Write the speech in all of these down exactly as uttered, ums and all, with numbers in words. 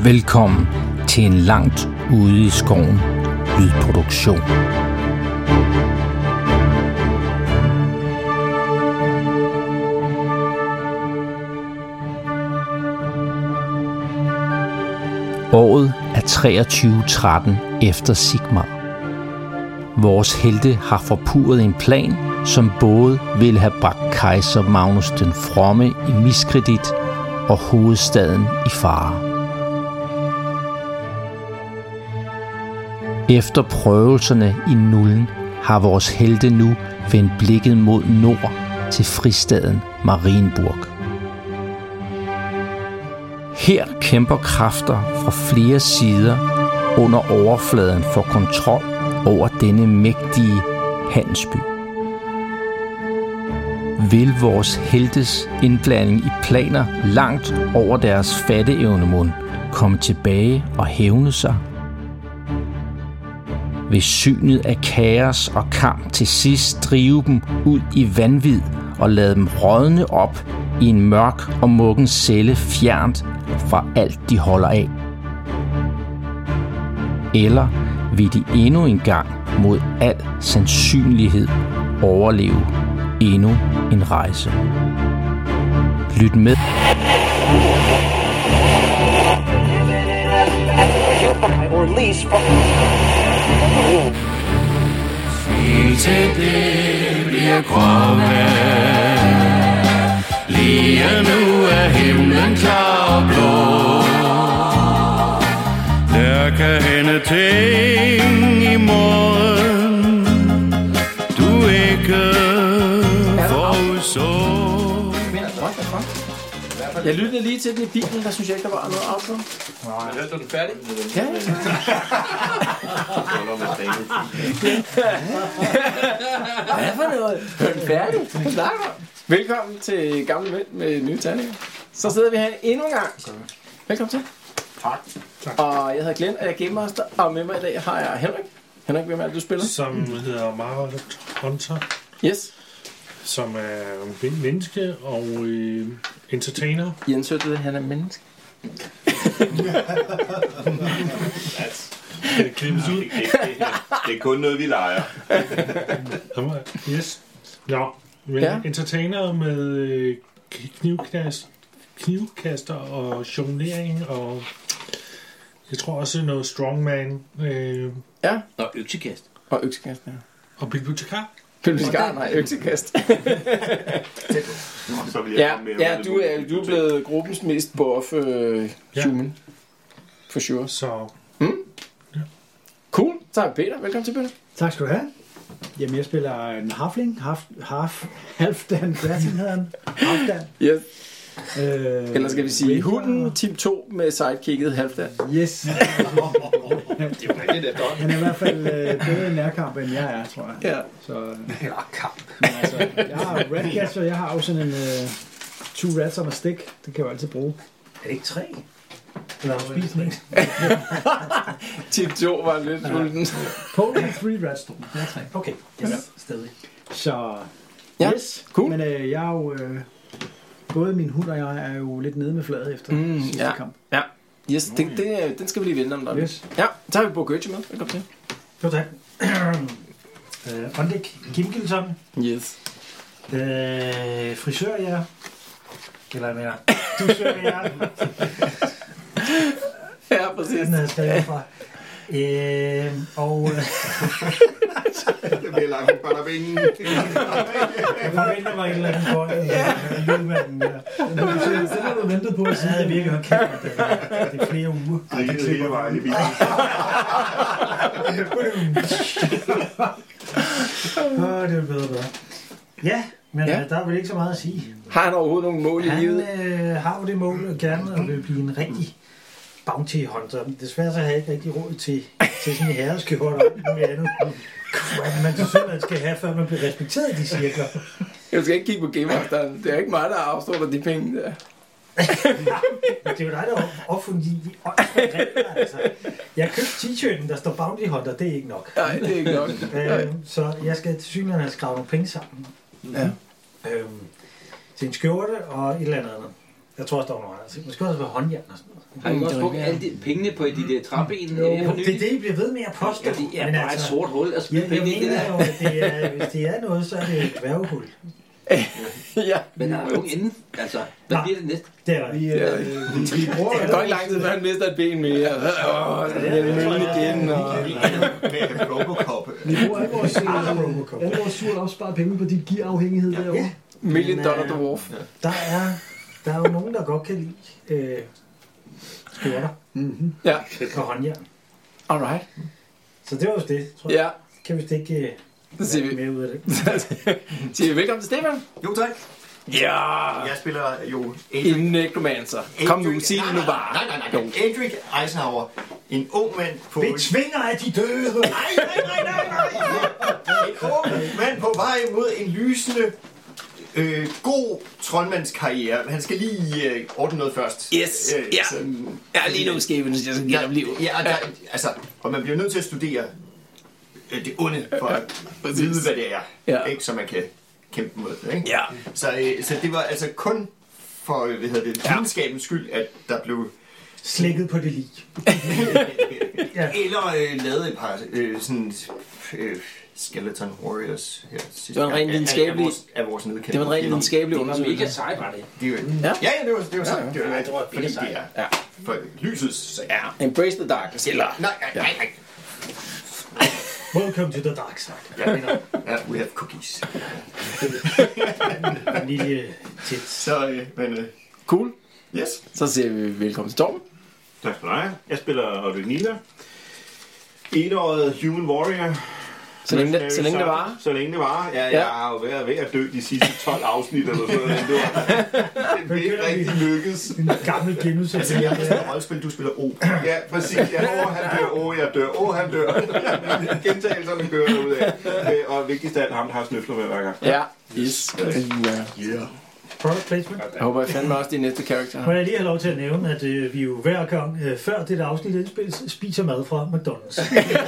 Velkommen til en langt ude i skoven lydproduktion. Året er treogtyve tretten efter Sigmar. Vores helte har forpurret en plan, som både ville have bragt kejser Magnus den Fromme i miskredit og hovedstaden i fare. Efter prøvelserne i nullen har vores helte nu vendt blikket mod nord til fristaden Marienburg. Her kæmper kræfter fra flere sider under overfladen for kontrol over denne mægtige handelsby. Vil vores heltes indblanding i planer langt over deres fatteevnemund komme tilbage og hævne sig? Vil synet af kaos og kamp til sidst drive dem ud i vanvid og lade dem rådne op i en mørk og muggen celle fjernt fra alt de holder af? Eller vil de endnu en gang mod al sandsynlighed overleve endnu en rejse? Lyt med. Til det bliver grønne. Lige nu er himlen klar og blå. Der kan hænde ting i morgen, du ikke forudså. Jeg lyttede lige til den i bilen, der synes jeg ikke, der var noget outro. Nej. Hørte du den færdig? Ja. Hvad for noget? Hør den færdig? Velkommen til Gamle Mænd med nye terninger. Så sidder vi her endnu en gang. Velkommen til. Tak. tak. Og jeg hedder Glenn, og jeg er Gamemaster, og med mig i dag har jeg Henrik. Henrik, hvem er det, du spiller? Som hedder Margaret Hunter. Yes. Som er menneske og øh, entertainer. Jens hørte det, han er menneske. Det klippes ud. Det, det, det, det er kun noget, vi leger. Yes. Nå, men ja. Entertainer med øh, knivkast, knivkaster og jonglering og jeg tror også noget strongman. Øh, ja. Og øksekast. Og øksekast, ja. Og bibliotekar. Bibliotekar, nej, øksekast. ja, ja du, er, du er blevet gruppens mest buff øh, human. For sure. Så. Mm? Ja. Cool. Så er Peter. Velkommen til, Peter. Tak skal du have. Jamen, jeg spiller en halfling. Half, half, halfdan, hvad hedder han? Halfdan. Yes. Øh, Eller skal vi sige hunden, team to med sidekicket halfdan. Yes. Det var ikke det der. Han er i hvert fald øh, bedre i nærkamp, end jeg er, tror jeg. Ja. Så, nærkamp. Altså, jeg har ratcaster, jeg har også sådan en uh, two rats on a stick. Det kan jeg jo altid bruge. Er det ikke tre? Eller har du spist den, ikke? Team to var lidt sulten. Polen three rats. Ja, tre. Okay, yes. Ja. Stadig. Så, ja. Yes. Cool. Men øh, jeg er jo... Øh, både min hund og jeg er jo lidt nede med fladet efter mm, sidste ja. kamp. Ja. Yes, den, den, den skal vi lige vende om der. Yes. Ja, så har vi Bo Gøtje med. Velkommen til. Jo, tak. uh, Ondik Kimgilson. Yes. Uh, frisør, ja. Eller jeg mener, dusør, ja. Ja, præcis. Den er stadig fra. Øh, og øh, det bliver langt på der vingen. jeg forventer mig en eller anden for en lydmanden der. Det har du ventet på. Så havde jeg virkelig hørt kæft, det er flere uger. Det er hele vejen i bilen. Åh, det er bedre bedre. Ja, men ja. Der er vel ikke så meget at sige. Har han overhovedet nogle mål i han, livet? Han øh, har jo det mål og gerne at vil blive en rigtig bounty hunter. Desværre så har jeg ikke rigtig råd til, til sådan en herreskjort og alt muligt andet. Man så synes, man skal have, før man bliver respekteret i de cirkler. Jeg skal ikke kigge på Gamemasteren. Det er ikke mig, der afstår dig de penge der. Det er jo dig, der har opfundet de, de regler, altså. Jeg har købt t-shirten, der står Bounty Hunter, det er ikke nok. Nej, det er ikke nok. øh, så jeg skal til synligheden have skrevet nogle penge sammen. Ja. Øhm, til en skjorte og et eller andet andet. Jeg tror også, der var noget andet. Måske også være håndjern og sådan noget. Har I også brugt alle de pengene på de der træben? Jo, det er det, I bliver ved med at påstå. Ja, det er bare et sort hul at smide jeg, jeg penge i det mener der. jo, at det er, hvis det er noget, så er det et dværgehul. Ja. Men der er jo ingen ende. Altså, hvad bliver det næste? Det er Vi, øh, vi, vi bruger Det går ikke lang tid, før han mister et ben mere. Åh, det er møllen igen. Og... Med Robocop. vi bruger alle vores, øh, alle vores surt opsparet penge på dit gearafhængighed derovre. Ja. Million Men, Dollar øh, Dwarf. Der er, der er jo nogen, der godt kan lide øh, skjorter Ja, og håndjern. alright. Så det var jo det, tror jeg. Ja, Kan vi ikke øh, så siger vi, mere ud af det? siger vi velkommen til Stefan. Jo, tak. Ja, Jeg spiller jo Adric. en necromancer. Kom nu, sig det nu bare. Nej, nej, nej, nej. Adric Eisenhower. En ung mand på... Betvinger af de døde! Nej, nej, nej, nej, nej. En ung mand på vej mod en lysende, øh, god troldmandskarriere. Han skal lige øh, ordne noget først. Yes, ja. sådan- Ja, lige nu skal jeg sige, gennem livet. Ja, og der, altså, og man bliver nødt til at studere øh, det onde, for at vide, hvad det er. Ja. Ikke? Så man kan kæmpe mod det. Ikke? Ja. Så, øh, så det var altså kun for øh, hvad hedder det, videnskabens skyld, at der blev Slikket på det lig. Ja. eller øh, lavet et par øh, sådan øh, skeleton warriors her. Det var en ren videnskabelig- af, vores, af vores nedkæmpe. Det var en ren videnskabelig Det var mega undersøgelse. sejt, var det. Det er jo, Ja. ja. ja, ja, det var det var så. Det var, Ja, det var fordi mega det er Ja. for lysets sag. Ja, embrace the darkness. Eller... Nej, nej, nej, nej. Welcome to the dark side. Ja, ja, we have cookies. Vanilje tit. Så, øh, men, øh, Cool. yes. Så siger vi velkommen til Torben. Tak for dig. Jeg spiller Ulrik Nila. Etåret Human Warrior. Så længe det, så længe det var. Så længe det var. Ja, Ja. jeg har jo været ved at dø de sidste tolv afsnit eller sådan noget. Det var det er ikke rigtig lykkes. En gammel genudsættelse. Altså, jeg spiller rollespil, du spiller O. Ja, præcis. Ja, åh, han dør. Åh, jeg dør. Åh, han dør. Gentagelserne kører derudad. Øh, Og vigtigst af alt, ham der har snøfler med hver gang. Ja. Yes. Ja. Product placement. Jeg håber, jeg fandme også de næste karakterer. Må jeg lige have lov til at nævne, at øh, vi jo hver gang øh, før det der afsnit indspilles, spiser mad fra McDonald's.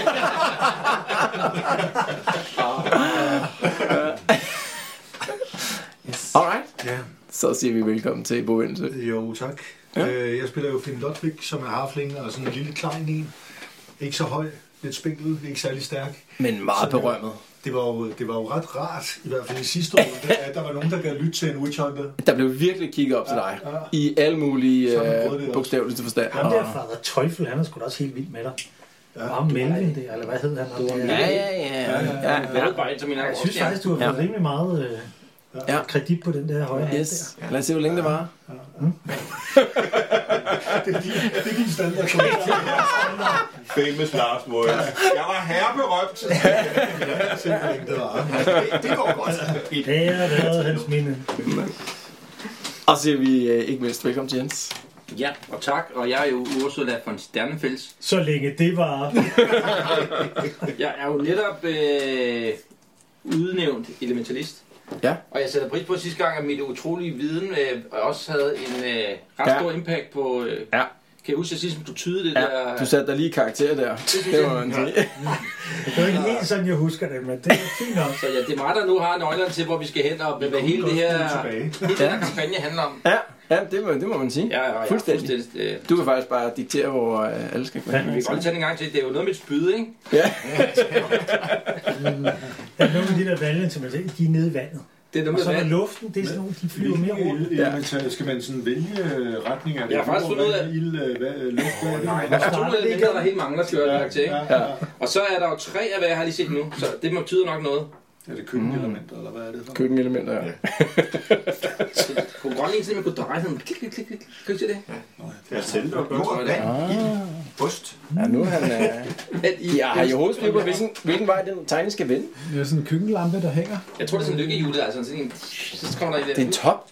Alright. Ja. Så siger vi velkommen til Bo Vindsø. Jo, tak. Ja. Øh, jeg spiller jo Finn Lodvig, som er harfling og sådan en lille klein en. Ikke så høj, lidt spinkel, ikke særlig stærk. Men meget berømmet. Det var, jo, det var jo ret rart, i hvert fald i sidste år, at der var nogen, der gad lytte til en Witch Hunter. Der blev virkelig kigget op til dig. Ja, ja. I alle mulige Sådan prøvede det øh, også. bogstaveligste forstand. Ham der Fader Teufel, han er sgu da også helt vild med dig. Ja, og ham Melvin der, eller hvad hed han? Ham der? Ja, ja, ja. ja, Jeg ved bare ikke, som min Jeg synes faktisk, du har fået rimelig meget øh, Ja. kredit på den der højre hand Yes. Lad os se, hvor længe det var. Det er din, det er din standard. Famous last words. Jeg var herreberømt. Simpelthen, det var. Det, det går godt. der. Det er været hans minde. Og så siger vi øh, ikke mindst velkommen til Jens. Ja, og tak. Og jeg er jo Ursula von Sternefels. Så længe det var. Jeg er jo netop øh, udnævnt elementalist. Ja. Og jeg sætter pris på sidste gang, at mit utrolige viden øh, også havde en øh, ret Ja. stor impact på... Øh, Ja. Kan jeg huske, at sidst du tyde det Ja, der... du satte dig lige i karakter der. Det må man sige. Det var ikke helt sådan, jeg husker det, men det er fint nok. Så ja, det er mig, der nu har nøglerne til, hvor vi skal hen, og hvad hele det her, hele den her kampagne handler om. Ja, ja det, må, det må man sige. Ja, ja, ja, Fuldstændig. fuldstændig. Øh, Du kan faktisk bare diktere, hvor øh, alle skal gå vi hen. kan godt tage den en gang til. Det er jo noget med et spyd, ikke? Ja. Der er nogle af de der valgene, som man siger, de er nede i vandet. Det er noget Og med så er der vand. luften, det er sådan nogle, de flyver mere rundt. Ja. Skal man sådan vælge retninger? Jeg har faktisk fundet ud af- Ild, øh, luft, hvad? Nej, der er to elementer, der helt mangler, skal jeg til, ikke? Ja, ja. Og så er der jo tre af, hvad jeg har lige set nu, så det betyder nok noget. Er det køkkenelementer, eller hvad er det? Køkkenelementer, ja. På Grønland, så man kunne dreje sådan, klik, klik, klik, klik. Kan du se det? Jeg tændte og Jord, vand, ild, ost. Ja, nu er han... Øh... At I, Jeg har i hovedet styr på, hvilken, hvilken vej den tegning skal vende. Det er sådan en køkkenlampe, der hænger. Jeg tror, det er sådan en lykkehjul, altså sådan en... Så kommer der i Det er en det. top.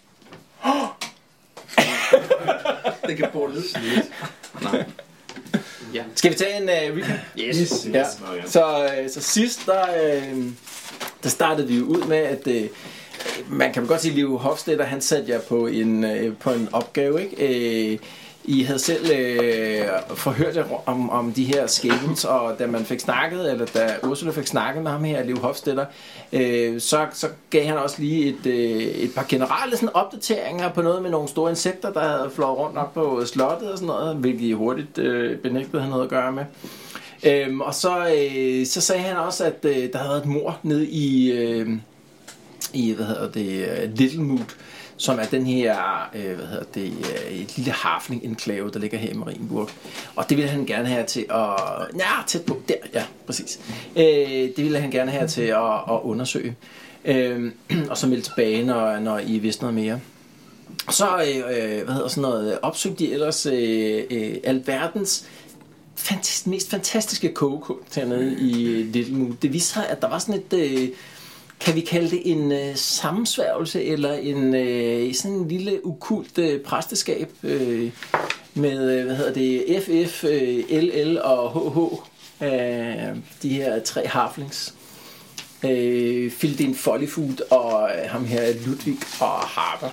Det kan bore ned. Nej. Ja. Skal vi tage en uh, recap? Yes. Ja. Så, øh, så sidst, der, øh, der startede vi jo ud med, at øh, man kan godt sige, at Leo Hofstetter, han satte jer på en, øh, på en opgave, ikke? Øh, I havde selv øh, forhørt jer om, om de her skavens, og da man fik snakket, eller da Ursula fik snakket med ham her, Leo Hofstetter, øh, så, så gav han også lige et, øh, et par generelle sådan, opdateringer på noget med nogle store insekter, der havde flået rundt op på slottet og sådan noget, hvilket hurtigt øh, benægtede han noget at gøre med. Øhm, og så, øh, så sagde han også, at øh, der havde været et mord nede i, øh, i hvad hedder det, Littlemoot, som er den her, øh, hvad hedder det, et lille harfling-enklave, der ligger her i Marienburg. Og det ville han gerne have til at, ja, tæt på, der, ja, præcis. Øh, det ville han gerne have til at, at undersøge. Øh, og så melde tilbage, når, når I vidste noget mere. Så, øh, hvad hedder sådan noget, opsøgte de ellers øh, øh, alverdens fantast, mest fantastiske kogekunst hernede i Littlemoot. Det viste sig, at der var sådan et, øh, kan vi kalde det en øh, sammensværgelse, eller en øh, sådan en lille okkult øh, præsteskab øh, med, øh, hvad hedder det, F F, øh, L L og H H, øh, de her tre harflings. Øh, Fildin Follyfoot og øh, ham her Ludvig og Harper.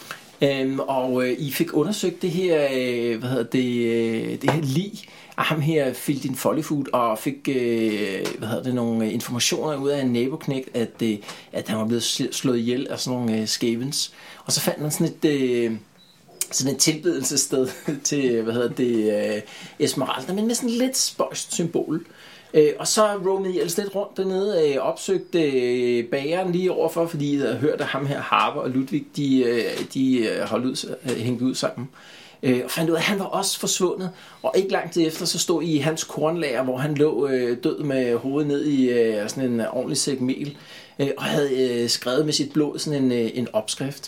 Øhm, og øh, I fik undersøgt det her, øh, hvad hedder det, øh, det her lig af ham her Fildin Follyfoot, og fik øh, hvad hedder det, nogle informationer ud af en naboknægt, at, øh, at han var blevet slået ihjel af sådan nogle øh, skavens. Og så fandt man sådan et, øh, sådan et tilbedelsessted til, hvad hedder det, øh, Esmeralda, men med sådan lidt spøjst symbol. Øh, og så roamede I ellers lidt rundt dernede, øh, opsøgte øh, bageren lige overfor, fordi I havde hørt, at ham her, Harper og Ludvig, de, øh, de øh, holdt ud, øh, hængt ud sammen. Øh, og fandt ud af, at han var også forsvundet. Og ikke lang tid efter, så stod I i hans kornlager, hvor han lå øh, død med hovedet ned i øh, sådan en ordentlig sæk mel, øh, og havde øh, skrevet med sit blod sådan en, øh, en opskrift.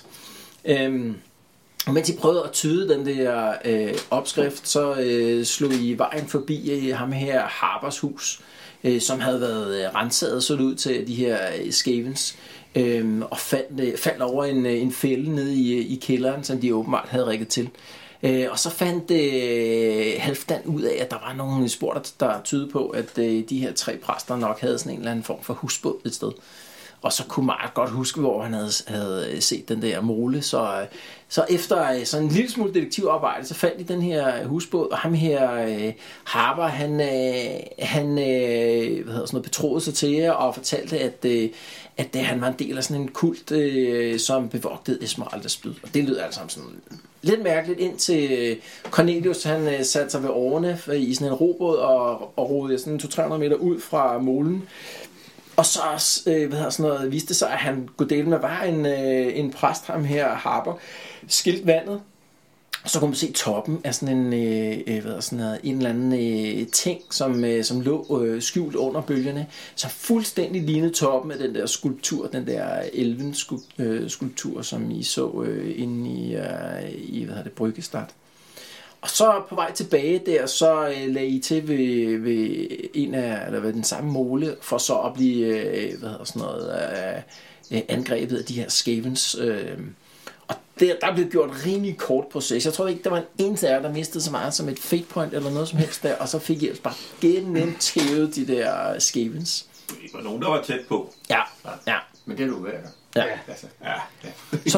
Øh, Og mens I prøvede at tyde den der øh, opskrift, så øh, slog I vejen forbi øh, ham her Harpers hus, øh, som havde været øh, renset så ud til de her øh, skavens, øh, og fandt, øh, faldt over en, øh, en fælde nede i, i kælderen, som de åbenbart havde rigget til. Øh, og så fandt øh, Halfdan ud af, at der var nogle spor, der, der tydede på, at øh, de her tre præster nok havde sådan en eller anden form for husbåd et sted. Og så kunne Mark godt huske, hvor han havde, havde set den der mole. Så, så efter sådan en lille smule detektivarbejde, så fandt de den her husbåd. Og ham her, øh, Harper, han, øh, han øh, hvad hedder sådan noget, betroede sig til jer og fortalte, at, øh, at øh, han var en del af sådan en kult, øh, som bevogtede Esmeraldas spyd. Og det lød altså sådan lidt mærkeligt, indtil Cornelius han øh, satte sig ved årene i sådan en robåd og, og rodede sådan to til tre hundrede meter ud fra molen. Og så øh, hvad hedder sådan noget, viste sig, at han kunne dele med var en, øh, en præst, ham her Harper, skilt vandet. Og så kunne man se toppen af sådan en, øh, hvad hedder sådan noget, en eller anden øh, ting, som, øh, som lå øh, skjult under bølgerne, som fuldstændig lignede toppen af den der skulptur, den der elven øh, skulptur, som I så øh, inde i, øh, i hvad hedder det, Bryggestad. Og så på vej tilbage der, så øh, lagde I til ved, ved en af, eller ved den samme mole, for så at blive, øh, hvad hedder sådan noget, øh, angrebet af de her skavens. Øh. Og der, der blev gjort en rimelig kort proces. Jeg tror ikke, der var en eneste af jer, der mistede så meget som et fate point eller noget som helst der, og så fik I bare gennemtævet de der skavens. Det var nogen, der var tæt på. Ja, ja. Men det er du værd. Ja. Altså. Ja, ja. Så,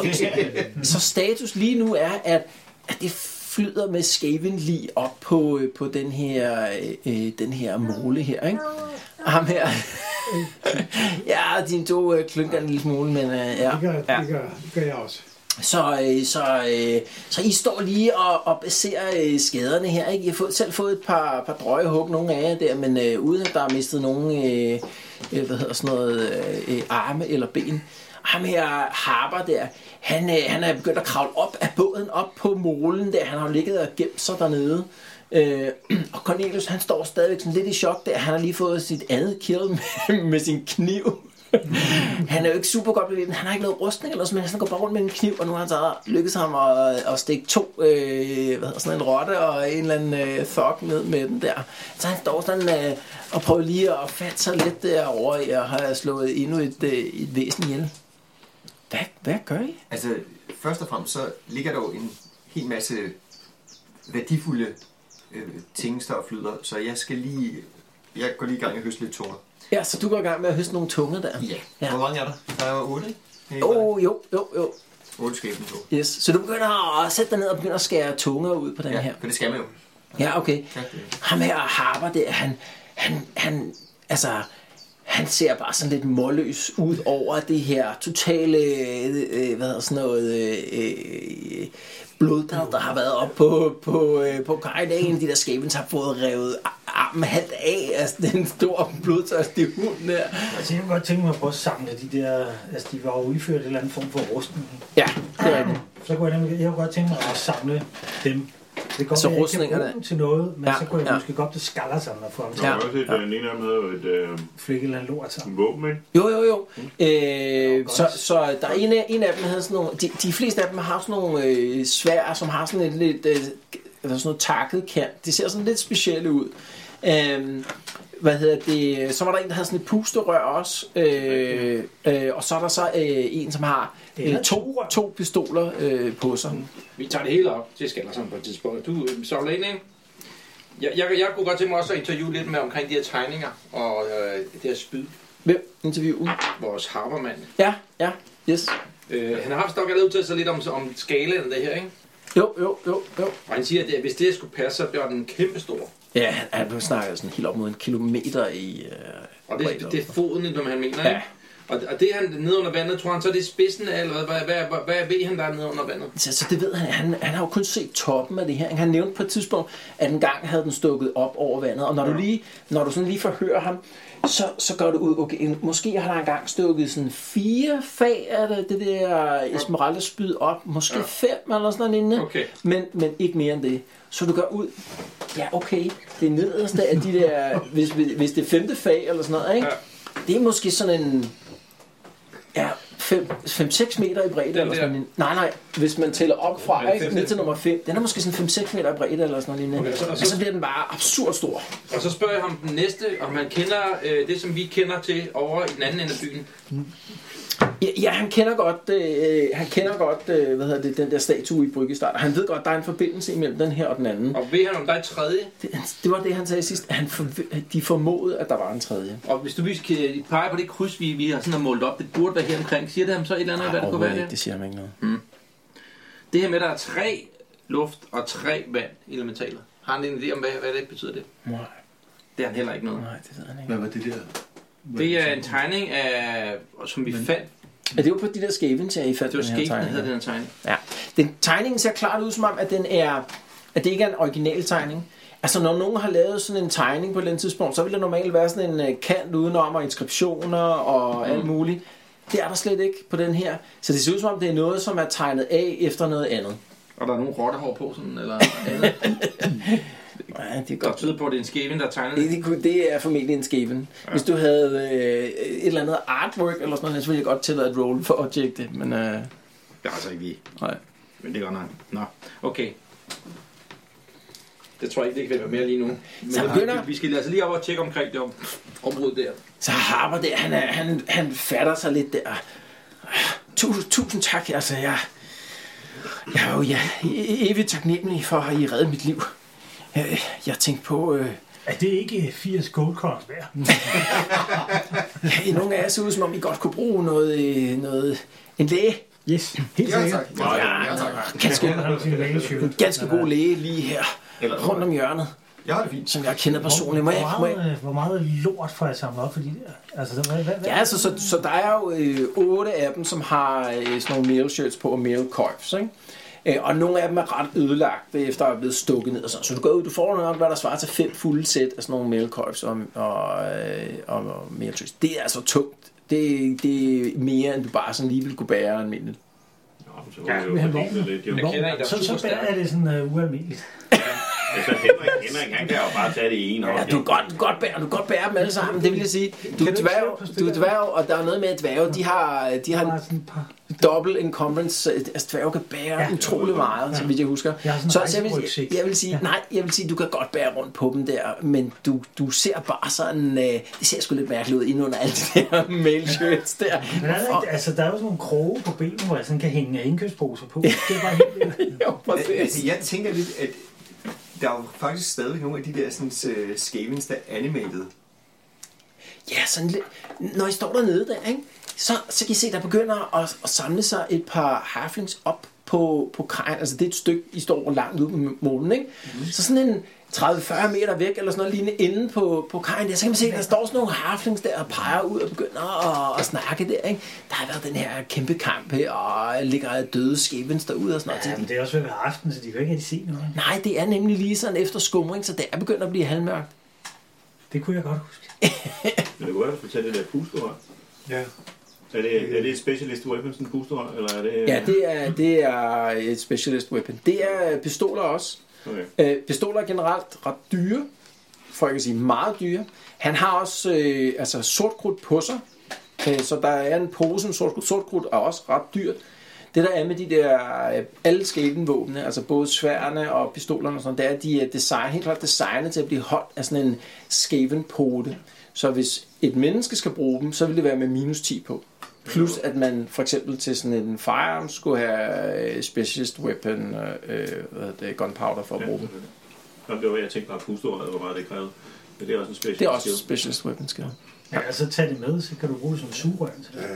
så status lige nu er, at, at det flyder med skaven lige op på, på den her øh, den her mole her, ikke? Og ham her. Ja, dine to øh, klynker en lille smule, men øh, ja. Det gør, ja. det, gør, det gør jeg også. Så, øh, så, øh, så I står lige og, og baserer øh, skaderne her, ikke? I har fået, selv fået et par, par drøje hug, nogle af jer der, men øh, uden at der er mistet nogen øh, øh, hvad hedder sådan noget, øh, arme eller ben. Ham her Harper der, han, øh, han er begyndt at kravle op af båden, op på molen der. Han har ligget og gemt sig dernede. Øh, og Cornelius, han står stadigvæk sådan lidt i chok der. Han har lige fået sit andet kill med, med sin kniv. Han er jo ikke super godt bevæbnet. Han har ikke noget rustning eller noget, men han går bare rundt med en kniv, og nu har han så lykkedes ham at, at stikke to, øh, hvad hedder sådan en rotte og en eller anden øh, thug ned med den der. Så han står sådan øh, og prøver lige at fatte sig lidt derovre, og har slået endnu et, øh, et væsen ihjel. Hvad, hvad gør I? Altså, først og fremmest så ligger der jo en hel masse værdifulde øh, ting, der flyder, så jeg skal lige, jeg går lige i gang med at høste lidt tunger. Ja, så du går i gang med at høste nogle tunger der? Ja. ja. Hvor mange er der? Der er jo otte, ikke? Åh, oh, jo, jo, jo. otte skæbne på. Yes. Så du begynder at sætte dig ned og begynder at skære tunger ud på den Ja, her. for det skal man jo. Ja, okay. Ham her Harper der, han, han, han, altså, han ser bare sådan lidt målløs ud over det her totale, øh, hvad hedder sådan noget, øh, blodbad, der har været op på, på, øh, på kajdagen. De der skæbens har fået revet armen halvt af, altså den store blodtørstige hund der. Altså, jeg kunne godt tænke mig at prøve at samle de der, altså de var jo udført en eller anden form for rustning. Ja, det er rigtigt. Så kunne jeg, nemlig, jeg kunne godt tænke mig at samle dem. Det går Så med, at jeg kan bruge rustningerne- dem til noget, men Ja, så kunne jeg ja. måske godt til skallersamler for ham. Der Ja. var også et, ja. Den ene af dem havde jo et øh, Flik eller en lort sammen. våben, ikke? Jo, jo, jo. Øh, så, så der er en af, en af dem, havde sådan nogle, de, de fleste af dem har sådan nogle øh, svær, som har sådan et lidt, øh, sådan noget takket kant. De ser sådan lidt specielle ud. Øh, hvad hedder det? Så var der en, der havde sådan et pusterør også. Øh, øh, og så er der så øh, en, som har øh, to, to pistoler øh, på sig. Vi tager det hele op til Skallersammen på et tidspunkt. Du sovler ind, ikke? Jeg, jeg, jeg kunne godt tænke mig også at interviewe lidt med omkring de her tegninger og øh, det her spyd. Hvem interviewen? Vores Harpermand. Ja, ja, yes. Øh, han har vist nok allerede udtalt sig lidt om, om skalaen af det her, ikke? Jo, jo, jo, jo. Og han siger, at hvis det skulle passe, så bliver den kæmpe stor. Ja, han, han blev snakket sådan helt op mod en kilometer i... Øh, Og det, bredde. det er foden, som han mener, Ja. ikke? Og, og det han nede under vandet, tror han, så er det spidsen af, eller hvad, hvad, hvad, hvad ved han, der er nede under vandet? Så, så det ved han, han, han har jo kun set toppen af det her. Han nævnte på et tidspunkt, at en gang havde den stukket op over vandet. Og når du lige, når du sådan lige forhører ham, så, så gør det ud, okay, måske har der engang stukket sådan fire fag af det, det der Esmeralda spyd op. Måske Ja. fem eller sådan noget lignende. Okay. Men, men ikke mere end det. Så du gør ud, ja okay, det nederste af de der, hvis, hvis det er femte fag eller sådan noget, ikke? Ja. Det er måske sådan en... Ja, fem seks meter i bredde eller sådan noget. Nej, nej, hvis man tæller op fra, ikke, ned til nummer fem, den er måske sådan fem seks meter i bredde eller sådan noget. Okay, så- Og så bliver den bare absurd stor. Og så spørger jeg ham den næste, om han kender øh, det, som vi kender til over i den anden ende af byen. Ja, ja han kender godt, øh, han kender godt øh, hvad hedder det, den der statue i Bryggestad. Han ved godt, der er en forbindelse imellem den her og den anden. Og ved han, om der er et tredje? Det, det var det, han sagde sidst. Han for, de formodede, at der var en tredje. Og hvis du lige kan pege på det kryds, vi, vi har sådan har målt op, det burde være her omkring. Siger det ham så et eller andet, hvad det kunne være Ikke, her? det siger ham ikke noget. Mm. Det her med, at der er tre luft og tre vand elementaler. Har han en idé om, hvad, hvad det betyder det? Nej. Det er han heller ikke noget. Nej, det ved han ikke. Hvad var det der? Det er en tegning af, som vi fandt. Ja, det var på de der skævens, jeg I fandt Det var den her skæbnen, tegning. hedder den her tegning. Ja. Den tegningen ser klart ud som om, at den er, at det ikke er en original tegning. Altså når nogen har lavet sådan en tegning på et eller andet tidspunkt, så vil der normalt være sådan en uh, kant udenom og inskriptioner og mm. alt muligt. Det er der slet ikke på den her. Så det ser ud som om, det er noget, som er tegnet af efter noget andet. Og der er nogle rottehår på sådan, eller andet. Nej, det er Der godt. tyder på, at det er en skæbne, der er tegnet. Det, det, kunne- det er formentlig en skæven. Ja. Hvis du havde øh, et eller andet artwork eller sådan noget, så ville jeg godt tillade et roll for objektet. Men øh, Det er altså ikke vi. nej. Men det er godt nok. Nå, okay. Det tror jeg ikke, det kan være mere lige nu. Men Så vi- begynder- vi skal altså lige op og tjekke omkring det om, område der. Så Harper der, han, er, han, han fatter sig lidt der. Tusind, tusind tak, altså jeg, jeg er jo ja, e- evigt taknemmelig for, at I redde mit liv. Jeg, jeg tænkte på, øh, Er det ikke firs gold coins værd? ja, nogle af jer ser ud som om I godt kunne bruge noget, øh, noget en læge. Yes, helt Ja, sikkert. tak. Ja, ja, tak. Ganske, Jeg har til lægeshow. en ganske god læge lige her, rundt om hjørnet, Jeg har det fint. som jeg kender personligt. Må jeg, Hvor må jeg, meget, hvor meget lort får jeg samlet op for de der? Altså, hvad, hvad, hvad? Ja, altså, så, så der er jo øh, otte af dem, som har øh, sådan nogle mail shirts på og mail coifs, ikke? Øh, og nogle af dem er ret ødelagt efter at have blevet stukket ned og sådan. Så du går ud, du får nok, hvad der svarer til fem fulde sæt af sådan nogle mail coifs og, og, øh, og, og mail shirts. Det er altså tungt. Det, det er mere, end du bare sådan lige vil kunne bære almindeligt. Nå, så var Ja, det jo men han fordi, det vågner. lidt, jo. Jeg kender en, der er Så, super så bærer jeg det sådan uh, ualmindeligt. Altså, Henrik, Henrik, han kan jo bare tage det ene Ja, hånd. du kan godt, du kan godt bære, du kan godt bære dem alle sammen, det vil jeg sige. Du er dværg, du er dværg, og der er noget med at dværge, de har, de Jeg har har sådan et par... dobbelt encumbrance, altså dværge kan bære ja, utrolig meget, så vidt jeg husker. Jeg har sådan Så, en så jeg, vil, rejserygsæk. jeg vil sige, nej, jeg vil sige, du kan godt bære rundt på dem der, men du, du ser bare sådan, øh, det ser sgu lidt mærkeligt ud inde under alle de der mail shirts der. Men er der, ikke, altså, der er jo sådan nogle kroge på benene, hvor jeg sådan kan hænge indkøbsposer på. Det er bare helt vildt. Jo, præcis. Altså, jeg tænker lidt, at der er jo faktisk stadig nogle af de der sådan, uh, skavens, der er animated. Ja, sådan lidt. Når I står dernede der, ikke? Så, så kan I se, der begynder at, at samle sig et par halflings op på, på kajen. Altså det er et stykke, I står langt ude på målen, ikke? Mm. Så sådan en tredive til fyrre meter væk, eller sådan noget lignende, inde på, på kajen der, så kan man se, der står sådan nogle halflings der og peger ud og begynder at, at snakke der, ikke? Der har været den her kæmpe kamp her, og ligger døde skævens derude og sådan noget. Ja, men det er også ved aften, så de kan ikke rigtig se noget. Nej, det er nemlig lige sådan efter skumring, så det er begyndt at blive halvmørkt. Det kunne jeg godt huske. Men det kunne være, at fortælle det der pusterør. Ja. Er det, er det et specialist weapon, sådan en pusterør, eller er det... Ja, det er, det er et specialist weapon. Det er pistoler også. Okay. Øh, pistoler er generelt ret dyre, for ikke at sige meget dyre. Han har også øh, altså sort krudt på sig, øh, så der er en pose med sort krudt. Sort krudt er også ret dyrt. Det der er med de der, øh, alle skavenvåbne, altså både sværene og pistolerne og sådan, det er, at de er design, helt klart designet til at blive holdt af sådan en skavenpote. Så hvis et menneske skal bruge dem, så vil det være med minus ti på. Plus at man for eksempel til sådan en firearm skulle have specialist weapon, øh, hvad det, gunpowder for at bruge dem. Ja, det var hvad jeg tænkte bare pusterøret, hvor meget det krævede. Men det er også en specialist. Det er også en specialist weapon skill. Ja, altså tag det med, så kan du bruge det som sugerør.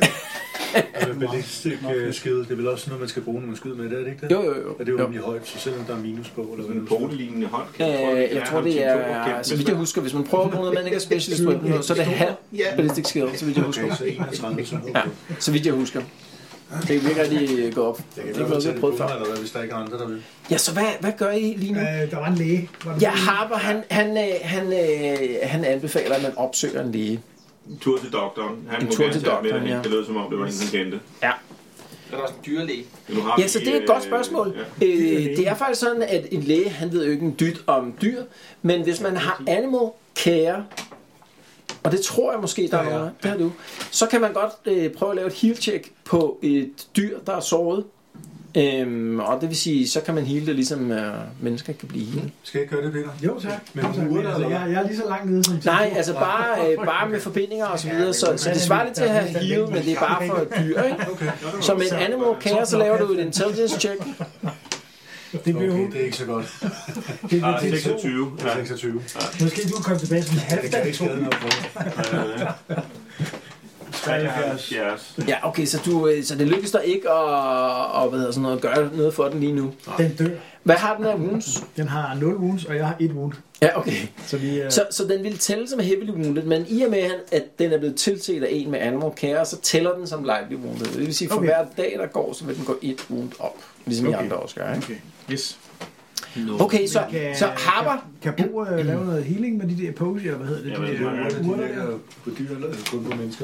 Ja. Ballistik skid, det er vel også noget, man skal bruge, når man skyder med det, er det ikke det? Jo, jo, jo. Er det jo rimelig højt, så selvom der er minus på, eller hvad en bogelignende hånd? Øh, jeg tror, det er, så vidt jeg husker, hvis man prøver at bruge noget, man ikke har specialist weapon, så er det halv ballistic skill, så vidt jeg husker. Ja, så vidt jeg husker. Det er virkelig rigtig gå op. Det kan være, at prøve før, eller hvad, hvis der ikke er andre, der vil. Ja, så hvad, hvad gør I lige nu? Øh, der var en læge. Var ja, Harper, han, han, han, han, han anbefaler, at man opsøger en læge. En tur til doktoren. Han en må tur gerne til tage doktoren, med ja. Det lød som om, det var en, han kendte. Ja. Er der også en dyrlæge? Ja, så det er et godt spørgsmål. Ja. Øh, det er faktisk sådan, at en læge, han ved jo ikke en dyt om dyr, men hvis man har animal care, og det tror jeg måske, der er noget, det har du, så kan man godt øh, prøve at lave et heal check på et dyr, der er såret. Øhm, og det vil sige, så kan man heale det, ligesom øh, mennesker kan blive healet. Skal jeg gøre det, Peter? Jo, tak. Men Jo, tak. uger, Altså, jeg, jeg er lige så langt nede som Nej, altså bare, øh, bare med forbindinger og så videre, så, så det svarer lidt til at have heal, men det er bare for et dyr, ikke? Så med en animal care, så laver du et intelligence check. Det bliver okay, det er ikke så godt. Det er seksogtyve. Ja. seksogtyve. Nu skal du komme tilbage som halvdag. Det kan ikke skade noget på. treoghalvfjerds. Ja, okay, så, du, så det lykkes dig ikke at, at hvad hedder sådan noget, gøre noget for den lige nu. Den dør. Hvad har den af wounds? Den har nul wounds, og jeg har et wound. Ja, okay. Så, vi, uh... så, så den vil tælle som heavily wounded, men i og med, at den er blevet tilset af en med animal care, så tæller den som lightly wounded. Det vil sige, for okay. hver dag, der går, så vil den gå et wound op. Ligesom okay. I andre også gør, ikke? Okay, yes. Okay, så, kan, så Harper... Kan, kan Bo uh, lave noget healing med de der pose, eller hvad hedder det? Ja, de men der de uger, virker på dyr, eller kun på mennesker.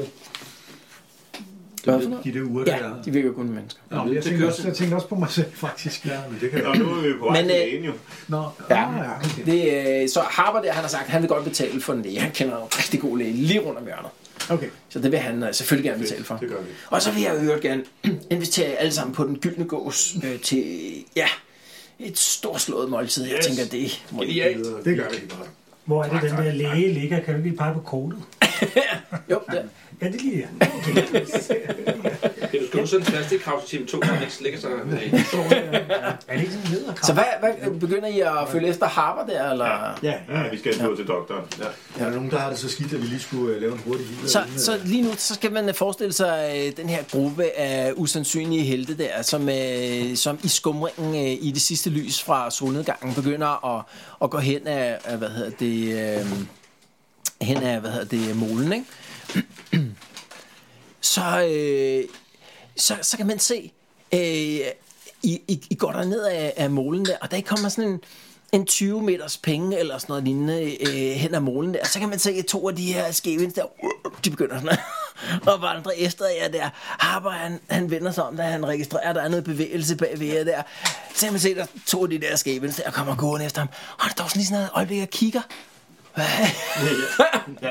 Hvad for noget? De der uger, ja, der... de virker kun med mennesker. Nå, jeg, tænkte også, jeg tænkte også på mig selv, faktisk. Ja, men det kan Nå, nu er vi på vej til lægen jo. Nå, ja, okay. det, så Harper der, han har sagt, at han vil godt betale for en læge. Han kender en rigtig god læge lige rundt om hjørnet. Okay. Så det vil han selvfølgelig gerne betale for. Det gør vi. Og så vil jeg jo gerne invitere alle sammen på den gyldne gås øh, til, ja, et storslået måltid. Jeg yes. tænker, det må I ja, det gør vi bare. Hvor er det, den der læge ligger? Kan du lige pege på kodet? Jo, det Ja, det lige er. Okay. Kan du skrive sådan en plastikkrav til Team to, der ikke slikker sig? Er det ikke sådan en lederkrav? Så hvad, hvad begynder I at følge efter Harper der? Eller? Ja, ja, ja, vi skal en tur til doktoren. Ja. Ja, der er nogen, der har det så skidt, at vi lige skulle uh, lave en hurtig healer. Så, så lige nu så skal man forestille sig uh, den her gruppe af usandsynlige helte der, som, uh, som i skumringen uh, i det sidste lys fra solnedgangen begynder at, at gå hen af, af hvad hedder det, uh, hen af, hvad hedder det, molen, ikke? så, øh, så, så kan man se, øh, I, I, I går der ned af, af molen der, og der kommer sådan en, en tyve meters penge eller sådan noget lignende øh, hen ad molen der, og så kan man se, at to af de her skævens der, de begynder sådan at vandre efter jer der. Harper, han, han vender sig om, da han registrerer, at der er noget bevægelse bag ved jer der. Så kan man se, at der to af de der skævens der kommer gående efter ham, og der står sådan lige sådan et øjeblik og kigger. Hvad? Ja.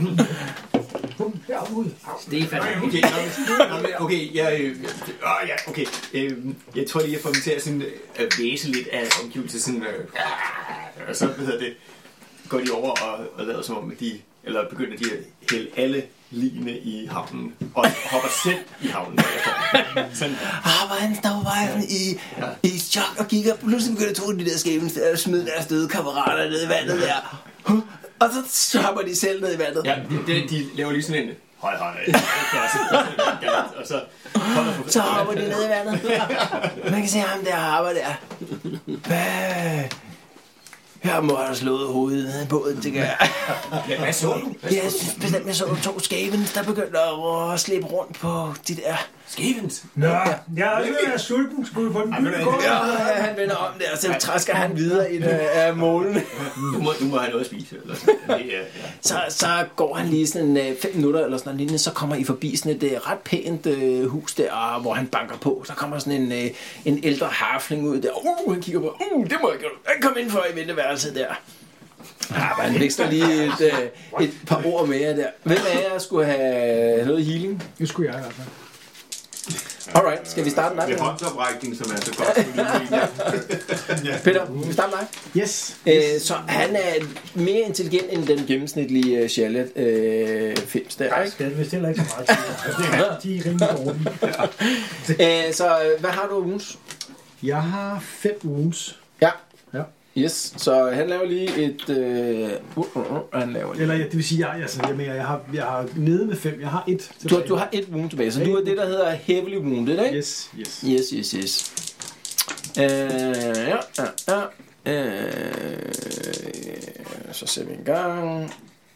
Stefan. Okay, okay, jeg, øh, ja, okay. Øh, jeg tror lige, jeg får dem til at sådan, øh, væse lidt af omgivelser, sådan, øh, og så hvad hedder det, går de over og, og lader som om, at de, eller begynder de at hælde alle ligene i havnen, og hopper selv i havnen. Sådan. Ah, hvor han står bare i, ja. i chok og kigger, pludselig begynder to af de der skæbens der at smide deres døde kammerater ned i vandet der. Og så hopper de selv ned i vandet. Ja, de, de laver lige sådan en... Hej, hej. Og så... Så hopper de ned i vandet. Man kan se ham der hopper der. Hvad? Jeg må have slået hovedet ned i båden, det gør jeg. Ja, hvad så du? Jeg synes bestemt, jeg så to skavens, der begyndte at slippe rundt på de der... Skavens? Nå, jeg er også ved at være sulten. Skulle vi på den byen? Ja, han vender om der, og så træsker han videre ind af målene. Du må, du må have noget at spise. Eller ja, ja. Så, så går han lige sådan fem minutter eller sådan noget, så kommer I forbi sådan et uh, ret pænt uh, hus der, hvor han banker på. Så kommer sådan en, uh, en ældre harfling ud der. Uh, han kigger på, uh, det må jeg gøre. Han kom ind for i venteværelset der. Ja, han vækster lige et, uh, et par ord mere der. Hvem af jer skulle have noget healing? Det skulle jeg i hvert fald. Alright, skal vi starte med dig? Det er håndsoprækning, som er så godt. Peter, vi starter med dig. Yes. Øh, så han er mere intelligent end den gennemsnitlige uh, Charlotte øh, Fims der, Nej, ikke? skal det vist heller ikke så meget til. De er rimelig dårlige. Øh, så øh, hvad har du wounds? Jeg har fem wounds. Ja. Ja. Yes, så han laver lige et... Øh, uh, uh, uh, han laver lige. Eller ja, det vil sige, jeg, altså, jeg mener, jeg har, jeg har nede med fem. Jeg har et Du, har- du har et wound tilbage, så du er det, der hedder heavily wounded, ikke? Yes, yes. Yes, yes, yes. Øh, ja, ja, ja. Øh, så ser vi en gang.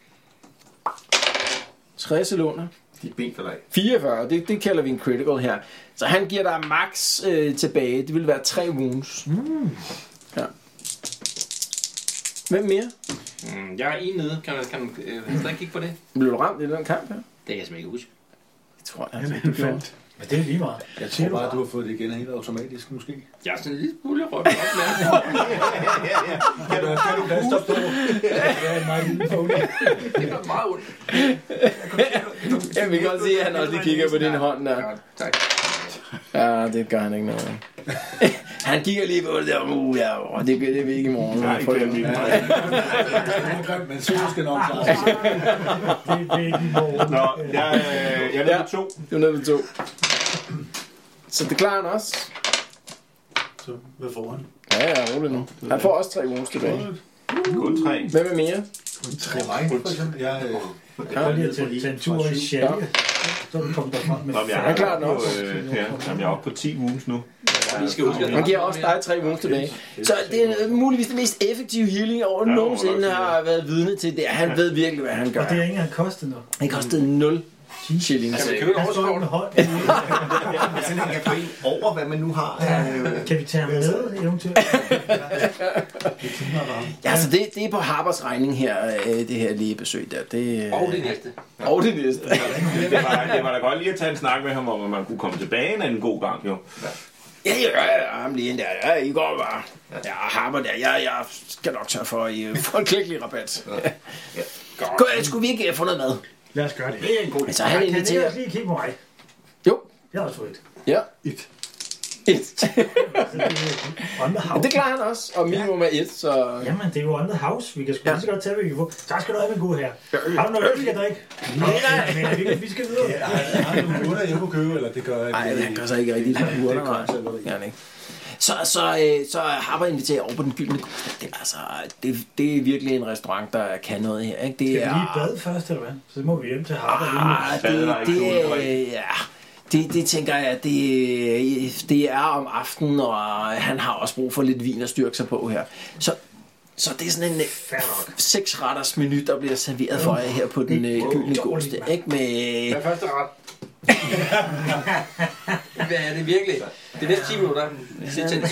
tres lunder. De er ben for dig. fireogfyrre, det, det kalder vi en critical her. Så han giver dig max øh, tilbage. Det vil være tre wounds. Mm. Ja. Hvem mere? Mm, jeg er en nede. Kan man, kan man øh, stadig kigge på det? Blev du ramt i den kamp her? Det kan jeg simpelthen ikke huske. Det tror jeg. Jamen, Altså, han fandt. Men det er lige meget. Jeg tror bare, at du har fået det igen helt automatisk, måske. Jeg er sådan en lille bulle rødt op med. Kan du, kan du kan stoppe på? Ja, en meget lille pony. Det gør meget ondt. Ja, vi kan godt se, at han også lige kigger på din hånd der. Ja, tak. Ja, det gør han ikke noget. Han kigger lige på det der. Uh, ja, og det gør det vi ikke i morgen. Nej, For det det er Det er grimt, men solen skal nok klare sig. Det, det er ikke i morgen. Nå, jeg, øh, jeg er nede på to. Du er nede på to. Så det klarer han også. Så hvad får han? Ja, ja, roligt nu. Han får også tre wounds tilbage. Kun tre. Hvem er mere? Tre mig, for eksempel. Jeg, øh, Jeg kan lige at tage, tage en tur i Sjælge. Så er den kommet derfra med. Nå, men jeg Han klarer den er også. oppe på, øh, ja, jamen, jeg er oppe på ti wounds nu. Vi skal huske, at Han giver også dig tre wounds tilbage. Så det er muligvis det mest effektive healing, jeg over nogensinde har været vidne til. Det er, han ved virkelig, hvad han gør. Og det har ikke engang kostet noget. Det kostede nul shillings. Kan vi købe en Jeg står med overskål? hånd. Men sådan han kan få en over, hvad man nu har. Øh, Kan vi tage ham med eventuelt? Ja, altså det, det er på Harbers regning her, øh, det her lige besøg der. Det, Og det næste. og det næste. Det var, det var da godt lige at tage en snak med ham om, at man kunne komme tilbage en anden god gang, jo. Ja, ja, ja, ham lige ind der. Ja, I går bare. Ja, Harper der. Ja, jeg skal nok tage for, at I får en klækkelig rabat. Ja. Godt. Skulle vi ikke have fundet mad? Lad os gøre det. det er en god idé. Altså, han Kan I inviterer... også lige kigge på mig? Jo. Jeg har også fået et. Ja. Et. Et. On the house. Det klarer han også, og minimum er et, så... Jamen, det er jo on the house. Vi kan sgu Ja. lige så godt tage, hvad vi kan få. Tak skal du have, min gode her. Har du noget, vi kan drikke? Nej, nej, men vi, vi skal videre. Ja, har du nogle urter, jeg kunne købe, eller det gør jeg Nej, han gør så ikke rigtig de det urter, gør nej. han selv, ikke? Ja, ikke. Så, så, øh, så Harper inviterer over på den gyldne Gustav. Det er, altså, det, det er virkelig en restaurant, der kan noget her. Ikke? Det Skal vi lige er, bade først, eller hvad? Så må vi hjem til Harper. ah, Bader det, ikke det, kun det, ja, det, det tænker jeg, det, det er om aftenen, og han har også brug for lidt vin at styrke sig på her. Så, så det er sådan en seks retters menu, der bliver serveret for jer her på den øh, gyldne Gustav. Ikke med... Hvad er første ret? Hvad er det virkelig? Det er næste ti minutter. Sæt til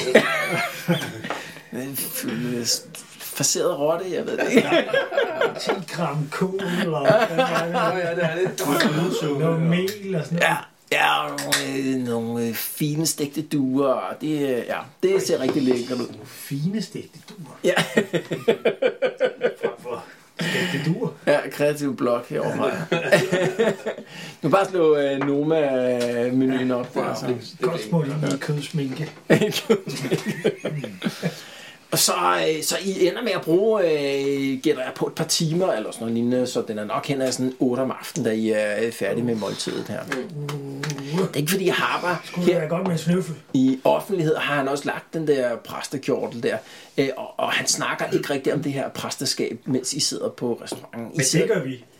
det. Faceret rotte, jeg ved det ikke. ti gram kål, og Ja, det er det. noget mel og sådan noget. Ja, ja, og nogle, øh, nogle øh, fine stegte duer, og det, øh, ja, det ser rigtig lækkert ud. Fine stegte duer. Ja, Frem for stegte duer. ja, kreativ blok herovre fra jer. Du kan bare slå øh, Noma-menuen op der. Så. Godt små lige kødsminke. Og så, øh, så I ender med at bruge, øh, gætter jeg på et par timer, eller sådan noget lignende, så den er nok hen ad sådan otte om aftenen, da I er færdige med måltidet her. Det er ikke fordi, jeg har bare... Skulle det være godt med en snøffel? I offentlighed har han også lagt den der præstekjortel der, øh, og, og han snakker ikke rigtig om det her præsteskab, mens I sidder på restauranten. I Men sidder... det gør vi.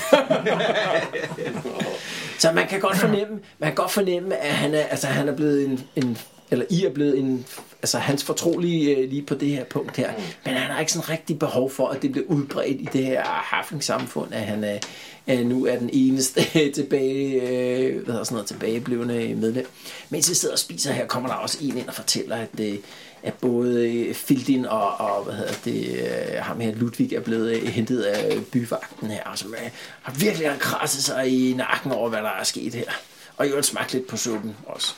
Så man kan godt fornemme, man kan godt fornemme, at han er, altså han er blevet en, en eller I er blevet en, altså hans fortrolige øh, lige på det her punkt her. Men han har ikke sådan rigtig behov for, at det bliver udbredt i det her hafling-samfund, at han er, øh, nu er den eneste tilbage, øh, hvad hedder sådan noget, tilbageblevende medlem. Mens I sidder og spiser her, kommer der også en ind og fortæller, at øh, at både Fildin og, og hvad hedder det, øh, ham her Ludvig er blevet øh, hentet af byvagten her, og som øh, har virkelig krasset sig i nakken over, hvad der er sket her. Og I har smagt lidt på suppen også.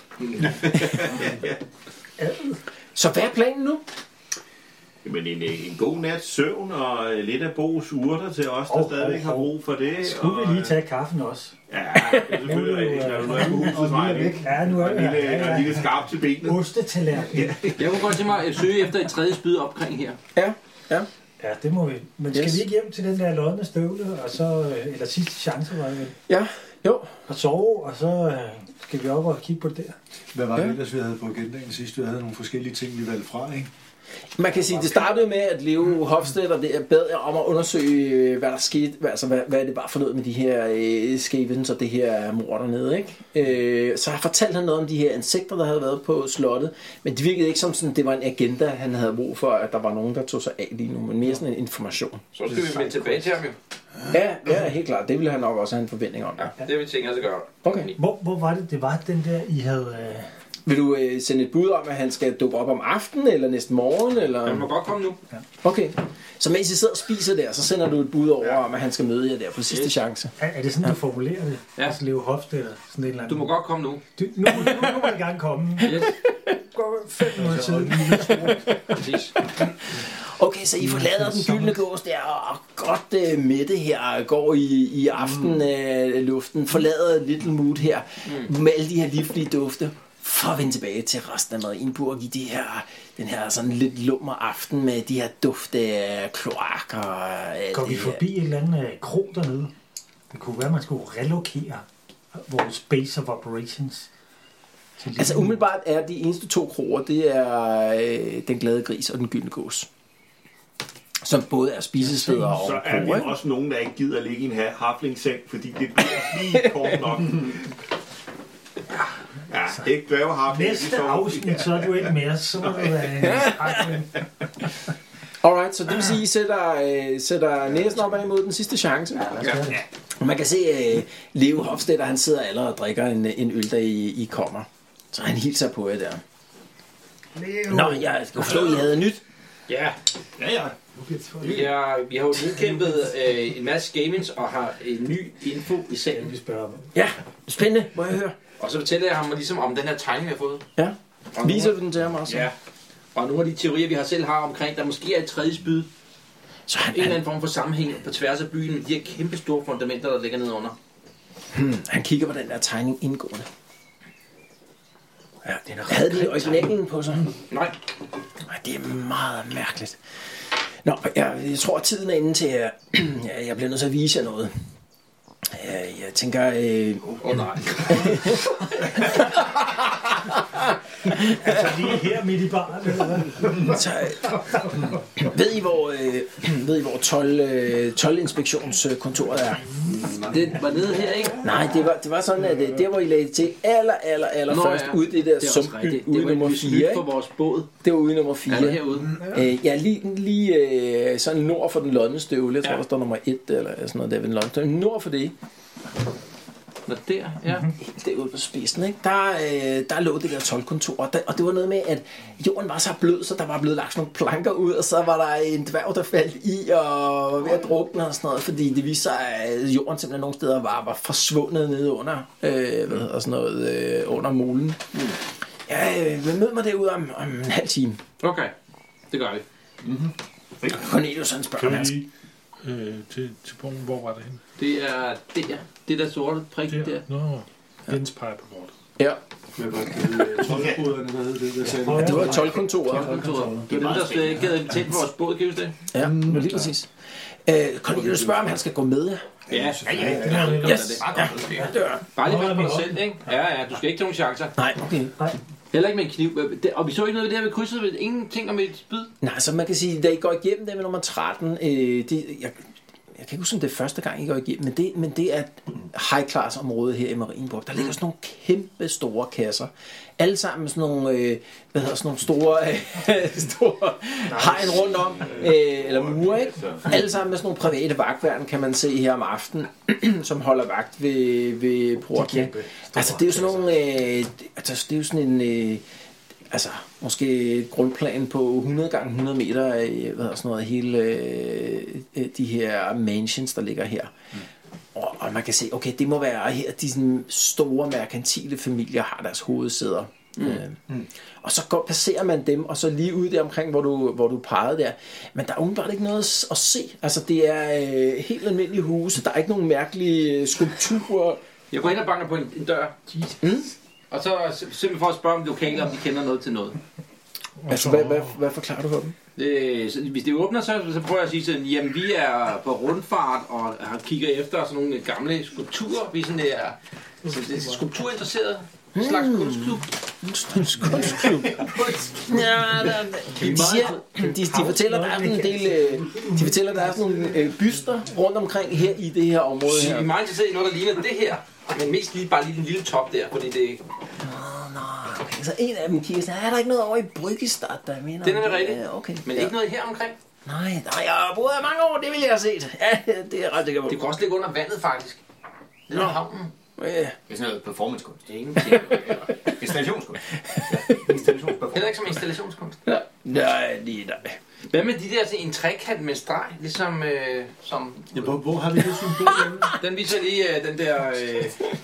Så hvad er planen nu? Men en, en god nat søvn og lidt af Bo's urter til os, der Oh, stadigvæk oh, har oh. brug for det. Skulle og, vi lige tage kaffen også? Ja, det er selvfølgelig rigtigt. Der er jo noget på husets vej, ikke? Ja, nu er Og det en her. lille, Ja, ja. og en lille skarp til benet. Ostetallerken. Jeg kunne godt tænke mig at søge efter et tredje spyd omkring her. Ja, ja. Ja, det må vi. Men skal Yes. vi ikke hjem til den der lodne støvle, og så, eller sidste chance, var det vel? Ja, jo. Og sove, og så øh, skal vi op og kigge på det der. Hvad var Ja. det ellers, vi havde på agendaen sidst? Vi havde nogle forskellige ting, vi valgte fra, ikke? Man kan sige, det startede med, at Leo Hofstedt og det er bad jer om at undersøge, hvad der skete, altså hvad, hvad det var for noget med de her øh, skavens og det her mord dernede, ikke? Øh, så har fortalt han noget om de her insekter, der havde været på slottet, men det virkede ikke som sådan, det var en agenda, han havde brug for, at der var nogen, der tog sig af lige nu, men mere sådan en information. Så skal vi vende tilbage til ham jo. Ja, ja, helt klart. Det ville han nok også have en forventning om. Ja, det vil vi tænke os at gøre. Okay. Hvor, hvor var det, det var den der, I havde... Øh... Vil du øh, sende et bud om, at han skal dukke op om aftenen, eller næste morgen, eller? Han må godt komme nu. Okay. Så mens I sidder og spiser der, så sender du et bud over, om at han skal møde jer der på sidste chance. Er, er det sådan, du formulerer det? Ja. Altså Leo Hofstedt eller sådan et eller andet? Du må godt komme nu. Du, nu, nu, nu må jeg gerne komme. Yes. Går fem minutter siden. Præcis. Okay, så I forlader den gyldne gås der, og godt øh, mætte her, går i, i aftenluften, øh, forlader Little Mood her, mm. med alle de her livlige dufte, for at vende tilbage til resten af Marienburg i de her, den her sådan lidt lummer aften med de her dufte af kloak og alt Går vi det her. forbi et eller andet øh, krog dernede? Det kunne være, at man skulle relokere vores base of operations. til Altså Little- umiddelbart er de eneste to kroer, det er øh, den glade gris og den gyldne gås. Som både er spisesteder og Så er vi kroer, ikke? også nogen, der ikke gider at ligge i en haflingseng, fordi det bliver lige kort nok. Ja, ikke dværgehafling. Næste afsnit, så er du ikke mere, så må du være en Alright, så det vil sige, at I sætter, øh, sætter næsen op ad mod den sidste chance. Ja. Og man kan se, at øh, Leo Hofstedt, han sidder allerede og drikker en, en øl, der I, I kommer. Så han hilser på jer der. Nå, jeg skal forstå, at I havde nyt. Ja, Ja, ja. vi har, vi har jo udkæmpet øh, en masse gamings og har en ny info i sagen. Vi spørger om. Ja, spændende, må jeg høre. Og så fortæller jeg ham ligesom om den her tegning, vi har fået. Ja, Og viser nogle, du den til ham også? ja. Og nogle af de teorier, vi har selv har omkring, der måske er et tredje spyd. Så han, En eller han, anden form for sammenhæng på tværs af byen med de her kæmpe store fundamenter, der ligger nedenunder. hmm, han kigger på den der tegning indgående. Ja, det er Havde de originalen på sig? Nej. Ej, det er meget mærkeligt. Nå, jeg, jeg tror, at tiden er inde til, at jeg, jeg bliver nødt til at vise jer noget. Jeg, jeg tænker... Øh, Åh oh, nej. Altså lige her midt i baren, eller hvad? så, øh, ved I, hvor, øh, ved I, hvor tolv, øh, toldinspektionskontoret er? Det var nede her, ikke? Nej, det var, det var sådan, at øh, der, hvor I lagde det til aller, aller, aller Nå, først ja. ud det der Det er også sumpby rigtigt. ude Det var nummer et fire. snydt for Ikke? vores båd. Det var ude nummer Er det fire. herude? Øh, ja, lige, lige øh, sådan nord for den lodne støvle. Jeg tror, Ja. der står nummer et eller sådan noget der ved den lodne støvle. Nord for det, Nå, der, ja. helt derude på spidsen, ikke? Der, øh, der lå det der toldkontor, og, der, og det var noget med, at jorden var så blød, så der var blevet lagt sådan nogle planker ud, og så var der en dværg, der faldt i og var ved at drukne og sådan noget, fordi det viste sig, at jorden simpelthen nogle steder var, var forsvundet nede under, øh, hvad hedder sådan noget, øh, under molen. Mm. Ja, øh, mød mig derude om, om en halv time. Okay, det gør vi. Cornelius, han spørger Kan mig. vi lige øh, til, til broen, hvor var det henne? Det er der. Det der sorte prik der. Nå, Jens peger på kortet. Ja. Hvad var det? tolvkoderne, hvad hed det? Hvad sagde du? Ja, det var tolvkontoret. Tolvkontoret. Det er dem, der gav tændt vores båd, kan du det? Ja, men lige præcis. Øh, Conny, du spørger, om han skal gå med, ja? Ja, ja, ja. ja. Yes. Ja, det gør. Bare lige på dig selv, ikke? Ja, ja, du skal ikke tage nogen chancer. Nej, okay. Nej. Heller ikke med en kniv. Og vi så ikke noget ved det her ved krydset, ved ingenting om et spyd. Nej, så man kan sige, da I går igennem det med nummer tretten, øh, det, jeg, jeg kan ikke huske, om det er første gang, I går igennem, men det, men det er et high-class område her i Marienborg. Der ligger sådan nogle kæmpe store kasser. Alle sammen sådan nogle, øh, hvad hedder sådan nogle store, øh, store hegn rundt om, øh, eller mure, ikke? Alle sammen med sådan nogle private vagtværn, kan man se her om aftenen, som holder vagt ved, ved porten. Altså, det er jo sådan nogle, øh, altså, det er jo sådan en, øh, altså, måske et grundplan på hundrede gange hundrede meter af, hvad hedder sådan noget, hele øh, de her mansions, der ligger her. Mm. Og, og man kan se, okay, det må være her, de sådan store merkantile familier har deres hovedsæder. Mm. Øh, mm. Og så går, passerer man dem, og så lige ude der omkring, hvor du, hvor du pegede der. Men der er umiddelbart ikke noget at se. Altså, det er øh, helt almindelige huse. Der er ikke nogen mærkelige skulpturer. Jeg går ind og banker på en, en dør. Mm. Og så simpelthen for at spørge om lokale, om de kender noget til noget. Altså, hvad, hvad, hvad forklarer du for dem? Det, så, hvis det åbner, så, så prøver jeg at sige sådan, jamen vi er på rundfart og kigger efter sådan nogle gamle skulpturer. Vi er sådan der, så det er skulpturinteresseret. En slags kunstklub. Kunstklub? Ja, der, de, siger, de, de fortæller, der er sådan en del, de fortæller, der er sådan nogle øh, byster rundt omkring her i det her område her. Vi er meget interesseret i noget, der ligner det her. Men mest lige bare lige den lille top der, fordi det... Nå, nå. Så en af dem kigger sådan, er der ikke noget over i Bryggestad, der jeg mener? Den er rigtigt. Ja, okay. Men ja. Ikke noget her omkring? Nej, nej, jeg har boet her mange år, det vil jeg have set. Ja, det er ret sikkert. Det kan også ligge under vandet, faktisk. Det er havnen. Ja. Det er sådan noget performancekunst. Det er ingenting. Installationskunst. Installationsperformance. Heller ikke som installationskunst. Ja. Nej, lige nej. Hvad med de der til en trekant med streg, ligesom øh, som... Ja, hvor, hvor har vi det symbol? Den viser lige øh, den der... Øh...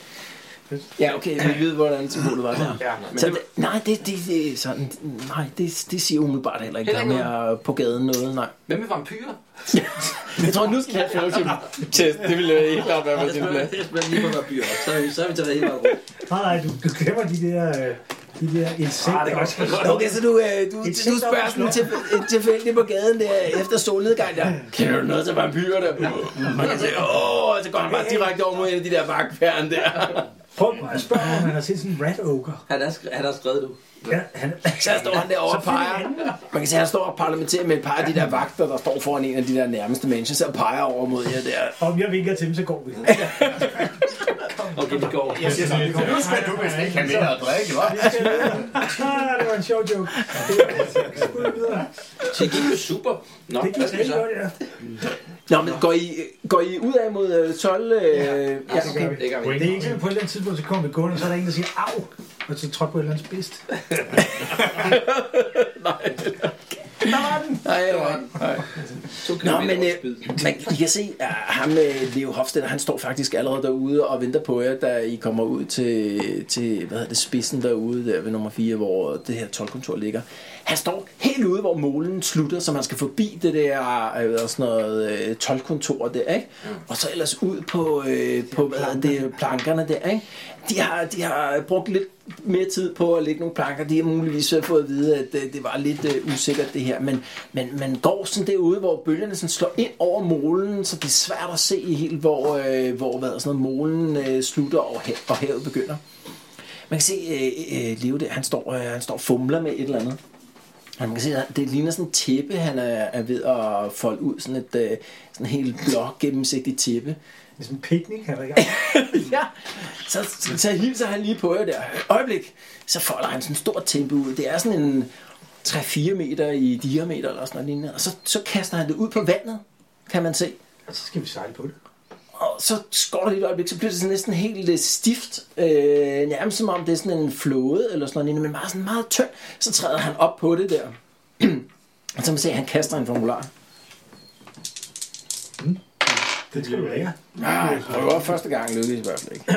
Ja, okay, vi ved, hvordan symbolet var der. Ja, men så det... det, nej, det, det, det, sådan, nej det, det siger umiddelbart heller ikke. Heller ikke der mere på gaden noget, nej. Hvad med vampyrer? Jeg tror, nu skal jeg have fælles test. Det ville helt klart være, hvad det ville. Jeg spørger lige på vampyrer, så er vi, så er vi til at være helt meget rundt. Nej, nej, du, du glemmer de der... De der insekter. Ah, det er godt. Okay, så du, øh, du, du spørger sådan til, tilfældigt på gaden der efter solnedgang der. Kender du noget til vampyrer der? Man kan sige, åh, så går han bare direkte over mod en af de der vagtpæren der. Prøv at spørge, om han har set sådan en rat ogre. Han har skrevet, han har skrevet du. Ja, han, så står han derovre og peger. Man kan sige, at han står og parlamenterer med et par af de der vagter, der står foran en af de der nærmeste mennesker, så peger over mod jer der. Om jeg vinker til dem, så går vi. Okay, det går. Jeg siger sådan, nu skal du vist ikke have mere at drikke, hva'? Ah, det var en sjov joke. Så det gik jo super. Nå, det gik rigtig godt, ja. Nå, men går I, går I ud af mod tolv? Øh, ja, ja, okay. Det gør vi. Det er ikke sådan, på et eller andet tidspunkt, så kommer vi gående, og så er der en, der siger, au! Og så trådte på et eller andet spidst. Nej. Der var den! Nej, der var den. Nej. Nå, men øh, man, I kan se, at ham, Leo Hofstedter, han står faktisk allerede derude og venter på jer, da I kommer ud til, til hvad hedder det, spidsen derude, der ved nummer fire, hvor det her toldkontor ligger. Han står helt ude, hvor målen slutter, så man skal forbi det der øh, sådan noget øh, toldkontor der, ikke? Og så ellers ud på, øh, på hvad hedder det, plankerne der, ikke? De har, de har brugt lidt mere tid på at lægge nogle planker. De har muligvis fået at vide, at det var lidt uh, usikkert det her. Men, men man går sådan derude, hvor bølgerne sådan slår ind over målen, så det er svært at se helt, hvor, uh, hvor hvad, sådan noget, målen uh, slutter og, ha- og havet begynder. Man kan se, uh, uh, Leo der, han står, uh, han står og fumler med et eller andet. Og man kan se, at det ligner sådan et tæppe, han er, er ved at folde ud. Sådan et uh, sådan helt blåt gennemsigtigt tæppe. Det er sådan en picnic, han er i gang. Ja, så, så, så hilser han lige på jer der. Øjeblik, så folder han sådan en stor tæppe ud. Det er sådan en tre fire meter i diameter eller sådan noget lignende. Og så, så kaster han det ud på vandet, kan man se. Og så skal vi sejle på det. Og så går der lige et øjeblik, så bliver det sådan næsten helt stift. Øh, nærmest som om det er sådan en flåde eller sådan noget, men meget, sådan meget tynd. Så træder han op på det der. Og så man se, at han kaster en formular. Mm. Det skal du lære. Nej, det var første gang lykkedes i hvert fald ikke.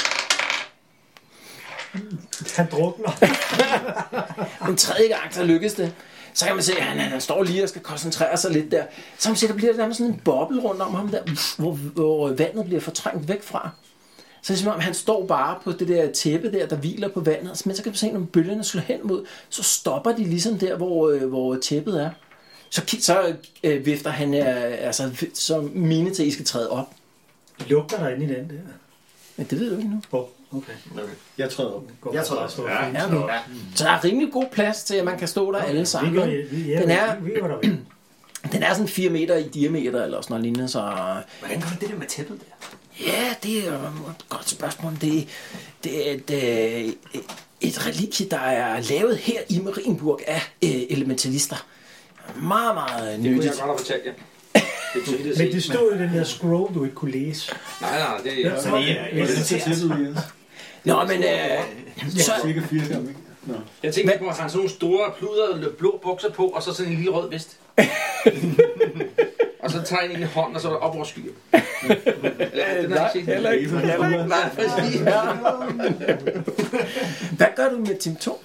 Han drukner. Den tredje gang, så lykkedes det. Så kan man se, at han, han står lige og skal koncentrere sig lidt der. Så man ser, der bliver der nærmest sådan en boble rundt om ham der, hvor, hvor vandet bliver fortrængt væk fra. Så er det som om, han står bare på det der tæppe der, der hviler på vandet, men så kan man se, når bølgerne slår hen mod, så stopper de ligesom der, hvor, øh, hvor tæppet er. Så, så øh, vifter han øh, altså, som mine til, at I skal træde op. Lugter der inde i den der? Men det ved du ikke nu. Oh, okay. Okay. Jeg træder op. Jeg tror også. Ja, Ja, okay. Så der er rimelig god plads til, at man kan stå der alle sammen. Vi, vi, vi, Den er- vi, vi, vi, vi, Den er sådan fire meter i diameter, eller sådan noget lignende, så... Hvordan gør du det der med tæppet der? Ja, det er et godt spørgsmål. Det, det er et, øh, et relikvie, der er lavet her i Marienburg af øh, elementalister. Meget, meget Det kunne jeg nyttigt. godt have fortalt jer. Det kunne I da Men se. det stod i den der scroll, du ikke kunne læse. Nej, nej, det er... Så det er Hvordan ser tæppet ud, Jens? Nå, men øh, så, Cirka fire gange, ikke? Nå. Jeg tænkte på, at han har sådan nogle store pluder blå bukser på, og så sådan en lille rød vest. Og så tager han en i hånden, og så er der op over skyer. Eller, den har jeg ikke set. heller ikke. Heller ikke. Nej, præcis. Hvad gør du med Team to?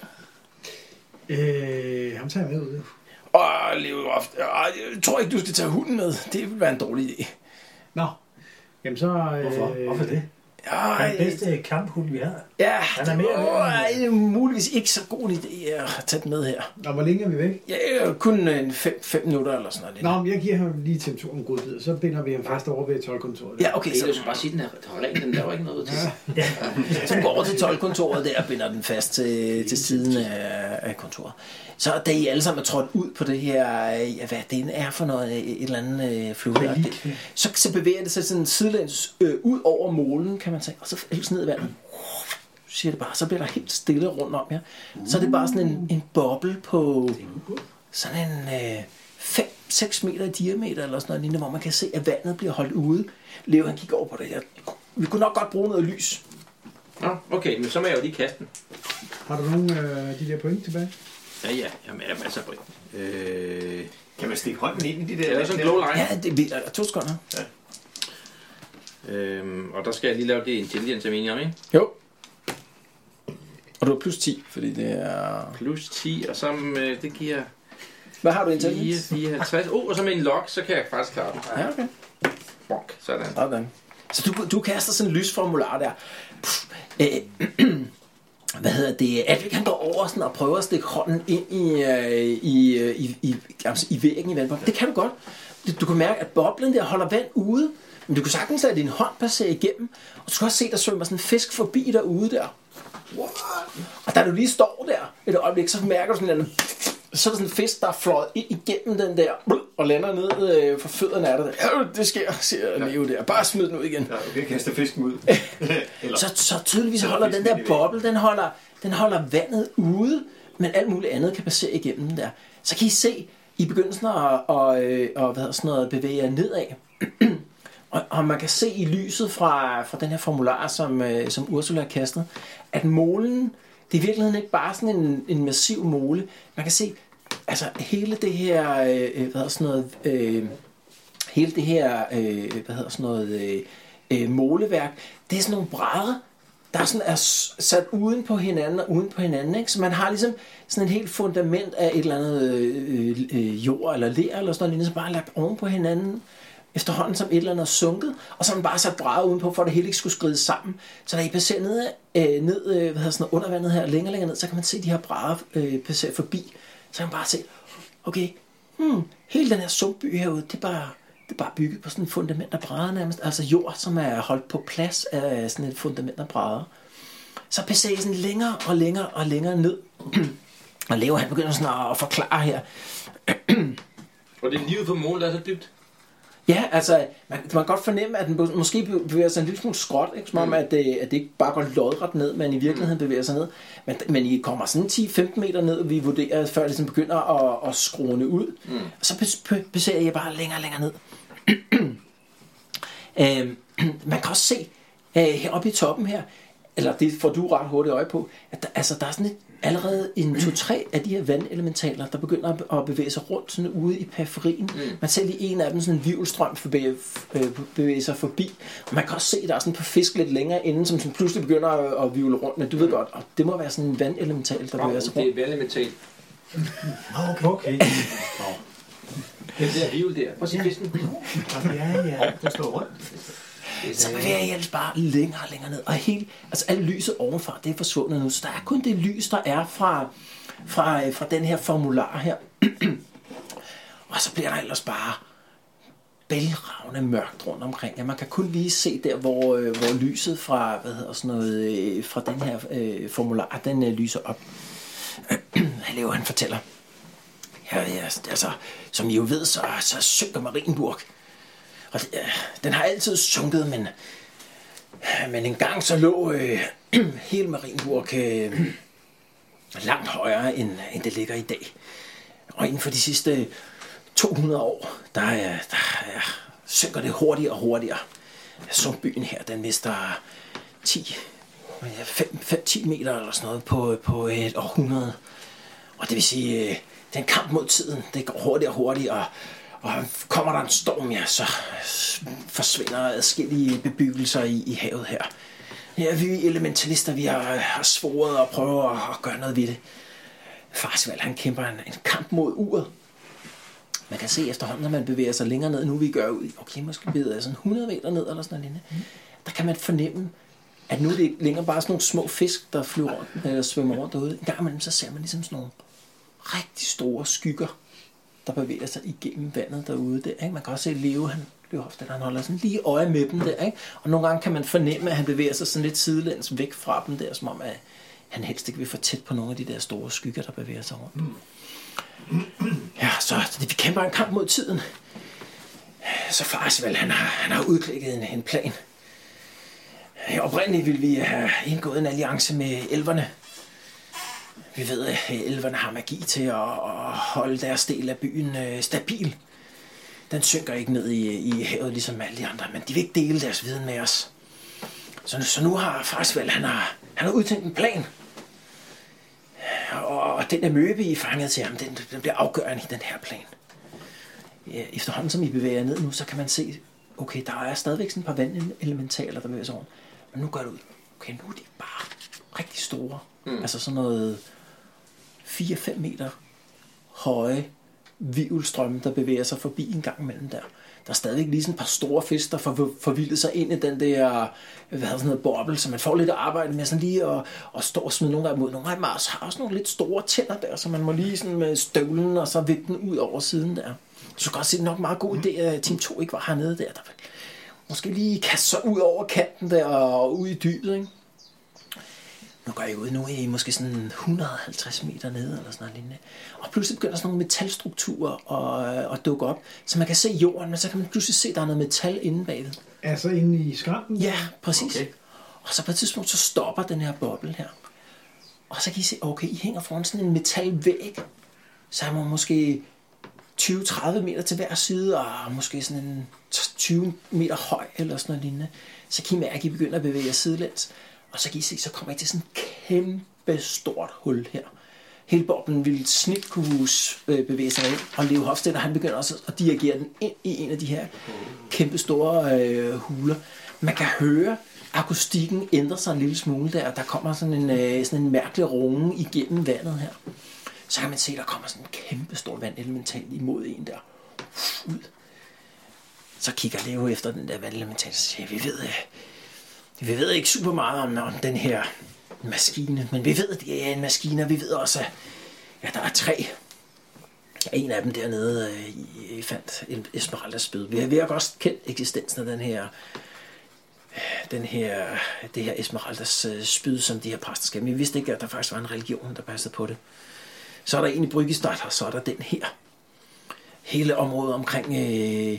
Øh, ham tager jeg med ud. Åh, Leo, ofte. Jeg tror ikke, du skal tage hunden med. Det vil være en dårlig idé. Nå. Jamen så... Øh, Hvorfor? Hvorfor det? Ja, Det er den bedste kamphund, vi har. ja, Han er det mere- var øh, muligvis ikke så god idé at tage den med her. Nå, hvor længe er vi væk? Ja, kun en fem, fem minutter eller sådan noget. Nå, men jeg giver ham lige til to en god bid, så binder vi ham fast over ved tolvkontoret. Ja, okay, Det er jo så, så bare sige, den er ren, den laver ikke noget til. så går over til tolvkontoret der og binder den fast til, til siden af, af kontoret. Så da I alle sammen er trådt ud på det her, ja, hvad det er for noget, et eller andet øh, flyve, så, så bevæger det sig sådan sidelæns øh, ud over målen, kan man sige, og så helt ned i vandet. Siger det bare, så bliver der helt stille rundt om jer. Så er det bare sådan en, en boble på sådan en øh, fem seks meter i diameter eller sådan noget lignende, hvor man kan se, at vandet bliver holdt ude. Leo, han kigger over på det her. Vi kunne nok godt bruge noget lys. Nå, okay, men så må jeg jo lige kaste den. Har du nogle af øh, de der point tilbage? Ja, ja, jamen, jeg er masser af point. Øh, Kan man stikke hånden ind i de der? det er sådan en glow line. Ja, det er to sekunder. Øhm, og der skal jeg lige lave det intelligence, jeg mener om, ikke? Jo. Og du har plus ti, fordi det er... Plus ti, og så øh, det giver Hvad har du fire, intelligens? fire, halvtreds. Oh, og så med en lock, så kan jeg faktisk klare den. Ja, okay. Bonk, sådan. Sådan. Så du, du kaster sådan en lysformular der. Puh, øh, hvad hedder det? Advik han går over sådan og prøver at stikke hånden ind i, øh, i, øh, i, i, altså i væggen i vandboblen. Det kan du godt. Du, du kan mærke, at boblen der holder vand ude, men du kan sagtens lade din hånd passere igennem. Og du skal også se, der svømmer sådan en fisk forbi derude der. Og da du lige står der et øjeblik, så mærker du sådan en så er der sådan en fisk, der er fløjet ind igennem den der, og lander ned øh, for fødderne af dig. Ja, det sker, siger Leo der. Bare smid den ud igen. Ja, okay, kaster fisken ud. Eller, Så, så tydeligvis holder den der boble, den holder, den holder vandet ude, men alt muligt andet kan passere igennem den der. Så kan I se i begyndelsen at, og, øh, og, hvad hedder sådan noget, bevæge jer nedad. og, og man kan se i lyset fra, fra den her formular, som, øh, som Ursula har kastet, at målen, det er i virkeligheden ikke bare sådan en, en massiv måle. Man kan se, altså hele det her, øh, hvad hedder sådan noget, øh, hele det her, øh, hvad hedder sådan noget, øh, øh, måleværk, det er sådan nogle brædder, der sådan er sat uden på hinanden og uden på hinanden, ikke? Så man har ligesom sådan et helt fundament af et eller andet øh, øh, jord eller ler eller sådan noget, så bare lagt oven på hinanden, efterhånden som et eller andet er sunket, og så har man bare sat brædder udenpå, for at det hele ikke skulle skride sammen. Så da I passerer ned, øh, ned øh, hvad hedder sådan noget, under vandet her, længere længere ned, så kan man se de her brædder øh, passere forbi. Så kan man bare se, okay, hmm, hele den her sumpby herude, det er bare, det er bare bygget på sådan et fundament af brædder nærmest, altså jord, som er holdt på plads af sådan et fundament af brædder. Så passerer I sådan længere og længere og længere ned, og Leo han begynder sådan at forklare her. Og det er livet på målet, der er så dybt. Ja, altså, man, man kan godt fornemme, at den måske bevæger sig en lille smule skråt, ikke? Som om, at det, at det ikke bare går lodret ned, men i virkeligheden bevæger sig ned. Men, men I kommer sådan ti til femten meter ned, vi vurderer, før det ligesom begynder at, at skrue ud. Mm. Og så bevæger jeg bare længere og længere ned. øhm, man kan også se øh, heroppe i toppen her, eller det får du ret hurtigt øje på, at der, altså, der er sådan et, allerede en to-tre af de her vandelementaler, der begynder at bevæge sig rundt sådan ude i periferien. Mm. Man ser lige en af dem, sådan en hvirvelstrøm bevæge, bevæge sig forbi. Og man kan også se, at der er sådan på fisk lidt længere inde, som sådan pludselig begynder at, at hvirvle rundt. Men du ved godt, at det må være sådan en vandelemental, der bevæger sig rundt. Det er vandelemental. Okay. okay. Den der hvirvel der. Prøv at se fisken. Ja, ja. der står rundt. så bevæger I ellers bare længere og længere ned. Og helt, altså alt lyset ovenfra, det er forsvundet nu. Så der er kun det lys, der er fra, fra, fra den her formular her. Og så bliver der ellers bare bælragende mørkt rundt omkring. Ja, man kan kun lige se der, hvor, øh, hvor lyset fra, hvad hedder sådan noget, øh, fra den her øh, formular, den øh, lyser op. Leo, han fortæller. Ja, ja, altså, som I jo ved, så, så synker Marienburg. Og det, øh, den har altid sunket, men, men en gang så lå øh, hele Marienburg øh, langt højere, end, end det ligger i dag. Og inden for de sidste to hundrede år, der, er, der er, synker det hurtigere og hurtigere. Sumpbyen her, den mister ti, fem til ti meter eller sådan noget på, på et århundrede. Og det vil sige, det er en kamp mod tiden. Det går hurtigere og hurtigere. Og kommer der en storm, ja, så forsvinder adskillige bebyggelser i, i havet her. Ja, vi elementalister, vi har, har svoret og prøver at, at gøre noget ved det. Farsvald, han kæmper en, en kamp mod uret. Man kan se efterhånden, når man bevæger sig længere ned, nu vi gør ud, okay, måske bevæger sådan hundrede meter ned eller sådan noget. Mm. Der kan man fornemme, at nu er det ikke længere bare sådan nogle små fisk, der flyver rundt, eller svømmer rundt derude. En gang imellem, så ser man ligesom sådan nogle rigtig store skygger, der bevæger sig igennem vandet derude der, ikke? Man kan også se Leo, han løber ofte, han holder sådan lige øje med dem der, ikke? Og nogle gange kan man fornemme, at han bevæger sig sådan lidt sidelæns væk fra dem der, som om, at han helst ikke vil få tæt på nogle af de der store skygger, der bevæger sig rundt. Mm. Ja, så vi kæmper en kamp mod tiden. Så Farsvald, han har, han har udklikket en, en plan. Oprindeligt ville vi have indgået en alliance med elverne. Vi ved, at elverne har magi til at, at holde deres del af byen øh, stabil. Den synker ikke ned i, i havet ligesom alle de andre, men de vil ikke dele deres viden med os. Så, så nu har Farsvald, han har, han har udtænkt en plan. Og den der møbe, I fanget til ham, den, den bliver afgørende i den her plan. Efterhånden som I bevæger ned nu, så kan man se, okay, der er stadigvæk sådan et par vandelementaler, der bevæger sig rundt. Men nu går det ud. Okay, nu er de bare rigtig store. Mm. Altså sådan noget fire til fem meter høje hvirvelstrømme, der bevæger sig forbi en gang imellem der. Der er stadigvæk lige sådan et par store fisk, der får forvildet sig ind i den der, hvad hedder sådan noget, boble, så man får lidt at arbejde med sådan lige at, at stå og smide nogle af dem ud. Nogle af dem har også nogle lidt store tænder der, så man må lige sådan med støvlen og så vippe den ud over siden der. Så kan også se, det er nok meget god idé, at Team to ikke var hernede der. Der måske lige kaste sig ud over kanten der og ud i dybet, ikke? Nu går jeg ud, nu er I måske sådan et hundrede og halvtreds meter nede eller sådan noget lignende. Og pludselig begynder sådan nogle metalstrukturer at, at dukke op, så man kan se jorden, men så kan man pludselig se, at der er noget metal inde bagved. Altså inde i skranken? Ja, præcis. Okay. Og så på et tidspunkt, så stopper den her boble her. Og så kan I se, okay, I hænger foran sådan en metalvæg. Så er man måske tyve til tredive meter til hver side, og måske sådan en tyve meter høj eller sådan noget lignende. Så kan I mærke, at I begynder at bevæge jer sidelæns. Og så kan I se, så kommer I til sådan et kæmpe stort hul her. Hele boblen ville snit kunne bevæge sig ind, og Leo Hofstetter, han begynder også at dirigere den ind i en af de her kæmpe store øh, huler. Man kan høre, akustikken ændrer sig en lille smule der, og der kommer sådan en, øh, sådan en mærkelig runge igennem vandet her. Så kan man se, at der kommer sådan en kæmpe stor vandelemental imod en der. Ud. Så kigger Leo efter den der vandelemental, og siger, vi ved, øh, vi ved ikke super meget om, om den her maskine, men vi ved, at det er en maskine, og vi ved også, at ja, der er tre. En af dem dernede, øh, I fandt Esmeraldas spyd. Vi har, vi har godt kendt eksistensen af den her, den her, det her Esmeraldas spyd, som de her præster skal. Men vi vidste ikke, at der faktisk var en religion, der passede på det. Så er der en i Bryggestad, og så er der den her. Hele området omkring øh,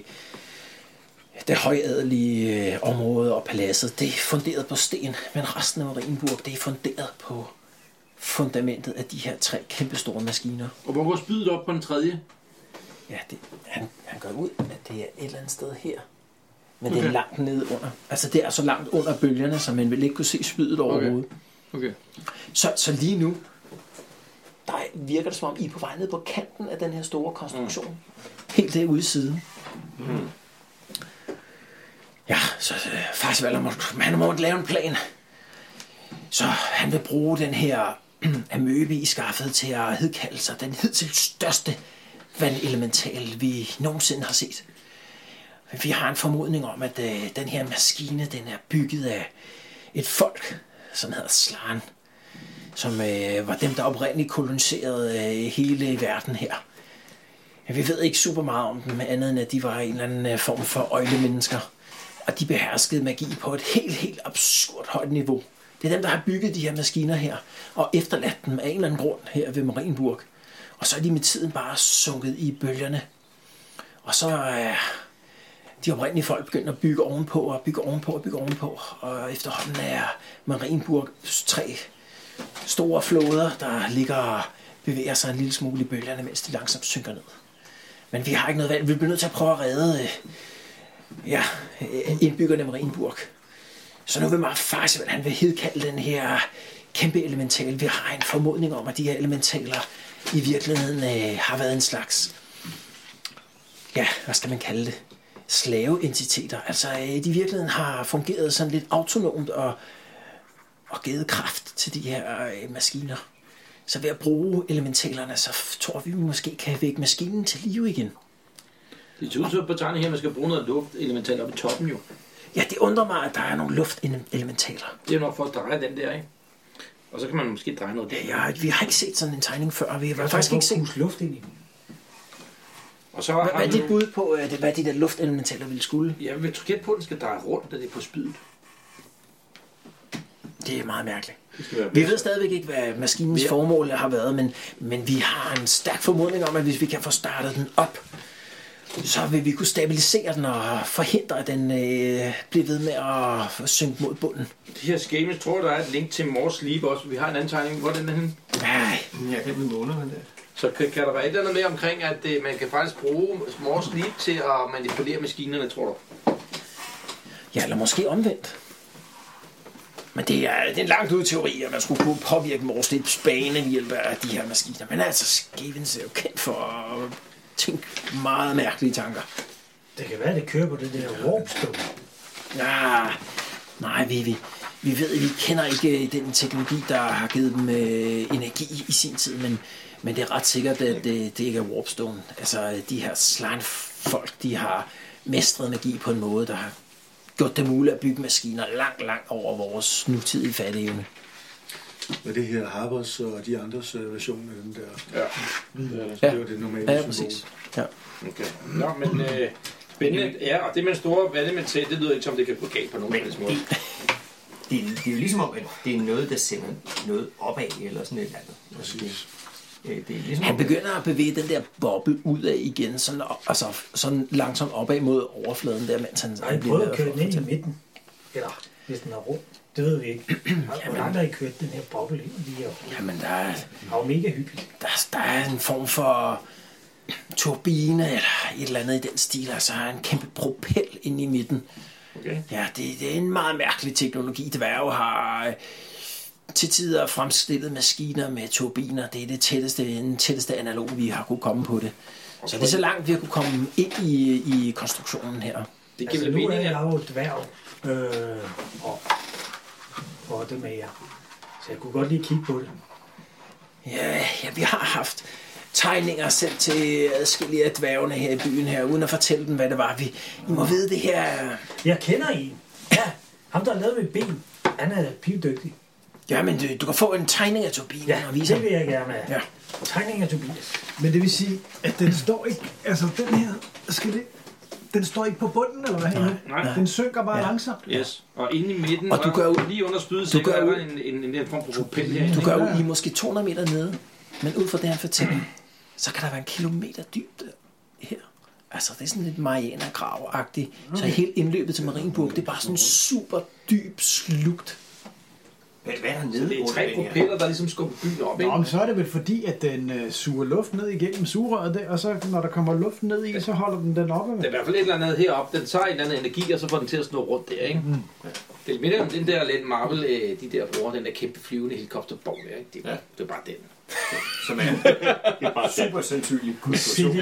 det højadelige øh, område og paladset, det er funderet på sten, men resten af Marienburg, det er funderet på fundamentet af de her tre kæmpestore maskiner. Og hvor går spydet op på den tredje? Ja, det, han, han går ud, at det er et eller andet sted her. Men okay. Det er langt nede under. Altså det er så langt under bølgerne, så man vil ikke kunne se spydet overhovedet. Okay. Okay. Så, så lige nu, der virker det som om I er på vej ned på kanten af den her store konstruktion. Mm. Helt derude i siden. Mm. Ja, så øh, faktisk valgte man, man må lave en plan. Så han vil bruge den her amøbe i skaffet til at hedkalde sig den hidtil største vandelemental, vi nogensinde har set. Vi har en formodning om, at øh, den her maskine, den er bygget af et folk, som hedder Slan, som øh, var dem, der oprindeligt koloniserede øh, hele verden her. Vi ved ikke super meget om dem, andet end at de var en eller anden form for øjlemennesker. Og de beherskede magi på et helt, helt absurd højt niveau. Det er dem, der har bygget de her maskiner her, og efterladt dem af en eller anden grund her ved Marienburg. Og så er de med tiden bare sunket i bølgerne. Og så er de oprindelige folk begyndt at bygge ovenpå, og bygge ovenpå, og bygge ovenpå. Og efterhånden er Marienburg tre store floder, der ligger og bevæger sig en lille smule i bølgerne, mens de langsomt synker ned. Men vi har ikke noget valg. Vi bliver nødt til at prøve at redde ja, indbyggerne af Marienburg. Så nu vil man faktisk, han vil hedkalde den her kæmpe elemental. Vi har en formodning om, at de her elementaler i virkeligheden øh, har været en slags, ja, hvad skal man kalde det, slaveentiteter. Altså, øh, de i virkeligheden har fungeret sådan lidt autonomt og, og givet kraft til de her øh, maskiner. Så ved at bruge elementalerne, så tror vi, vi måske kan vække maskinen til live igen. Det er jo på tegnet her, man skal bruge noget luft-elementaler op i toppen jo. Ja, det undrer mig, at der er nogle luftelementaler. Det er nok for at dreje den der, ikke? Og så kan man måske dreje noget der. Ja, vi har ikke set sådan en tegning før. Vi har faktisk ikke set luft ind i den. Og så hvad, har hvad er dit bud på, hvad de der luftelementaler ville skulle? Jeg vil gætte på, at den skal dreje rundt, da det er på spydet. Det er meget mærkeligt. Vi ved stadigvæk ikke, hvad maskinens ja. formål har været, men, men vi har en stærk formodning om, at hvis vi kan få startet den op, så vil vi kunne stabilisere den og forhindre, at den øh, bliver ved med at synke mod bunden. De her schemes, tror der er et link til More Sleep også. Vi har en anden tegning. Hvor er den henne? Nej. Jeg kan ikke måne, men det. Så kan, kan der være et eller andet mere omkring, at øh, man kan faktisk bruge More Sleep til at manipulere maskinerne, tror du? Ja, eller måske omvendt. Men det er, det er en langt ud teori, at man skulle kunne påvirke More Sleeps bane ved hjælp af de her maskiner. Men altså, Skavens er jo kendt for at tænke meget mærkelige tanker. Det kan være, at det kører på det der warpstone. Ja, nej, vi, vi, vi ved, vi kender ikke den teknologi, der har givet dem øh, energi i sin tid, men, men det er ret sikkert, at det, det ikke er warpstone. Altså, de her slime-folk, de har mestret magi på en måde, der har gjort det muligt at bygge maskiner langt, langt over vores nutidige fatteevne. Og det her Harbors og de andres version af den der. Ja. Det er det normale ja, præcis. Ja. Okay. Nå, men øh, spændende. Ja, og det med en store vandemental, det lyder ikke som, det kan gå galt på nogen men, måde. Det, det, det er jo ligesom om, at det er noget, der sender noget opad, eller sådan et eller andet. Præcis. Det, det er ligesom Han begynder at bevæge den der boble ud af igen, sådan, altså, sådan langsomt opad mod overfladen der, mens han... Han prøver at køre den ind i midten. Eller hvis den er rundt. Det ved vi ikke. Hvor langt har I kørt den her boble ind lige over? Jamen, der er... Det er jo mega hyggeligt. Der, der er en form for turbine, eller et eller andet i den stil, altså en kæmpe propel inde i midten. Okay. Ja, det, det er en meget mærkelig teknologi. Dværge har til tider fremstillet maskiner med turbiner. Det er det tætteste, den tætteste analog, vi har kunne komme på det. Okay. Så det er så langt, vi har kunne komme ind i, i konstruktionen her. Det giver altså, vel nu mening, er ja. jeg jo dværg øh, og, og det med jer. Så jeg kunne godt lige kigge på det. Ja, ja, vi har haft tegninger sendt til adskillige af dværgene her i byen her, uden at fortælle dem, hvad det var. Vi, I må vide det her... Jeg kender en. Ja, ham der har lavet mit ben. Han er pildygtig. Ja, men du, du kan få en tegning af turbinen Ja, og vise det vil jeg gerne have. Ja. Tegning af Tobias. Men det vil sige, at den står ikke... Altså, den her... Skal det... Den står ikke på bunden, eller hvad? Nej, nej. Den synker bare Ja. ja. langsomt. Yes. Og inde i midten, Og du gør ud- lige under spydet, du så gør er der ud- en, en, en, en form for propel her. Du gør jo, I er måske to hundrede meter nede, men ud fra det, han fortæller, så kan der være en kilometer dybt her. Altså, det er sådan lidt Marianergrav-agtigt. Så helt indløbet til Marienburg, det er bare sådan en super dyb slugt. Hvad, hvad er der Så nede det er under tre den her? propeller, der ligesom skubber byen op, ikke? Nå, men så er det vel fordi, at den øh, suger luft ned igennem sugerøret der, og så når der kommer luft ned i, så holder den den oppe. Det er i hvert fald et eller andet heroppe. Den tager en eller anden energi, og så får den til at snurre rundt der, ikke? Mm. Det er lidt om den der lidt Marvel, øh, de der bruger, den der kæmpe flyvende helikopterborg der, ikke? Det, ja. Det er bare den. Som er, det er bare super sandsynlig konstruktion.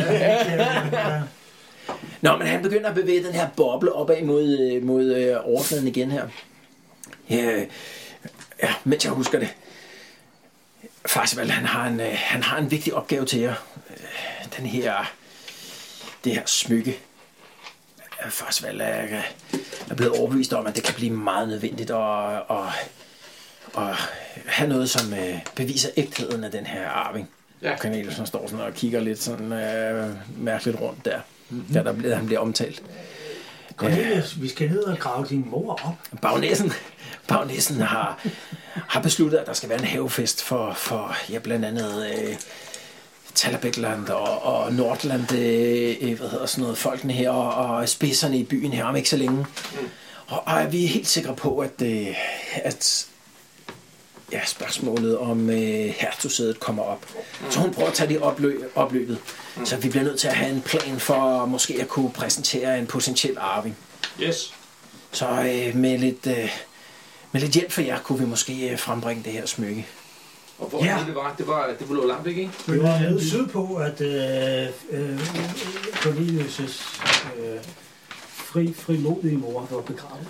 Nå, men han begynder at bevæge den her boble opad mod, mod øh, overfladen igen her. Ja, ja, mens jeg husker det. Farsval, han har en, øh, han har en vigtig opgave til jer. Øh, Den her, det her smykke. Farsvald er, er blevet overbevist om, at det kan blive meget nødvendigt at, at, at have noget, som øh, beviser ægtheden af den her arving. Ja. Cornelius står sådan og kigger lidt sådan øh, mærkeligt rundt der, mm-hmm. der, der bliver, han bliver omtalt. Cornelius, vi skal ned og grave din mor op. Bagnæssen, Bagnæssen har, har besluttet, at der skal være en havefest for, for ja, blandt andet øh, Talabekland og, og Nordland, øh, hvad hedder sådan noget, folkene her og, og spidserne i byen her om ikke så længe. Mm. Og, og vi er helt sikre på, at, øh, at ja, spørgsmålet om øh, hertugsædet kommer op. Mm. Så hun prøver at tage det opløb, opløbet. Mm. Så vi bliver nødt til at have en plan for måske at kunne præsentere en potentiel arving. Yes. Så øh, med, lidt, øh, med lidt hjælp for jer, kunne vi måske øh, frembringe det her smykke. Og hvor ja. det var? Det var det var langt væk, ikke? Det var nede sydpå, at øh, øh, Cornelius' øh, fri, frimodige mor var begravet.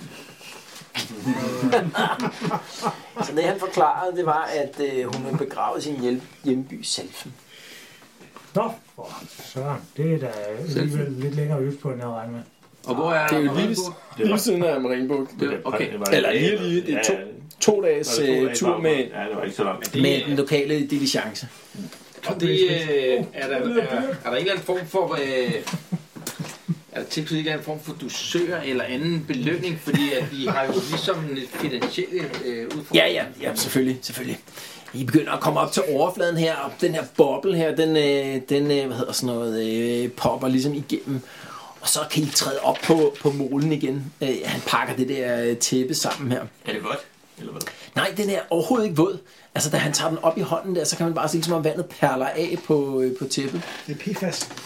Så det han forklarede, det var, at øh, hun havde begravet sin hjem, hjemby Selfen. Nå, så det er da alligevel lidt længere øst på, end jeg regner med. Og hvor er det? Er jo lige, lige siden af Marienburg. Okay. Eller lige lige, det er to, to dages uh, tur med, ja, det var ikke så langt. med den lokale diligence. Og det øh, er, der, er, er der en eller anden form for... Øh, er der tilknyttet en eller anden form for dusør eller anden belønning, fordi at vi har jo ligesom et finansielle øh, udfordring? Ja, ja, ja, selvfølgelig, selvfølgelig. I begynder at komme op til overfladen her, og den her boble her, den, øh, den øh, hvad hedder sådan noget, øh, popper ligesom igennem. Og så kan I træde op på, på molen igen. Øh, han pakker det der tæppe sammen her. Er det vådt? Eller hvad? Nej, den er overhovedet ikke våd. Altså, da han tager den op i hånden der, så kan man bare se, ligesom om vandet perler af på, øh, på tæppet. Det er P F A S.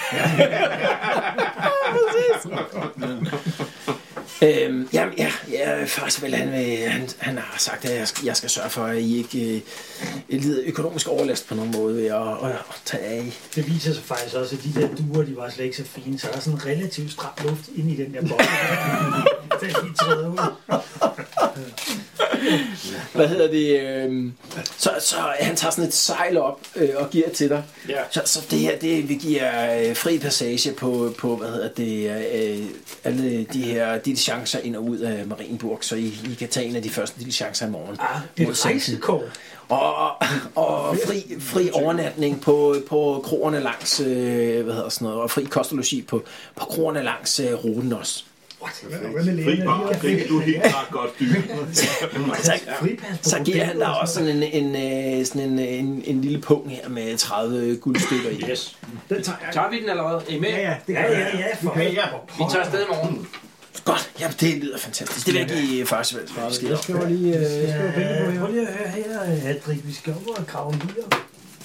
øhm, jamen, ja, ja, faktisk vel, han, han, han har sagt, at jeg skal, jeg skal sørge for, at I ikke øh, lider økonomisk overlast på nogen måde ved at, at, at tage af I. Det viser sig faktisk også, at de der duer, de var slet ikke så fine, så der er sådan relativt stram luft inde i den der boble. Den lige træder ud. Hvad hedder det? Øh, så, så han tager sådan et sejl op øh, og giver til dig. Ja. Så, så det her, det vil give jer øh, fri passage på, på hvad hedder det, øh, alle de her diligencer ind og ud af Marienburg, så I, I kan tage en af de første diligencer i morgen. Ah, det er et rejsekort. Og, og fri, fri overnatning på, på kroerne langs, øh, hvad hedder sådan noget, og fri kost og logi på, på kroerne langs øh, ruten også. Fri bar, fik du helt klart godt dyr. så, så giver han der også sådan en, en, sådan en, en, en lille pung her med tredive guldstykker i. Yes. Den tager, tager vi den allerede? Er I med? Ja, ja, det ja, ja, ja, for ja, ja. Vi tager afsted i morgen. Godt, ja, det lyder fantastisk. Det vil jeg give først vel. Jeg skriver lige øh, jeg skriver penge på her. Prøv lige at høre her, Hadrik. Vi skal over og grave en bier.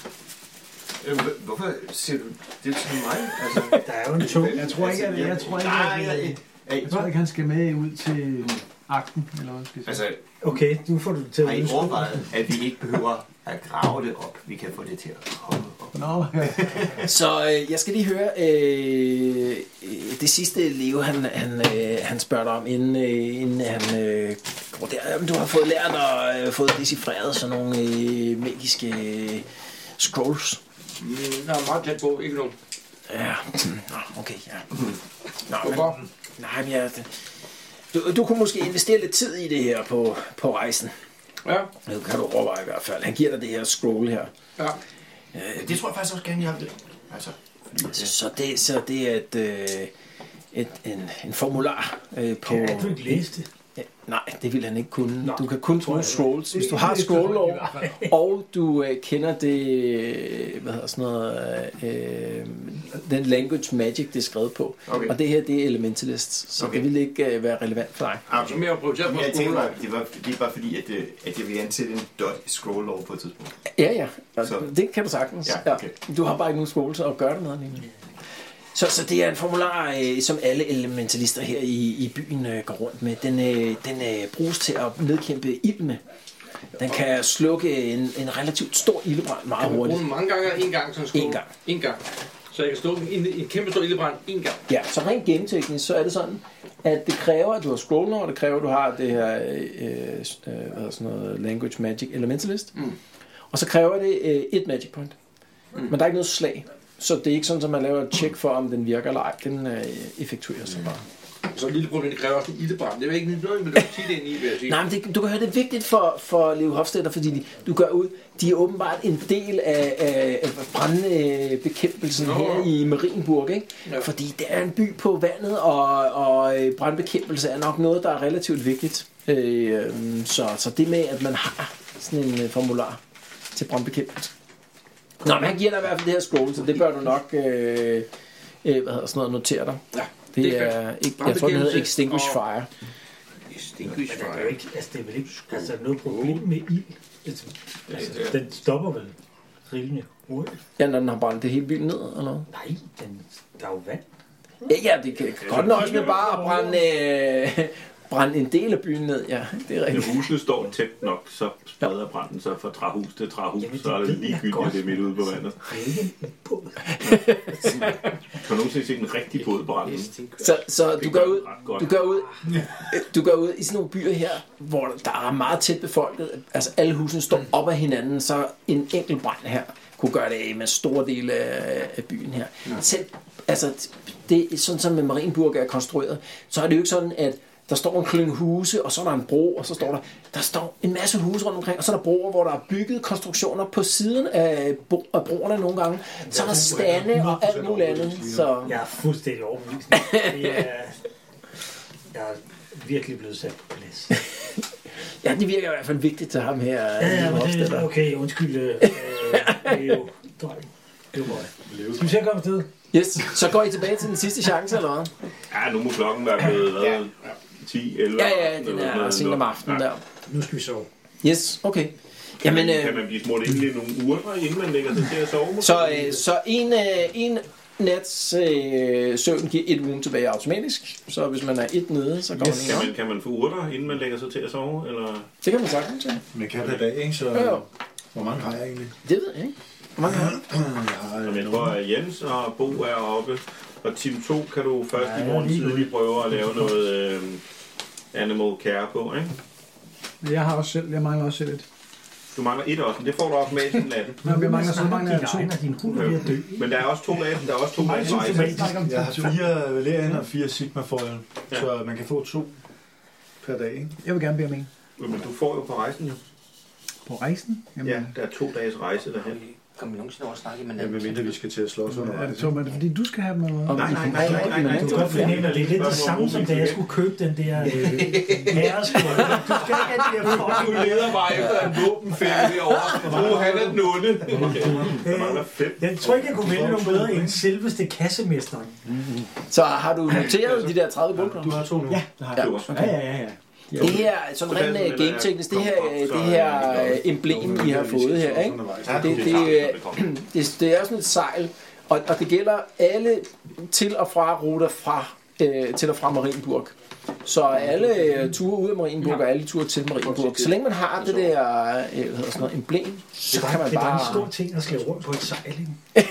Øh, hvorfor siger du det til mig? Altså, der er jo en tog. Jeg tror ikke, at jeg tror ikke, at jeg tror ikke, han skal med ud til akten, eller hvad skal jeg sige. Altså, okay, nu får du det til at har I overvejet, at vi ikke behøver at grave det op? Vi kan få det til at komme op. Nå, ja. Så øh, jeg skal lige høre øh, det sidste, Leo, han, han, øh, han spørger dig om, inden, øh, inden han øh, går der. Du har fået lært og øh, fået decifreret sådan nogle øh, magiske øh, scrolls. Mm, der er meget tæt på, ikke nogen. Ja, nå, okay, ja. Nå, men, nej, men ja, du, du kunne måske investere lidt tid i det her på, på rejsen. Ja. Det kan du overveje i hvert fald. Han giver dig det her scroll her. Ja. Øh, det tror jeg faktisk også gerne, jeg vil. Altså, fordi det... Så, det, så det er et, øh, et, en, en formular øh, på... Kan du ikke læse det? Ja, nej, det vil han ikke kunne. Nå, du kan kun bruge scrolls. Hvis du har scroll over, og du øh, kender det, hvad hedder sådan noget, øh, den language magic, det er skrevet på. Okay. Og det her, det er elementalist, så okay. Det vil ikke øh, være relevant for dig. Okay. Så mere prøve at jeg tænker mig, det var, det var fordi, at, at jeg vil ansætte en dot scroll over på et tidspunkt. Ja, ja. Så. Det kan du sagtens. Ja, okay. Ja. Du har bare ikke nogen scrolls at gøre det med lige. Så, så det er en formular, øh, som alle elementalister her i, i byen øh, går rundt med. Den, øh, den øh, bruges til at nedkæmpe ild med. Den kan slukke en, en relativt stor ildebrand meget hurtigt. Kan man bruge mange gange eller en gang? Sådan en gang. En gang. Så jeg kan slukke en, en kæmpe stor ildebrand en gang? Ja, så rent gameteknisk, så er det sådan, at det kræver, at du har scroller, og det kræver, at du har det her øh, øh, hvad sådan noget, language magic elementalist. Mm. Og så kræver det øh, et magic point. Mm. Men der er ikke noget slag. så det er ikke sådan, at man laver et tjek for, om den virker eller ej. Den øh, effektuerer sig bare. Så en lille problem, det kræver også en ildebrand. Det er jo ikke noget, men du kan sige det ind i, vil jeg sige. Nej, men det, du kan høre, det er vigtigt for, for Leo Hofstadter, fordi de, du gør ud, de er åbenbart en del af, af, af brandbekæmpelsen Nå. her i Marienburg, ikke? Ja. Fordi det er en by på vandet, og, og brandbekæmpelse er nok noget, der er relativt vigtigt. Øh, så, så det med, at man har sådan en uh, formular til brandbekæmpelse. Nå, men han giver dig i hvert fald det her scroll, så det bør du nok øh, øh, hvad hedder sådan noget, notere dig. Ja. Det, Det er er, ikke, jeg tror, det hedder Extinguish Fire. Extinguish Men det er fire. jo ikke, altså det er vel ikke altså, noget problem med ild. Altså, altså, den stopper vel rimelig hurtigt. Ja, når den har brændt det hele byen ned, eller noget? Nej, den, der er jo vand. Ja, ja, det kan godt nøjes med bare at brænde, øh, brænde en del af byen ned. Ja, det er Når rigtigt. husene står tæt nok, så spreder branden sig fra træhus til træhus, Jamen, det så er det ved jeg ligegyldigt, godt. det er midt ude på vandet. Ikke en båd. Har du nogensinde set en rigtig båd brænde? Så, så du Det går gør ud, den ret godt. du går ud, du går ud i sådan nogle byer her, hvor der er meget tæt befolket. Altså alle husene står op ad hinanden, så en enkelt brand her kunne gøre det med store dele af, af byen her. Selv, altså, det er sådan som med Marienburg er konstrueret, så er det jo ikke sådan, at der står en klynge huse, og så er der en bro, og så står der, der står en masse huse rundt omkring, og så er der broer, hvor der er bygget konstruktioner på siden af, bo, af broerne nogle gange. Så er der stande og alt muligt andet. Så Jeg er fuldstændig overbevist. Det er, jeg er virkelig blevet sat på plads. ja, det virker i hvert fald vigtigt til ham her. Ja, ja, men det Hofstadter. er okay. Undskyld. Øh, det er jo dreng. Det er jo godt. Skal vi se at komme afsted? Yes, så går I tilbage til den sidste chance, eller hvad? Ja, nu må klokken være blevet hvad, ti, elleve. Ja, ja, den er sent om aftenen der. Nu skal vi sove. Yes, okay. Kan, Jamen, man, øh, kan man blive smurt ind i nogle uger, inden man lægger sig til at sove? måske? så, øh, så en, øh, en nats øh, søvn giver et uge tilbage automatisk. Så hvis man er et nede, så går Yes. man Kan ind. man, kan man få urter, inden man lægger sig til at sove? Eller? Det kan man sagtens, ja. Men kan per dag, ikke? Så Jo, jo. hvor mange har jeg egentlig? Det ved jeg ikke. Hvor mange har du? Jeg har Jamen, jeg øh, tror, at Jens og Bo er oppe. Og Team to kan du først Ja, i jeg morgen er lige tidlig prøve at lave noget øh, animal care på, ikke? Jeg har også selv, jeg mangler også selv et. Du mangler et også, men det får du også med i sådan en natten. Nå, men jeg mangler så mangler jeg Din to. egen og din hund er ved at dø. Men der er også to dage, der er også to dage rejse. jeg har fire Valerian og fire Sigma foil, så man kan få to per dag, ikke? Jeg vil gerne bede om en. Men du får jo på rejsen jo. På rejsen? Jamen, Ja, der er to dages rejse derhen. Kan vi nogensinde over snakke med Ja, medmindre vi skal til at slås er undervejs. det, så, men er det fordi, du skal have dem eller hvad? Nej, nej, nej, nej, nej, nej. Du kan godt fornemme, at det er lidt det samme, som da jeg skulle købe den der øh, herreskål. Du skal ikke have de her Du leder bare efter en våbenfælde derovre. Bro, han er den onde. Der mangler fem. Jeg tror ikke, jeg kunne vælge noget bedre end selveste kassemesteren. Så har du noteret de der tredive bunker? Du har to nu. Ja, det har jeg. Ja. Ja, ja, ja, ja. Det her, sådan rent uh, game-teknisk, det her, det her uh, emblem, I har fået her, ikke? Det, det, uh, det, det er sådan et sejl, og, og det gælder alle til og fra ruter fra, uh, til og fra Marienburg. Så alle uh, ture ud af Marienburg og alle ture til Marienburg. Så længe man har det der uh, hvad hedder sådan noget, emblem, så kan man Det er bare en stor bare... ting at slæve rundt på et sejl, ikke?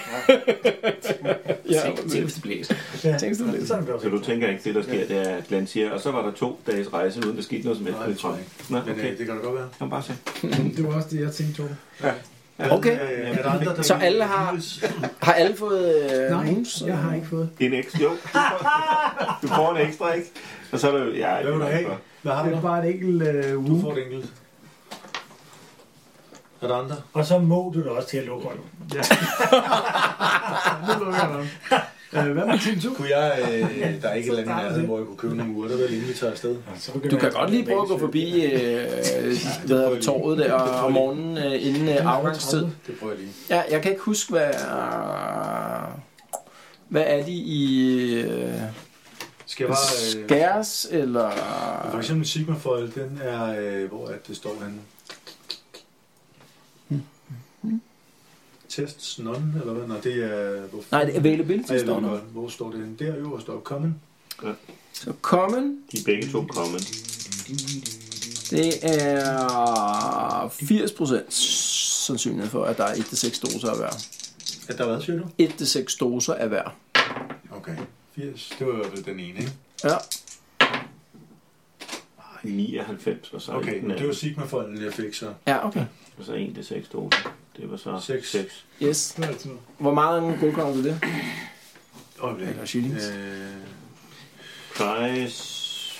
Ja, Tænk, hvis det blæser. Ja, Tænk sådan lidt. sådan gør Så du tænker ikke, det der sker, det er, at Glenn siger, og så var der to dages rejse, uden der skete noget som helst. Nej, det tror jeg ikke. Nå, Men okay. øh, det kan da godt være. Kom bare se. Det var også det, jeg tænkte, Torben. Okay. Øh, er der andre, der Så vil- alle har, har alle fået uh, Nej, mus? jeg har ikke fået. En ekstra, jo. Du får, du får en ekstra, ikke? Og så er der jo... Ja, Hvad vil du have? Hvad har Det er du? bare et enkelt uh, Du uge. får et enkelt. Er der andre? Og så må du da også til at lukke øjnene. Nu lukker jeg dem. Uh, hvad med team to? Kunne jeg, øh, der er ikke et eller andet i nærheden, hvor jeg kunne købe nogle urter, vel, inden vi tager afsted? Du kan godt lige prøve at gå forbi øh, hvad hedder det, torvet der om morgenen øh, inden øh, afgangstid. Det prøver jeg lige. Ja, jeg kan ikke huske, hvad, øh, hvad er de i øh, Skal jeg bare... Øh, skæres, eller... for eksempel Sigma Foil, den er, øh, hvor er det står henne? Tests none, eller hvad? Nå, det er... Hvor, Nej, det er availability, Nej, jeg står ved der. godt. Hvor står det henne? Der øverst står common. Så common, De er begge to kommet. det er firs procent sandsynlighed for, at der er et til seks doser af hver. At der er hvad, siger du? et til seks doser af hver. Okay. firs. Det var jo den ene, ikke? Ja. Ej, nioghalvfems, og så Okay, den det var Sigma-folden, jeg fik så. Ja, okay. Og så en til seks dåser. Det var så Seks. seks. Yes. Hvor meget en gold crown er det? Øjeblik. Eller shillings? Øh, Price...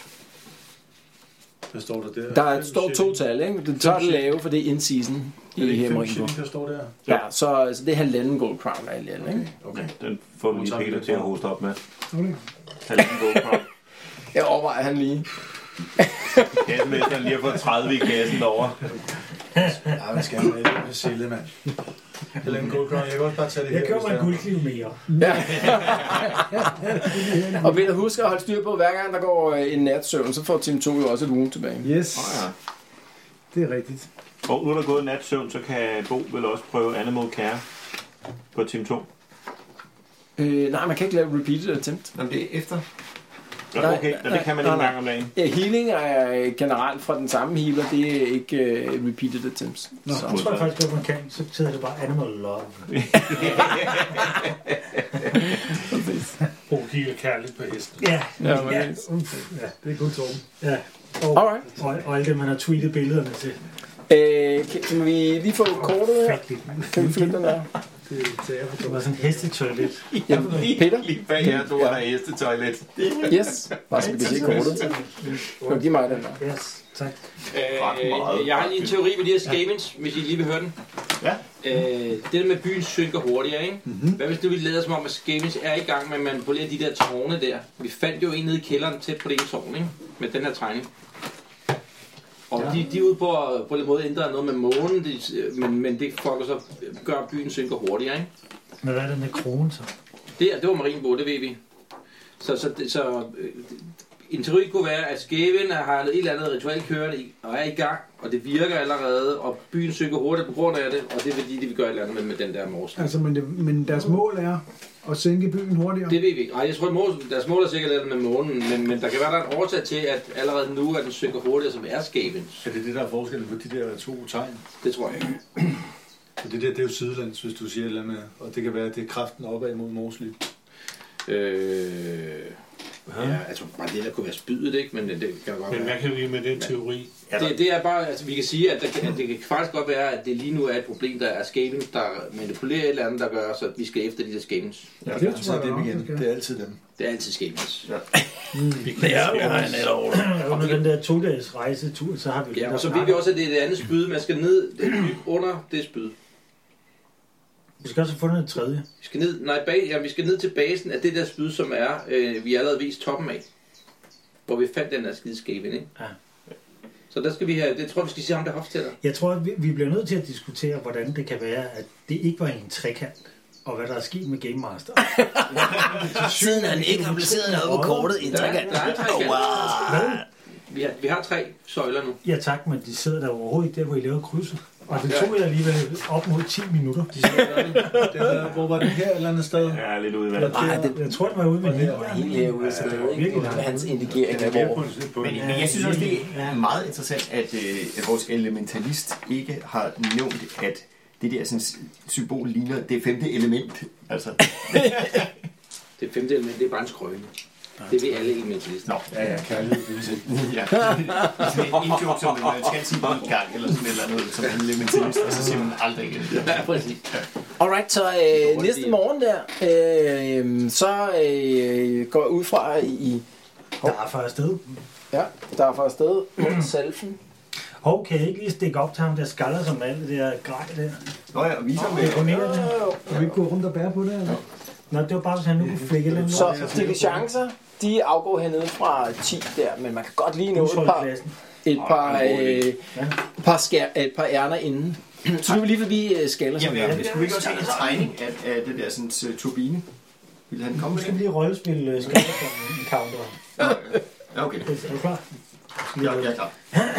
hvad står der der? Der er, står to tal, ikke? Det tager det lave, for det er in-season Er det i ikke her fem Marienborg. shilling, der står der? Ja, så, så det er halvanden gold crown af alle, ikke? Okay. Den får vi lige Peter til at hoste op med. Okay. Halvanden gold crown. Jeg overvejer han lige. Kassemesteren lige har fået tredive i kassen derovre. Ja, hvad skal jeg med det med Sille, mand? Halvanden gold crown, jeg kan også bare tage det her. Jeg køber mig en guldkniv mere. Ja. Og Peter, husk at holde styr på, hver gang der går en natsøvn, så får Team to jo også et uge tilbage. Yes, Oh, ja. det er rigtigt. Og nu er der gået natsøvn, så kan Bo vel også prøve Animal Care på Team to. Øh, nej, man kan ikke lave repeated attempt. Jamen, det er efter. Ja, okay, nej, det kan man ikke engang om dagen. Ja, healing er generelt fra den samme healer, det er ikke uh, repeated attempts. Nå, Så. jeg tror faktisk, at man kan, så hedder det bare Animal Love. Bo kigger kærligt på hesten. Ja, Ja, men- ja, uff, ja, Det er godt, Torben. ja. Og, Alright. og, og alt det, man har tweetet billederne til. Øh, kan, kan vi lige få kortet her? Kan vi flytte den der? Det tager jeg for Det var sådan en hestetoilet. Ja, Peter? Lige bag her, du er der hestetoilet. Yes. Bare så vi kan se kortet. Kan du give mig den der? Yes, tak. Øh, jeg har lige en teori med de her skavens, hvis I lige vil høre den. Ja. Øh, det der med byen synker hurtigere, ikke? Mm-hmm. Hvad hvis nu vi lader som om, at skavens er i gang med at manipulere de der tårne der? Vi fandt jo en nede i kælderen tæt på det ene tårn, ikke? Med den her tegning. Og ja. de, de er ude på at på en måde ændre noget med månen, de, men, men det fucker så gør, at byen synker hurtigere, ikke? Men hvad er det med kronen så? Det, det var Marienborg, det ved vi. Så, så, så øh, en teori kunne være, at skæven har et eller andet ritual kørende i, og er i gang, og det virker allerede, og byen synker hurtigt på grund af det, og det er fordi, de vil gøre et eller andet med, med den der mors. Altså, men, det, men deres mål er at sænke byen hurtigere. Det ved vi ikke. Ej, jeg tror, at mål, deres mål er sikkert lidt med månen, men, men der kan være der en årsag til, at allerede nu er den synker hurtigere, som er skævens. Er det det, der er forskellen på de der to tegn? Det tror jeg ikke. Og det der, det er jo sidelands, hvis du siger et eller andet. Og det kan være, at det er kraften opad mod Morsly. Øh... Ja, jeg tror bare det der kunne være spydet, ikke? Men det, det kan godt Men være. hvad kan vi med den teori? Det, det er bare, altså vi kan sige, at, der, at det kan faktisk godt være, at det lige nu er et problem, der er skavens, der manipulerer et eller andet, der gør, så vi skal efter de der skavens. Ja, det det, tror så jeg dem også, igen. det skal. Det er altid dem. Det er altid skavens. Ja. Under den der to-dages rejsetur, så har vi... Ja, og så ved vi også, at det er det andet spyd. Man skal ned det er dybt under det spyd. Vi skal også have fundet en tredje. Vi skal ned, nej, bag, ja, vi skal ned til basen af det der spyd, som er, øh, vi allerede vist toppen af. Hvor vi fandt den der skide skaven, ikke? Ja. Så der skal vi have, det tror jeg, vi skal sige ham der hofstæller. Jeg tror, at vi, vi bliver nødt til at diskutere, hvordan det kan være, at det ikke var en trekant, og hvad der er sket med Game Master. Siden han ikke har placeret noget på kortet i en trekant. Der er en trekant. Vi har, vi har tre søjler nu. Ja tak, men de sidder der overhovedet ikke der, hvor I lavede krydset. Og det tog jeg alligevel op mod ti minutter. Det der, hvor var det her et eller andet sted? Ja, lidt ude i vandet. Nej, det Jeg tror, det var ude med ni. var helt herude, så det er ikke med hans indikering af hvor. Men, men jeg synes også, det er meget interessant, at, øh, at vores elementalist ikke har nævnt, at det der sådan, symbol ligner det femte element. Altså. Det femte element, det er bare en skrøne. Det ved alle elementalister. Nå, Ja, ja, kærlighed, det vil sige. ja. Sådan en indjoke, som man skal sige en gang, eller sådan et eller andet, som en elementalist, og så siger man aldrig igen. Ja, præcis. Alright, så øh, næste morgen der, øh, så øh, går jeg ud fra i... Der er for afsted. Ja, der er fra afsted mod Salfen. Hov, kan jeg ikke lige stikke op til ham, der skaller som alt det der grej der? Nå ja, og viser ham Det er imponerende. Kan vi ikke gå rundt og bære på det, eller? Nå, det var bare, hvis han nu kunne flække lidt. Så de chancer, de afgår hernede fra ti der, men man kan godt lige nå et par, et par, øh, et par, skær, et par ærner inden. Så nu er vi lige forbi uh, skaler. Jamen, ja, skulle vi ikke også have en tegning af, af det der sådan, uh, turbine? Vil han komme Nu skal med vi lige rollespil uh, skaller som en counter. Ja, okay. Er du klar? Ja, jeg er klar.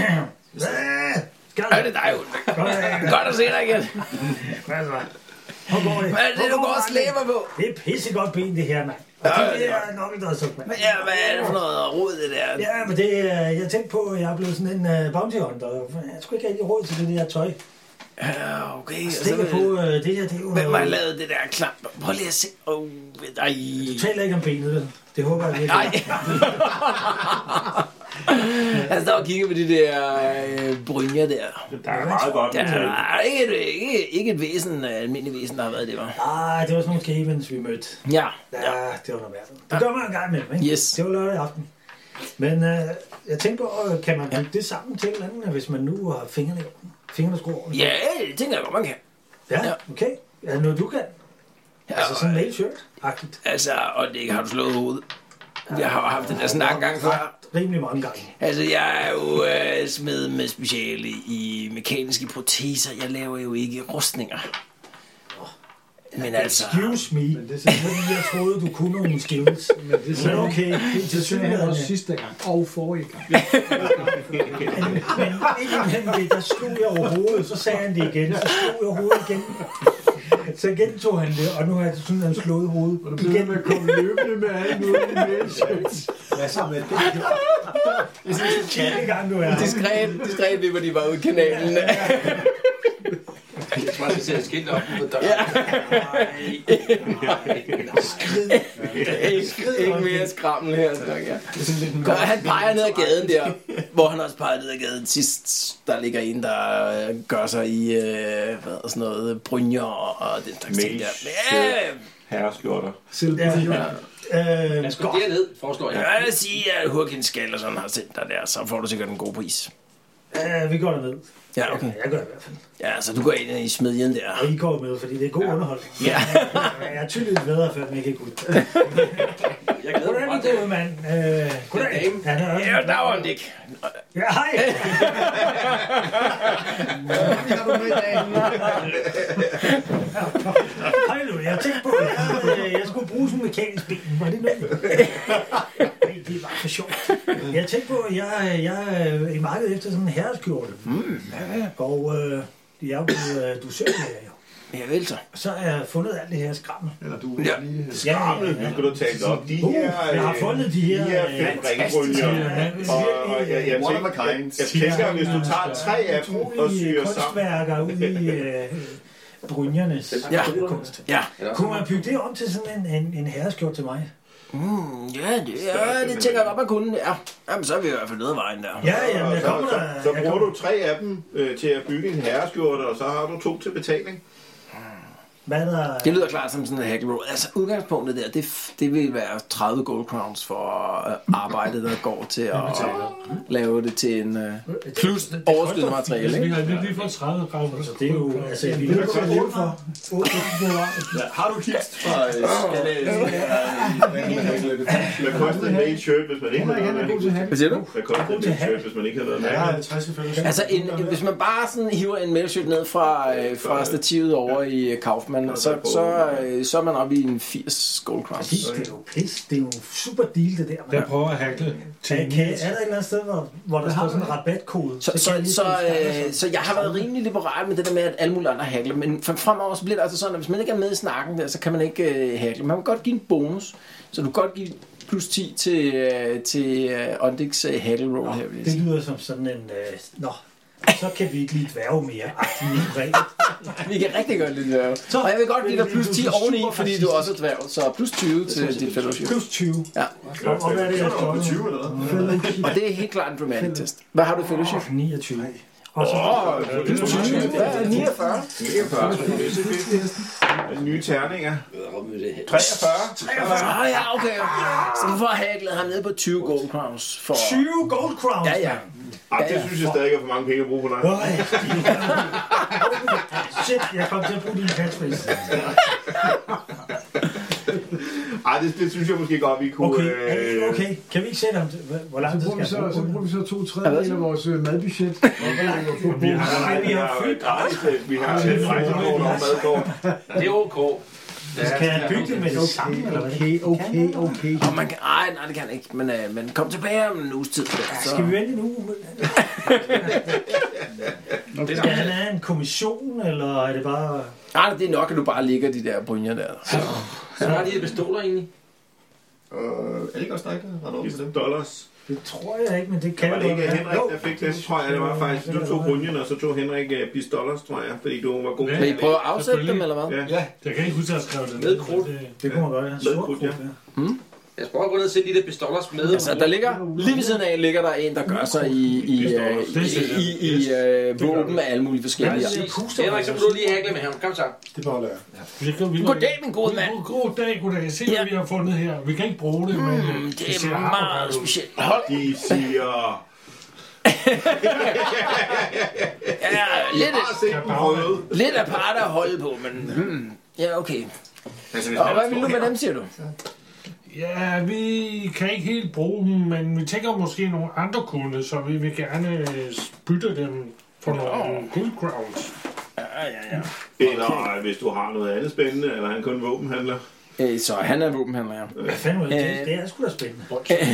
Skaller! Er det dig, Ulrik? Godt at se dig igen. Hvad så? Hvor går det? Hvad er det, du går og slæber på? Det er pissegodt ben, det her, mand. Og det er nokkeldressuk, mand. Ja, hvad er det for noget rod, det der? Ja, men det er... Jeg tænkte på, at jeg er blevet sådan en uh, bounty hunter. Jeg skulle ikke rigtig råd til det der tøj. Ja, okay. Jeg stikker på uh, det her, det er jo... Hvem har lavet det der klam? Prøv lige at se. Oh, ej. Du taler ikke om benet, vel? Det håber jeg virkelig. Nej. Han står og kigger på de der øh, brynjer der. Der er meget godt. Der er ikke et, ikke, ikke et væsen, almindelig væsen, der har været det, var. Ah, det var sådan nogle skavens, vi mødte. Ja. Ja, det var noget værd. Det gør man en gang imellem, ikke? Yes. Det var lørdag aften. Men øh, jeg tænker på, kan man bygge det sammen til et eller andet, hvis man nu har fingrene i orden? Fingrene skruer ordentligt? Ja, det tænker jeg godt, man kan. Ja, okay. Er det noget, du kan? Ja, Altså sådan en mail shirt-agtigt? Altså, og det ikke har du slået hovedet. Jeg har haft det der snak en gang før. Rimelig mange gange. Altså, jeg er jo øh, smed med speciale i mekaniske proteser. Jeg laver jo ikke rustninger. Men altså... Excuse me. Men det er sådan, jeg troede, du kunne nogle skills. Men det er okay. Det er Det var også sidste gang. Og forrige gang. Men indimellem det, der slog jeg over hovedet. Så sagde han det igen. Så slog jeg hovedet igen. Så gentog han det, og nu har jeg sådan, han slået hovedet Og du bliver med at komme løbende med alle mulige mailshirts. Hvad så med det? Det er sådan en kæmpe gang, du er. Diskret, diskret løber de bare ud i kanalen. Jeg tror, vi ser et skilt op på døren. Ja. Skrid. Ikke, ikke mere skrammel her. Så han peger ned ad gaden der, hvor han også peger ned ad gaden sidst. Der ligger en, der gør sig i øh, hvad, sådan noget brynjer og den slags ting der. Ja. Herreskjorter. Ja. Øh, Lad os gå derned, foreslår jeg. Jeg vil sige, at Hurricane Skal og sådan har sendt dig der, så får du sikkert en god pris. øh, vi går derned. Ja, okay. Jeg gør i hvert fald. Ja, så du går ind i smedjen der. Og I går med, fordi det er god underholdning. Ja. Jeg er tydeligt bedre, før den ikke er god. Jeg glæder mig Hvordan meget er til det, mand? Øh, goddag. Ja, der er også- Ja, der var en dæk. Ja, hej. Har du med i dag? Hej nu, jeg tænkte på, at jeg, øh, jeg skulle bruge sådan en mekanisk ben. Var det noget? Nej, det var for sjovt. Jeg tænkte på, at jeg, jeg er i markedet efter sådan en herreskjorte. Mm, ja, Og øh, jeg er jo blevet øh, dusør her jo. ja, vel så. Så har jeg fundet alt det her skrammel. Eller du Ja. lige... Skrammel, nu skal du tale op. De Uh, her, jeg har øh, fundet de her, de her øh, fem fantastiske, ringbrynjer. øh, Og, og jeg, jeg, One of tænker, a jeg, kind. jeg tænker, hvis du tager tre af dem og utrolige syr sammen. kunstværker ude i øh, brynjernes Ja. kunst. Ja. Kunne man bygge det om til sådan en, en, en herreskjort til mig? Mm, ja, det, ja, det tænker jeg godt, man kunne. Ja. Jamen, så er vi i hvert fald nede af vejen der. Ja, ja, men jeg Så, kommer så, der... så jeg bruger kommer- du tre af dem øh, til at bygge en herreskjorte, og så har du to til betaling. Hvad er der... Det lyder klart som sådan en hack roll. Altså, udgangspunktet der, det, det vil være tredive gold crowns for arbejdet, der går til at lave det til en uh, plus overskydende materiale. Altså, vi Ikke? har lige, lige fået tredive graver. Så det er jo... Altså, vi Det er er nødt godt til at at leve for. Har du kist fra øh, Skalle? Hvad koster en mail shirt, hvis man ikke har noget med? Hvad siger du? Hvad koster en mail shirt, hvis man ikke har noget med? Jeg har halvtreds i fællesskab. Altså, en, en, hvis man bare sådan hiver en mailshirt ned fra, øh, fra stativet over i Kaufmann, så, så, øh, så er man oppe i en firs gold crowns. Det er jo pis. Det er jo en super deal, det der. Der prøver at hackle til Kan, kan, er der et eller andet sted, hvor, hvor der står sådan en rabatkode? Så, kan så, jeg lige så, skrive sådan. øh, så jeg har været rimelig liberal med det der med, at alle mulige andre hackler, men fremover så bliver det altså sådan, at hvis man ikke er med i snakken der, så kan man ikke øh, hackle. Man kan godt give en bonus, så du kan godt give plus ti til, øh, til øh, Ondix øh, hackle roll Nå, her, vil jeg det sige. lyder som sådan en... Øh, nå, så kan vi ikke lige dværge mere aktivt. Vi kan rigtig godt lide det. Og jeg vil godt give dig plus ti oveni, fordi du også er dværg, så plus tyve til dit fellowship. Plus tyve. Ja. Og, og hvad er det, jeg står med? tyve eller hvad? Og det er helt klart en dramatic test. Hvad har du i fellowship? niogtyve. Og så Åh, plus tyve. Ja, niogfyrre. niogfyrre. Nye terninger. treogfyrre. treogfyrre, ja, okay. Så du får hacklet ham ned på tyve gold crowns. For... tyve gold crowns. Ja, ja. Ej, det synes jeg stadig er for mange penge at bruge på dig. Øj, shit, jeg kom til at bruge din catchphrase. Ej, det, det synes jeg måske godt, vi kunne... Okay, øh, okay. Kan vi ikke sætte ham til, hvor lang Så tid bruger, vi skal så, jeg så bruge? bruger vi så to tredjedele af vores øh, madbudget. Nej, vi har gratis. Vi har et rejsekort og madkort. Det er ok. Kan jeg bygge det med det samme, eller hvad? Okay, okay, okay. Og man kan, ej, nej, det kan han ikke. Men, øh, men kom tilbage om en uges tid. Der, så. Skal vi vente en uge? Skal han have en kommission, eller er det bare... Nej, det er nok, at du bare ligger de der brynjer der. Så. Så har de her pistoler egentlig. Øh, er det ikke også dig, der har noget på dem? Dollars. Det tror jeg ikke, men det kan Var det du ikke godt. Henrik, der fik det? Tror jeg, det var faktisk. Du tog brynjen, og så tog Henrik uh, pistollers, tror jeg, fordi du var god. Ja. Vil I prøve at afsætte dem, eller hvad? Ja. Ja. Jeg kan ikke huske, at jeg skrev det. Med krudt. Det- Det kunne man godt have. Med Sort krudt, krudt, ja. ja. Jeg skal prøve at gå ned og se de der pistollers med. Altså, der ligger, lige ved siden af ligger der en, der gør sig i, i, øh, i, i, i øh, våben af alle mulige forskellige. Henrik, så må du lige hækle med ham. Kom så. Det beholder jeg. Goddag, min gode mand. Goddag, goddag. Se, hvad vi har fundet her. Vi kan ikke bruge det, men mm, det er meget specielt. Hold. De siger... ja, lidt, lidt apart at holde på, men... Hmm, ja, okay. Og hvad vil du med dem, siger du? Ja, vi kan ikke helt bruge dem, men vi tænker måske nogle andre kunne, så vi vil gerne bytte dem for nogle gold crowns. Ja, ja, ja. Eller okay. Hvis du har noget andet spændende, eller han kun våbenhandler. Øh, så han er våbenhandler, ja. Hvad fanden var det? Det er sgu da spændende.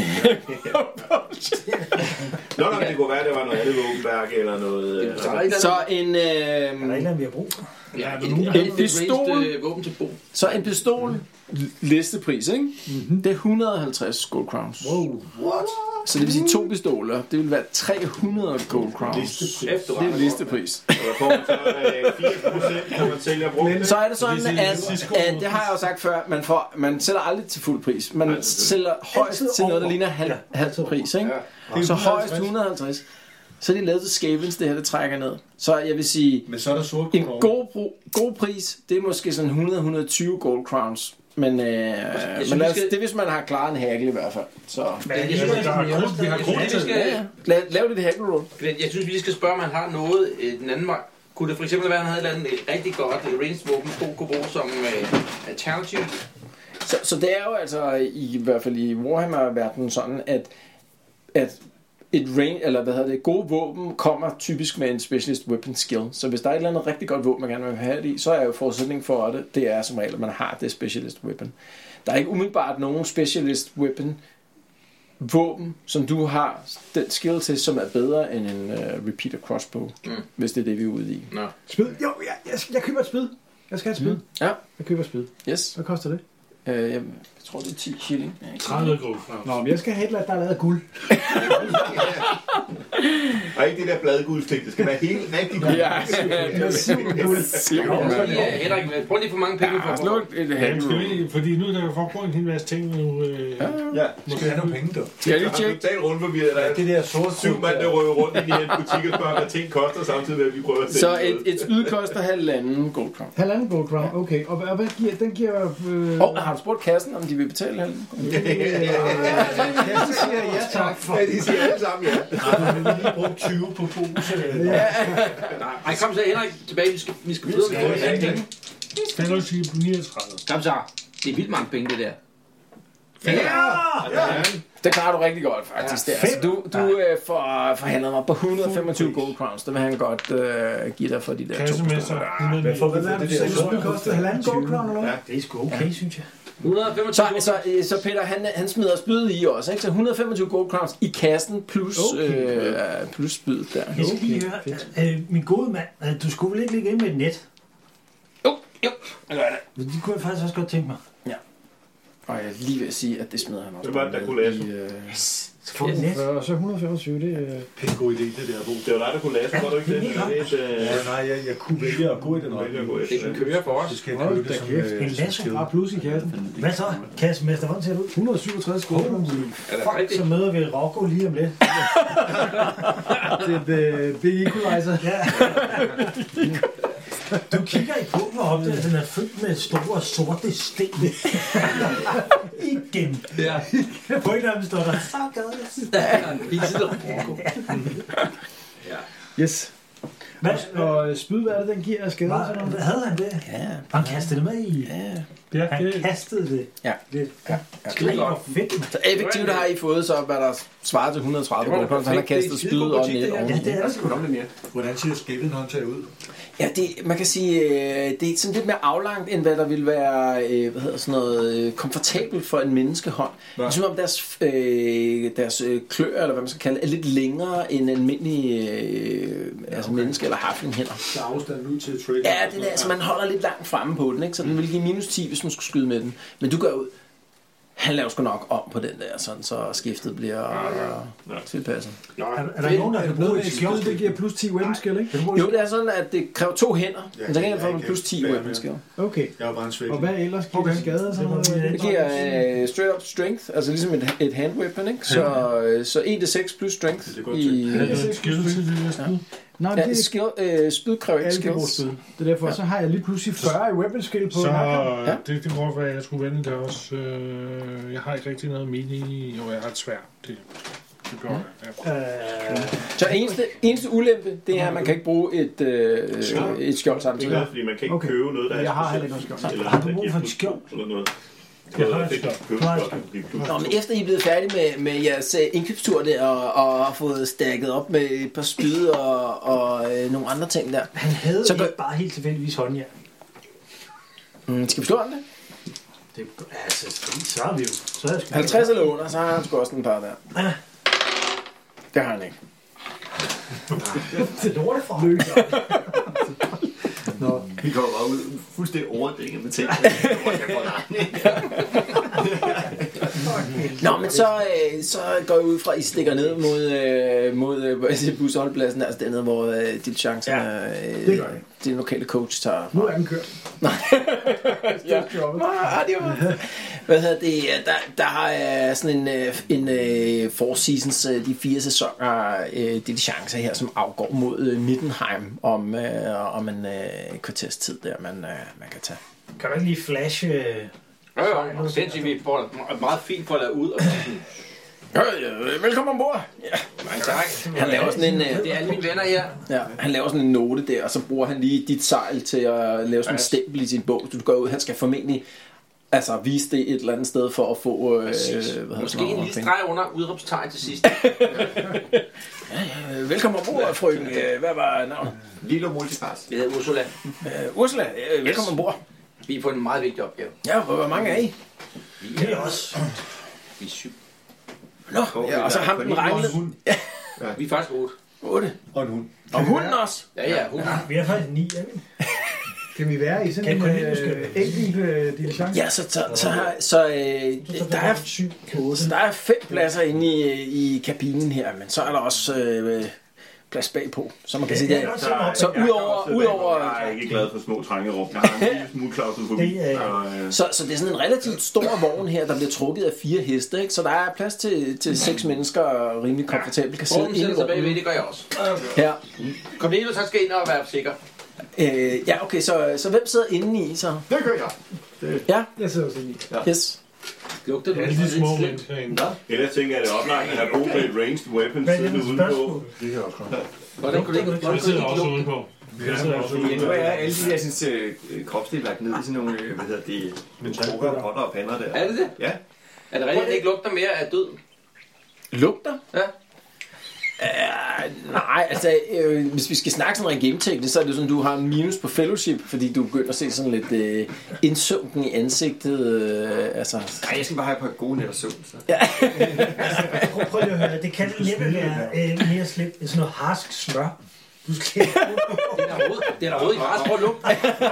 Nå, nå, det kunne være, det var noget andet våbenværk, eller noget... Så en... Øh, er der ikke noget, vi har brug for? Ja, en, en pistol... Våben til bo. Så en pistol... Listepris, ikke? Mm-hmm. Det er et hundrede og halvtreds gold crowns. Wow. What? Så det vil sige to pistoler. Det vil være tre hundrede gold crowns. Det er listepris. Og der får man så fire procent, kan man sælge og bruge. Så er det sådan, at, at det har jeg jo sagt før, man, får, man sælger aldrig til fuld pris. Man sælger højst til noget, der ligner halv, halv pris, ikke? Så højst et hundrede og halvtreds. Så er de lavet til skavens, det her, det trækker ned. Så jeg vil sige, men så er der en god, god pris, det er måske sådan hundrede til hundrede og tyve gold crowns. Men, øh, men lad, det er, hvis man har klaret en hagel i hvert fald. Så. Men jeg synes, vi har grund til det. Lav, lav det hagel roll. Jeg synes, vi skal spørge, om han har noget den anden vej. Kunne det for eksempel være, at han havde et rigtig godt ranged våben, god kunne bruge som uh, alternativ? Så, så det er jo altså, i, i hvert fald i Warhammer-verdenen sådan, at, at et range, eller hvad hedder det, gode våben kommer typisk med en specialist weapon skill. Så hvis der er et eller andet rigtig godt våben, man gerne vil have det i, så er jo forudsætning for det, det er som regel, at man har det specialist weapon. Der er ikke umiddelbart nogen specialist weapon våben, som du har den skill til, som er bedre end en uh, repeater crossbow, mm. hvis det er det, vi er ude i. No. Spyd? Jo, jeg, jeg, jeg køber et spyd. Jeg skal have et spyd. Mm. Ja. Jeg køber et spyd. Yes. Hvad koster det? Uh, jeg, jeg tror, det er ti shilling. tredive gold. Nå, men jeg skal have et eller andet, der er lavet af guld. Og ikke det der bladguldsting, det skal være helt rigtig guld. Ja, Henrik, prøv lige for mange penge for. Slå et handel. Fordi nu er der jo foregået en hel masse ting nu. Ja, måske have nogle penge, dog. Skal jeg lige tjekke? Total rundforvirret. Der er det der sorte syv mand, der rører rundt i de her butikker, spørger, hvad ting koster, samtidig med, at vi prøver at så et, et spyd koster halvanden gold crown. Halvanden gold crown, okay. Og, og hvad giver, den giver... Øh... Oh, har du spurgt kassen, om de vil betale halvanden? Kassen siger ja tak for. Ja, de siger alle sammen ja. Nej, men vi lige bruge tyve på pose. Nej, kom så Henrik tilbage, vi skal, vi skal videre med det her penge. Skal du sige niogtredive? Kom så, det er vildt mange penge det der. Ja! Ja! Det klarer du rigtig godt faktisk. Ja, der. Altså, du du øh, får forhandlet mig på et hundrede og femogtyve gold crowns. Det vil han godt øh, give dig for de der to pistoler. Hvad får vi det der? Det koster halvanden gold crown eller hvad? Det er sgu okay, synes jeg. et hundrede og femogtyve så, så, så Peter, han, han smider spydet i også, ikke? Så et hundrede og femogtyve gold crowns i kassen plus, okay. øh, plus spydet der. Jeg skal lige høre, øh, min gode mand, du skulle vel ikke ligge ind med et net? Jo, jo, jeg gør det. Det kunne jeg faktisk også godt tænke mig. Ja. Og jeg er lige ved at sige, at det smider han også. Det var der kunne læse. Så et net. Og så et hundrede og femogtyve, det er... Pæn god idé, det der, Bo. Det var dig, der kunne læse, var du ikke det? Ja, nej, jeg, jeg kunne vælge at gå i den retning. Det kan køre for os. Det skal jeg det som en lasso. Bare plus i kassen. Hvad så? Kassemester, hvordan ser det ud? et hundrede og syvogtres kroner. Fuck, så møder vi Rocco lige om lidt. Det er Big Equalizer. Ja. Du kigger i på og opdager, at den er fyldt med store sorte sten. Igen. Ja. På en eller anden står der, så gør det. Yes. Hvad? Og spyd, hvad er det, den giver af skader? Hvad havde han det? Ja. Han kastede det med i. Ja. Han kastede det. Ja. Det ja. ja. var fedt. Så effektivt har I fået så, hvad der svarer til et hundrede og tredive gold crowns. Han har kastet spyd og net oven. Ja, det er sgu. Hvordan ser skæbnen håndtag ud? Ja, det, man kan sige, det er sådan lidt mere aflangt, end hvad der ville være, hvad hedder sådan noget, komfortabelt for en menneskehånd. Ja. Jeg synes, om deres, øh, deres klør, eller hvad man skal kalde det, er lidt længere end en almindelig øh, ja, altså okay. menneske- eller haflinghænder. Så afstand ud til trade. Ja, det er, altså man holder lidt langt fremme på den, ikke? Så den vil give minus ti, hvis man skulle skyde med den. Men du gør ud han laver sgu nok om på den der, sådan, så skiftet bliver ja, ja. tilpasset. Er, er der nogen, der kan bruge et skjold, det giver plus ti weapon skill, ikke? Jo, det er sådan, at det kræver to hænder, men så kan jeg få man plus ti weapon skill. Okay. Jeg er bare en svæk. Og hvad ellers giver okay. det skade? Sådan noget? Det giver uh, straight up strength, altså ligesom et, et hand weapon, ikke? Så, uh, så en til seks plus strength. Det er godt i... Er det skill til det der spyd? Nej, ja, det er skill, øh, spyd kræver ikke skills. Det er derfor, ja. Så har jeg lige pludselig fyrre i weapon skill på. Så ja. det, det kunne være, at jeg skulle vende det også. Øh, jeg har ikke rigtig noget mini, jo, jeg har et sværd. Det, det gør jeg. Ja. Øh. Så eneste, eneste ulempe, det er, at man kan ikke bruge et, øh, et skjold samtidig. Det er fordi man kan ikke okay. købe noget, der er jeg har heller ikke noget skjold. Har du brug for et skjold? Eller noget. Jeg har et skjold. Nå, men efter I er blevet færdige med, med jeres indkøbstur der, og, og har fået stakket op med et par spyd og, og øh, nogle andre ting der. Han havde så ikke gør... bare helt tilfældigvis håndjern. Mm, skal vi slå ham det? Det altså, så er vi jo. Så er halvtreds eller under, så har han sgu også en par der. Ah. Det har han ikke. Det er lortet fra. Nå, vi går bare ud fuldstændig overdækket med ting. Nå, men så, øh, så går jeg ud fra, at I stikker ned mod, øh, mod øh, busholdpladsen, altså dernede, hvor øh, de chancer, ja, øh, det din lokale coach tager. Nu er den kørt. Nej. Ja. Hvad hedder det? Der, der er sådan en, en, en four seasons, de fire sæsoner, øh, chancer her, som afgår mod øh, Middenheim om, øh, om en øh, kvarters tid, der man, øh, man kan tage. Kan du ikke lige flashe... Øh, jo, jo, sindssygt, vi får meget fint for at lade ud. Og ja, ja, velkommen ombord. Ja, mange tak. Han laver sådan en, det er alle mine venner her. Ja, han laver sådan en note der, og så bruger han lige dit sejl til at lave sådan en stempel i sin bog. Du går ud, han skal formentlig altså vise det et eller andet sted for at få... Øh, hvad måske en lille streg under udråbstegn til sidst. ja, ja, velkommen ombord, frøken. Hvad var navnet? Lilo Multipass. Jeg hedder Ursula. Uh, Ursula, øh, velkommen yes. ombord. Vi er på en meget vigtig opgave. Ja, hvor, hvor mange er I? Vi er også. Vi er syv. Nå, ja, og så ham den regnede. Ja. Ja, vi er faktisk otte. Otte? Og en hund. Og hunden også? Ja, ja, hunden. Vi er faktisk ni, ja. Kan vi være i sådan en øh, enkelt øh, diligence? Ja, så, så, så, så øh, der, er, så der er fem pladser inde i, i kabinen her, men så er der også øh, plads bagpå, så man kan sige det. Så, så udover... udover jeg er ikke glad for små trængerum. Jeg har en lille smule klaustrofobi. Så, så det er sådan en relativt stor vogn her, der bliver trukket af fire heste, ikke? Så der er plads til, til seks mennesker og rimelig komfortabelt kan sidde inde i vognen. Bagved, det gør jeg også. Ja. Kom lige nu, så skal ind og være sikker. Øh, ja, okay, så, så hvem sidder inde i, så? Det gør jeg. Det. Ja? Jeg sidder også inde i. Ja. Yes. Lugter det lidt små herinde. Ellers tænker jeg, at det er oplagt at have brug for et ranged weapon siddende udenpå. Det kan også komme. Hvordan kunne det ikke? Jeg sidder også udenpå. Jeg sidder også udenpå. Nu er alle de der synes, kropsdel lagt ned i sådan nogle, hvad hedder det, trukker og potter og pander der. Er det det? Ja. Er det rigtigt, at det ikke lugter mere af død? Lugter? Ja. Uh, nej, altså øh, hvis vi skal snakke sådan rent gameteknisk, så er det sådan, du har en minus på fellowship, fordi du begynder at se sådan lidt øh, indsumpen i ansigtet. Øh, altså. Nej, jeg skal bare have et par gode nætter søvn. Så. Ja. prøv, prøv lige at høre, det kan næppe være øh, mere slemt end sådan noget harsk smør. Du skal det er der råd. Det er der råd i græs. Prøv at lugte.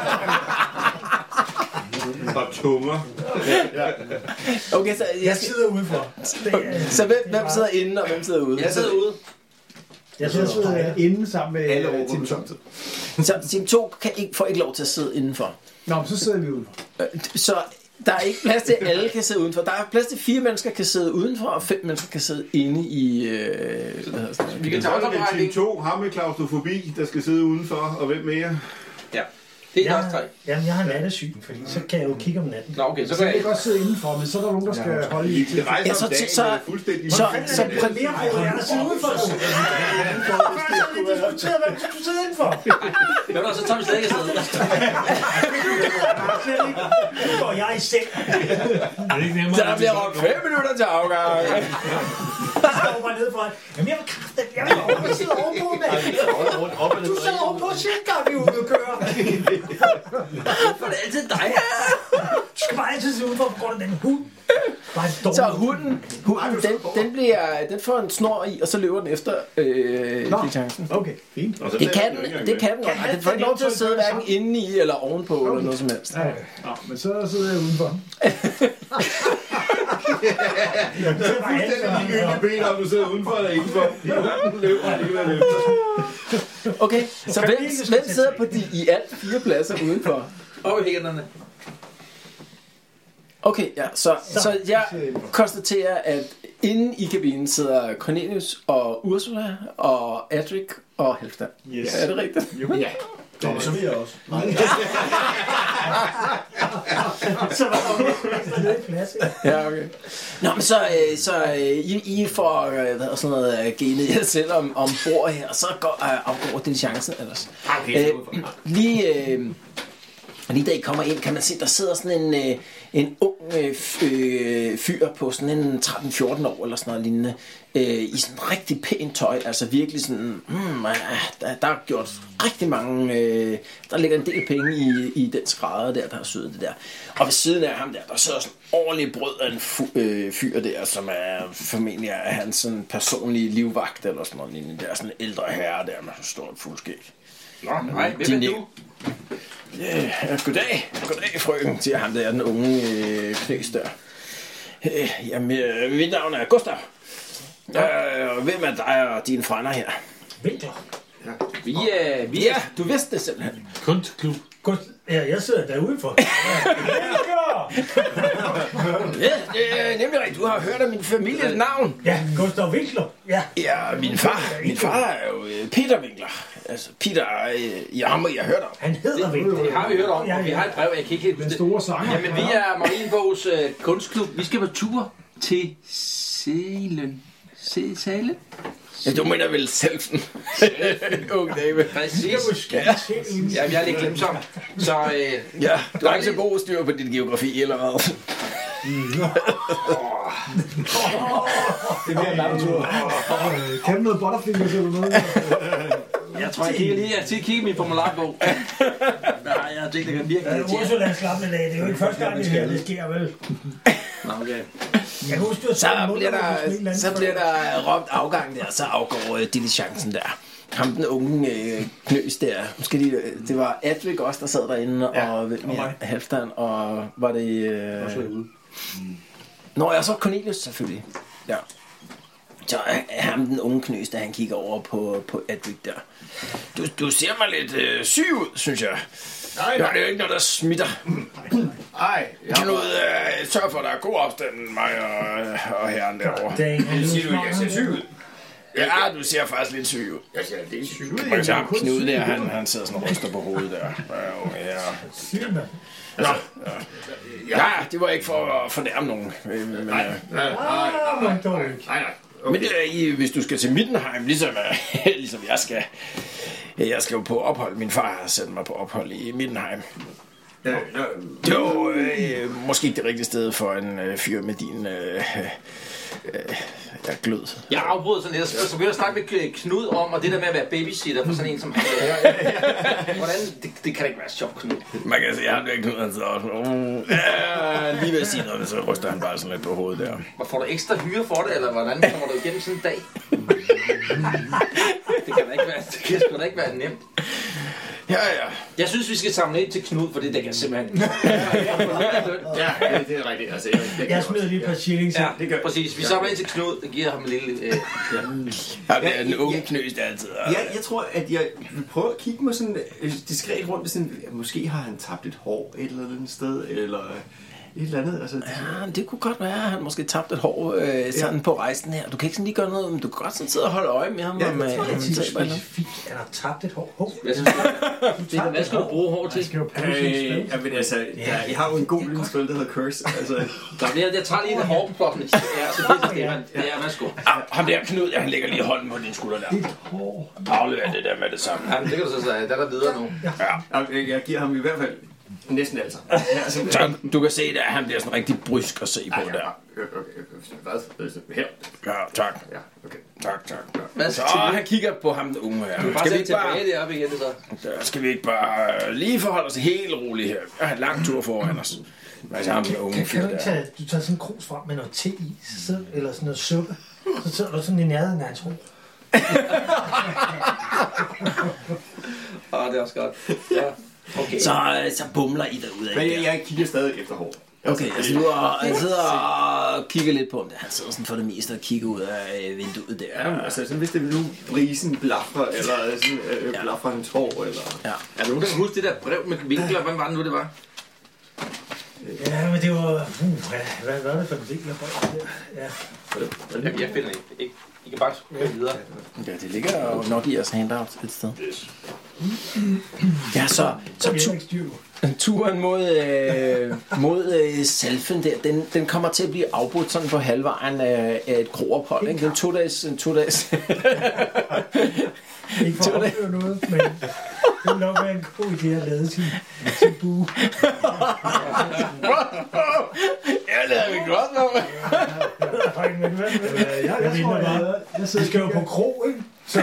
Og tunger. Okay, så jeg, jeg sidder udenfor. Okay, så hvem, hvem sidder inde, og hvem sidder ude? Jeg sidder ude. Jeg sidder, sidder inde sammen med alle uh, Team to. Så Team to kan ikke, får ikke lov til at sidde indenfor. Nå, så sidder vi udenfor. Så der er ikke plads til, at alle kan sidde udenfor. Der er plads til fire mennesker, kan sidde udenfor, og fem mennesker kan sidde inde i... Øh, hvad så, vi kan tage Team to, ham med klaustrofobi, der skal sidde udenfor, og hvem mere? Ja. Det er også tre. Jamen, jeg har nattesygen, fordi så kan jeg jo kigge om natten. Nå, okay, så, så kan jeg godt sidde indenfor, men så er der nogen, der skal ja, holde i til. Det rejser om dagen, så, så, fuldstændig... Så, så, så præmier på, jeg er siddet udenfor. Først har vi diskuteret, hvad du sidder indenfor. Hvem er så tager vi slet ikke afsted? Nu går jeg i seng. Der bliver råbt fem minutter til afgang. Jeg står bare nede foran. Jamen, jeg vil kræfte. Jeg vil over, jeg sidder ovenpå, mand. Du sidder ovenpå, shit, der er vi ude og køre. For det er altid dig. Du skal bare altid se udenfor på grund af den hund. Så hunden, hunden den, den, bliver, den får en snor i, og så løber den efter øh, chancen. Okay, fint. Det kan den, det kan den. Ja, den får ikke lov til at sidde hverken inde i eller ovenpå, okay. Eller noget som helst. Ja, ja. Nå, men så sidder jeg udenfor. Det er fuldstændig ligegyldigt ben, om du sidder udenfor eller indenfor. Du løber alligevel efter. Okay, så hvem, hvem sidder på de i alt fire pladser udenfor? Og hænderne. Okay, ja, så, så jeg konstaterer, at inde i kabinen sidder Cornelius og Ursula og Adric og Halfdan. Yes. Er det rigtigt? Jo. Ja. Det er så vi også. Så var der en plads. Ja, okay. Nå, men så, øh, så øh, I, I får øh, hvad, sådan noget øh, genet jer selv om, om bord her, og så går, øh, afgår diligencen ellers. Okay, øh, lige, øh, lige da I kommer ind, kan man se, der sidder sådan en, øh, en ung øh, fyr på sådan en tretten fjorten år eller sådan noget lignende, øh, i sådan rigtig pænt tøj, altså virkelig sådan, hmm, der, der er gjort rigtig mange, øh, der ligger en del penge i, i den skrædder der, der har syet det der. Og ved siden af ham der, der sidder sådan en ordentlig brød af en fu- øh, fyr der, som er formentlig er hans sådan personlige livvagt eller sådan noget lignende. Der er sådan en ældre herre der med sådan stort fuldskæg. Nå, nej, hvem er du? Ja, goddag, goddag frøken, siger ham der, den unge øh, knæs der. Øh, jamen, øh, mit navn er Gustav. Øh, hvem er dig og dine frænder her? Vinkler. Ja. Vi er... Vi er... Ja, du vidste det simpelthen. Kunstklub. Kunst... Ja, jeg sidder derude for. Ja, det er nemlig rigtigt. Du har hørt af min families navn. Ja, Gustav Winkler. Ja. Ja, min far. Min far er jo øh, Peter Winkler. Altså, Peter, øh, jeg har, jeg har hørt om. Han hedder Winkler. Det har vi hørt om, og vi har et brev, jeg kan ikke helt... Den store sanger. Jamen, vi er Marienborgs øh, kunstklub. Vi skal på tur til Sælen. Se, Sælen? Ja, du mener vel Selfen. Ung dame. Præcis. Ja. Ja, vi er lidt glemsomme. Så, øh, Ja, du har ikke så god styr på din geografi, eller hvad? Det er mere en natur. Kan du noget butterfingers eller noget? jeg tror, jeg kigger lige, jeg skal kigge min formularbog. Nej, jeg har tænkt, det kan virkelig Ja, irritere. Ursula slap lidt af. Det er jo ikke første gang, det her, det sker, vel? Nå, okay. Jeg kan huske, du har Så bliver der, så bliver der råbt afgang der, så afgår øh, diligencen der. Ham den unge øh, knøs der. Måske lige, det var Adric også, der sad derinde, ja, og hvem mere? Halfdan, og var det... Øh... Også ude. Nå, jeg så Cornelius selvfølgelig. Ja. Så er ham den unge knøs, der han kigger over på, på Adric der. Du, du ser mig lidt øh, syg ud, synes jeg. Nej, nej. Det er jo ikke noget, der smitter. Ej, Knud, øh, sørg for, at der er god afstand, mig og, og herren derovre. Det er en det siger du ikke, jeg ser syg ud. Ja, du ser faktisk lidt syg ud. Jeg ser det syg ud. Man kan se ham Knud der, han, han sidder sådan og ryster på hovedet der. Ja, ja. Nå, ja. Ja, det var ikke for at fornærme nogen. Men, Nej, nej, nej, nej, nej, nej. men det er i, hvis du skal til Middenheim, ligesom, ligesom jeg skal. Jeg skal jo på ophold. Min far har sendt mig på ophold i Middenheim. Ja, ja. Det var øh, måske ikke det rigtige sted for en øh, fyr med din øh, øh, ja, glød. Jeg afbryder sådan lidt, og så begynder jeg snakke med Knud om, og det der med at være babysitter for sådan en som han. Hvordan? Det, det kan da ikke være sjovt, Knud. Man kan sige, at han er Knud, han sidder også. Uh, ja, lige ved at sige noget, så ryster han bare sådan lidt på hovedet der. Hvor får du ekstra hyre for det, eller hvordan kommer du igennem sådan en dag? Det kan da ikke være, det kan sgu da ikke være nemt. Ja, ja. Jeg synes, vi skal samle ind til Knud, for det der kan simpelthen... Ja, det er rigtigt. Altså, jeg, jeg, Jeg smider lige et par shillings. Ja, det gør præcis. Vi samler ind til Knud, og giver ham en lille... Øh, Ja, det er den unge knøs, der altid er. Ja, jeg tror, at jeg vil prøve at kigge mig sådan øh, diskret rundt. Sådan, måske har han tabt et hår et eller andet sted, eller et eller andet. Altså, Ja, det kunne godt være, at han måske tabte et hår øh, sådan ja. på rejsen her. Du kan ikke sådan lige gøre noget, men du kan godt sådan sidde og holde øje med ham, Ja, om øh, jeg tror, han Det er taber eller specifikt. Han har tabt et hår. Hov. hvad synes du? Hvad skal du bruge hår til? Skal jo prøve sin øh, spil. ja, men altså, jeg, jeg har jo en god lille spil, der hedder Curse. Altså, Nå, jeg, jeg tager lige en hårplokken. Ja, så det er Stefan. Det er, værsgo. Ah, ham der Knud, han lægger lige hånden på din skulder der. Dit hår. Aflever det der med det samme. Ja, men det kan du så sige. Der er der videre nu. Ja. jeg, jeg giver ham i hvert fald næsten altså. Ja, altså Så du kan se, at han bliver sådan rigtig brysk at se på ja, der. ja, okay, okay, hvad? Her? Ja, tak. Ja, okay. Tak, tak. Hvad Så skal han kigger på ham, den unge her. du bare Skal vi sætte ikke bare, tilbage deroppe igen, det så? der skal vi ikke bare øh, lige forholde os helt roligt her? Jeg har en lang tur foran os. Altså ham den unge Kan, fyr kan du ikke der. tage, du tager sådan en krus frem med noget te i, så sidder, eller sådan noget suppe, så sidder du sådan i nærheden af hans hår. Ah, det er også godt. Ja. Okay. Så, øh, så bumler I derudad. Men jeg, jeg kigger stadig efter hår. Okay, altså du er, jeg sidder og kigger lidt på ham. Han sidder sådan for det meste og kigger ud af øh, vinduet der. Ja, altså sådan, hvis det nu brisen blaffer, eller sådan, øh, Ja. blaffer hans hår, eller... Ja. Er der nogen, der kan huske det der brev med vinkler? Hvad var det nu, det var? Ja, men det var... Uh, hvad, hvad var det for en del af brevet der? Ja. Jeg, jeg finder det ikke. I kan bare gå videre. Ja, det ligger jo nok i jeres handout et sted. Ja, så, så tu- turen mod, øh, mod øh, Salfen der, den, den kommer til at blive afbrudt sådan på halvvejen af, af et kroophold. Ikke? En to dages... En to dages Ikke for at opleve noget, men det vil nok være en god idé at lade sin, sin bue. Jeg lavede det godt, nu. Men hvad med det? Jeg, jeg, tror, jeg, jeg, jeg skal jo på kro, ikke? Så.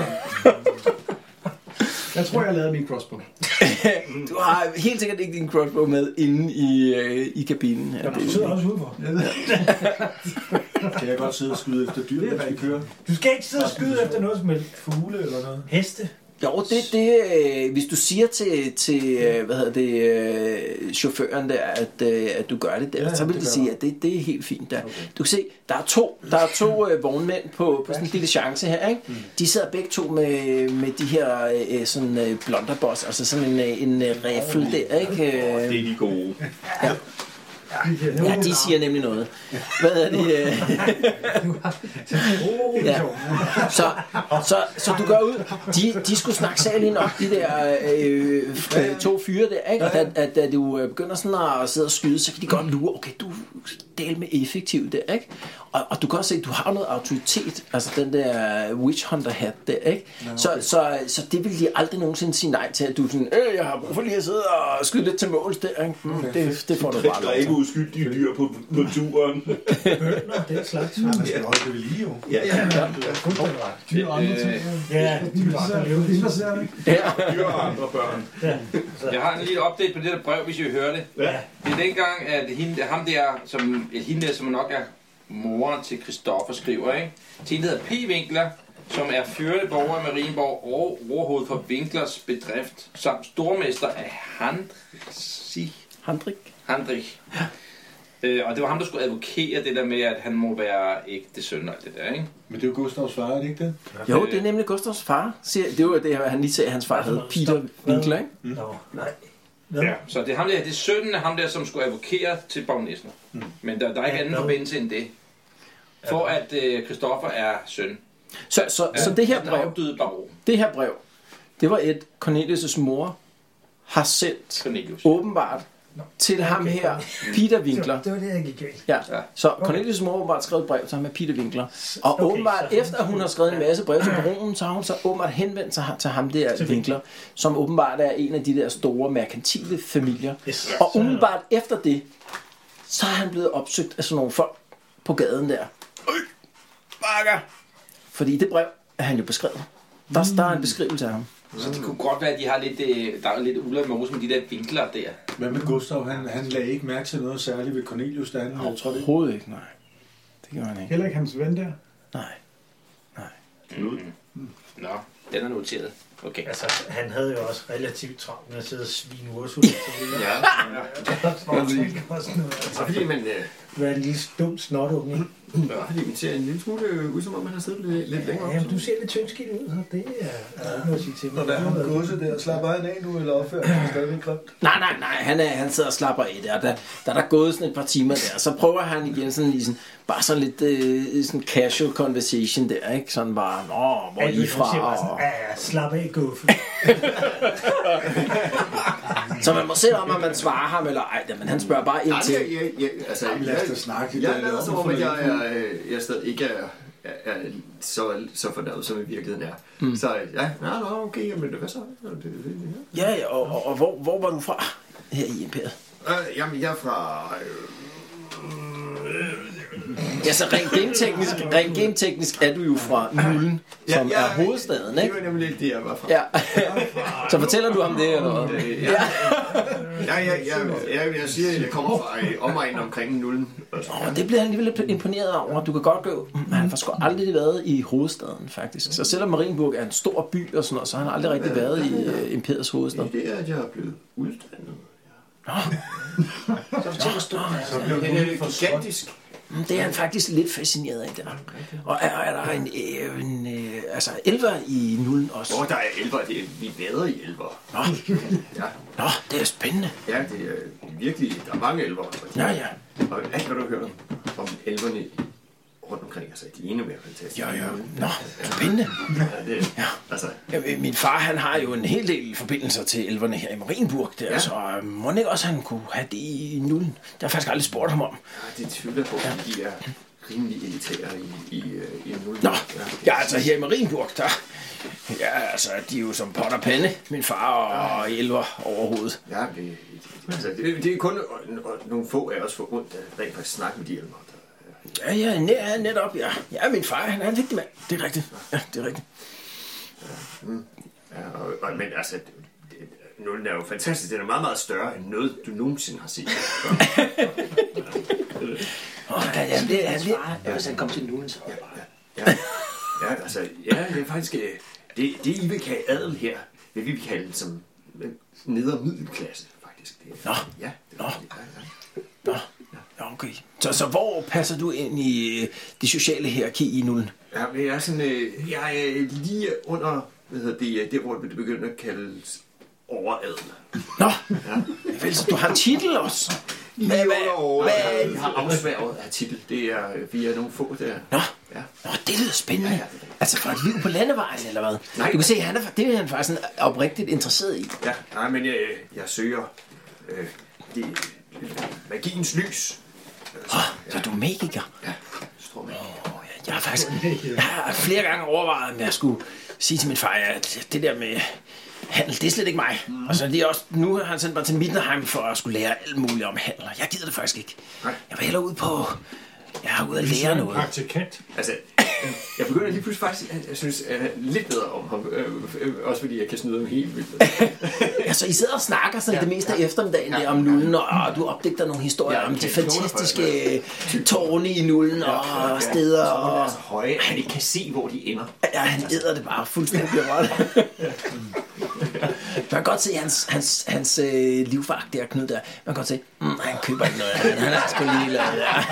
Jeg tror, jeg lavede min crossbow. Du har helt sikkert ikke din crossbow med inde i, øh, i kabinen her. Ja, du sidder også udenfor. Kan jeg godt sidde og skyde efter dyr, hvis vi kører? Du skal ikke sidde og skyde efter noget som helst. Fugle eller noget? Heste. Jo, det, det øh, hvis du siger til, til øh, hvad hedder det, øh, chaufføren der, at, øh, at du gør det der, Ja, så vil det de gør sige, jeg. at det, det er helt fint der. Okay. Du kan se, der er to, der er to øh, vognmænd på, på sådan en lille chance her, ikke? Mm. De sidder begge to med, med de her øh, sådan øh, blunderboss, altså sådan en, øh, en øh, riffel der, ikke? Det er de gode. Ja. Ja, de siger nemlig noget. Hvad er det? Ja. Så, så, så du går ud. De, de skulle snakke særlig nok, de der øh, øh, to fyre der, ikke? Da, at, da du begynder sådan at sidde og skyde, så kan de godt lure, okay, du del med effektiv der, ikke? Og, og du kan også se, at du har noget autoritet, altså den der witch hunter hat der, ikke? Så, så, så det vil de aldrig nogensinde sige nej til, at du sådan, øh, jeg har brug for lige at sidde og skyde lidt til måls der, ikke? Mm, det, det får du bare Der lov er til. ikke uskyldige dyr på, på turen. Bønder, det er slags. Man skal holde det ved lige, jo. Ja, ja. Dyr og andre ting. Ja, Dyr og andre ser det. Dyr og andre børn. Jeg har en lille update på det der brev, hvis I vil høre det. Ja. Det er dengang, at hende, ham der, som, hende der, som nok er moren til Christoffer, skriver, ikke? Til en, der hedder P. Winkler, som er førende borger i Marienborg og overhoved for Winklers bedrift, samt stormester af Handrich. Handrik. Handrich. Øh, og det var ham, der skulle advokere det der med, at han må være ægte søn og alt det der, ikke? Men det er jo Gustavs far, er det ikke det? Jo, det er nemlig Gustavs far. Siger, det var det, han lige sagde, at hans far hed Peter Winkler, ikke? Nå, nej. Ja, så det er ham der, det er sønnen af ham der, som skulle advokere til bagnæssen. Mm. Men der, der er ikke anden forbindelse end det. For at øh, Christoffer er søn. Så, så, Ja, så det her den brev, afdøde baron. det her brev, det var et Cornelius' mor har sendt Cornelius. åbenbart til ham her, Peter Winkler. Det var det, jeg gik galt. Ja, så Cornelius' mor har åbenbart skrevet et brev til ham med Peter Winkler. Og Okay, åbenbart, så- efter hun har skrevet en masse brev til baronen, så har hun så åbenbart henvendt sig til ham der Winkler, som åbenbart er en af de der store merkantile familier. Yes. Og umiddelbart efter det, så er han blevet opsøgt af sådan nogle folk på gaden der. Øj, bakker! Fordi i det brev er han jo beskrevet. Der, der er en beskrivelse af ham. Så det kunne godt være, at de har lidt, øh, der er lidt uler med med de der vinkler der. Hvad med Gustav? Han, han lagde ikke mærke til noget særligt ved Cornelius, da han, jeg tror det. Overhovedet ikke, nej. Det gjorde han ikke. Heller ikke hans ven der. Nej. Nej. Mm. Nå, den er noteret. Okay. Altså, han havde jo også relativt travlt med at sidde og svine Ursula. Ja, ja. Så fordi man, øh, Være en lille dum snotunge, ikke? ja, fordi man ser en lille smule øh, ud, som om man har siddet lidt, lidt længere op. Jamen, du ser lidt tyndskidt ud, så det er, er ikke noget at sige til mig. Og hvad er han godset der? Slapper han af nu, eller opfører han stadigvæk grimt? Nej, nej, nej, han, er, han sidder og slapper af der. Der, der er der gået sådan et par timer der, så prøver han igen sådan lige sådan, bare sådan lidt øh, sådan casual conversation der, ikke? Sådan bare, nå, hvor er I fra? Og... Ja, slap af, Guffe. Så man må se om, at man svarer ham eller ej, men han spørger bare ind til. Jeg, jeg, jeg, altså, Jamen, lad os da snakke. Jeg lader som om, at jeg, er, øh, jeg stadig ikke er, er, er så, så fordærvet, som i virkeligheden er. Mm. Så ja, ja, nå, okay, men hvad så? Det, det, ja. Ja, ja, og, og, og hvor, hvor var du fra her i imperiet? Øh, jamen, jeg er fra... Øh, Ja, så rent genteknisk, rent genteknisk er du jo fra Nullen, som ja, ja, er hovedstaden, det ikke? var nemlig det, jeg var fra. Ja. Så fortæller du om det, eller hvad? Øh, ja. Ja, ja, ja, ja, jeg siger, at jeg kommer fra øh, omegnen omkring nullen. Og det bliver han alligevel lidt imponeret over. Du kan godt gå, men han har sgu aldrig været i hovedstaden, faktisk. Så selvom Marienburg er en stor by og sådan noget, så har han aldrig rigtig været i uh, imperiets hovedstad. Det er, at jeg er blevet uddannet. Nå. Så fortæl mig stort. Det er gigantisk Det er han faktisk lidt fascineret af, der. Og er, er der en, øh, en øh, altså elver i nullen også? Åh, oh, der er elver. Det er, vi vader i elver. Nå. Ja. Nå, det er spændende. Ja, det er virkelig... Der er mange elver. Ja, ja. Og alt, hvad du har hørt om elverne rundt omkring, altså, de er endnu mere fantastiske. Ja, ja. Nå, spændende. Ja, det, ja. Altså. Ja, min far, han har jo en hel del forbindelser til elverne her i Marienburg, der, ja. Så må ikke også, han kunne have det i nullen. Det har jeg faktisk aldrig spurgt ham om. Ja, det tvivler på, at de er rimelig elitære i, i, i nullen. Nå, ja, altså her i Marienburg, der... Ja, altså, de er jo som pot og pande, min far og ja. Elver overhovedet. Ja, det, altså, det, det er kun nogle få af os for ondt, at rent faktisk snakke med de elver. Ja, ja, net, netop, ja. Ja, min far, han er en vigtig mand. Det er rigtigt. Ja, det er rigtigt. Ja, mm. ja og, og, men altså, det, nullen er jo fantastisk. Den er meget, meget større end noget, du nogensinde har set. Åh, ja, ja, det er det. Ja, hvis han kom til nullen, så ja, ja, ja, ja, altså, ja, det er faktisk, det, det I vil kalde adel her, det vi vil kalde som nedre middelklasse, faktisk. Det er, Nå, ja, det er, Nå. Ja, ja. Nå. Ja, okay. Så, så hvor passer du ind i det sociale hierarki i nullen? Ja, men jeg er sådan, øh, jeg er lige under, hvad hedder det, det hvor det begynder at kaldes overadel. Nå, ja. Vel, så du har en titel også? Hvad, hvad, hvad? Jeg har afsværget af titel. Det er, vi er nogle få der. Nå, ja. Nå, det lyder spændende. Ja, ja, det er. Altså fra et liv på landevejen, eller hvad? Nej. Du kan se, han er, det er han faktisk oprigtigt interesseret i. Ja, nej, men jeg, jeg søger øh, det, magiens lys. Åh, oh, så er du magiker? Ja, oh, jeg har faktisk jeg har flere gange overvejet, om jeg skulle sige til min far, at det der med handel, det er slet ikke mig. Mm. Og så lige også, nu har han sendt mig til Middenheim for at skulle lære alt muligt om handel. Jeg gider det faktisk ikke. Nej. Jeg var hellere ude på, jeg er ude at lære noget. Praktikant. Altså, jeg begynder lige pludselig faktisk, at jeg synes at lidt bedre om ham. Øh, øh, også fordi jeg kan snyde ham helt vildt. Ja, så I sidder og snakker sådan ja, det meste ja, af eftermiddagen ja, der om nullen, og, og du opdigter nogle historier ja, om de fantastiske tårne i nullen ja, og ja, steder. Og så er så høje, at han ikke kan se, hvor de ender. Ja, han æder det bare fuldstændig råt. Man kan godt se hans, hans, hans øh, livfagt der, Knud der. Man kan godt se, mm, han køber ikke noget. Han, han er sgu lige lavet der.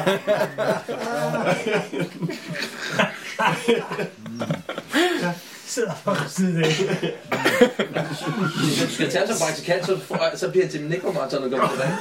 Ja. Sidder på siden af. Hvis du skal tage som praktikant, så, så bliver han til nekromancer, når du kommer tilbage.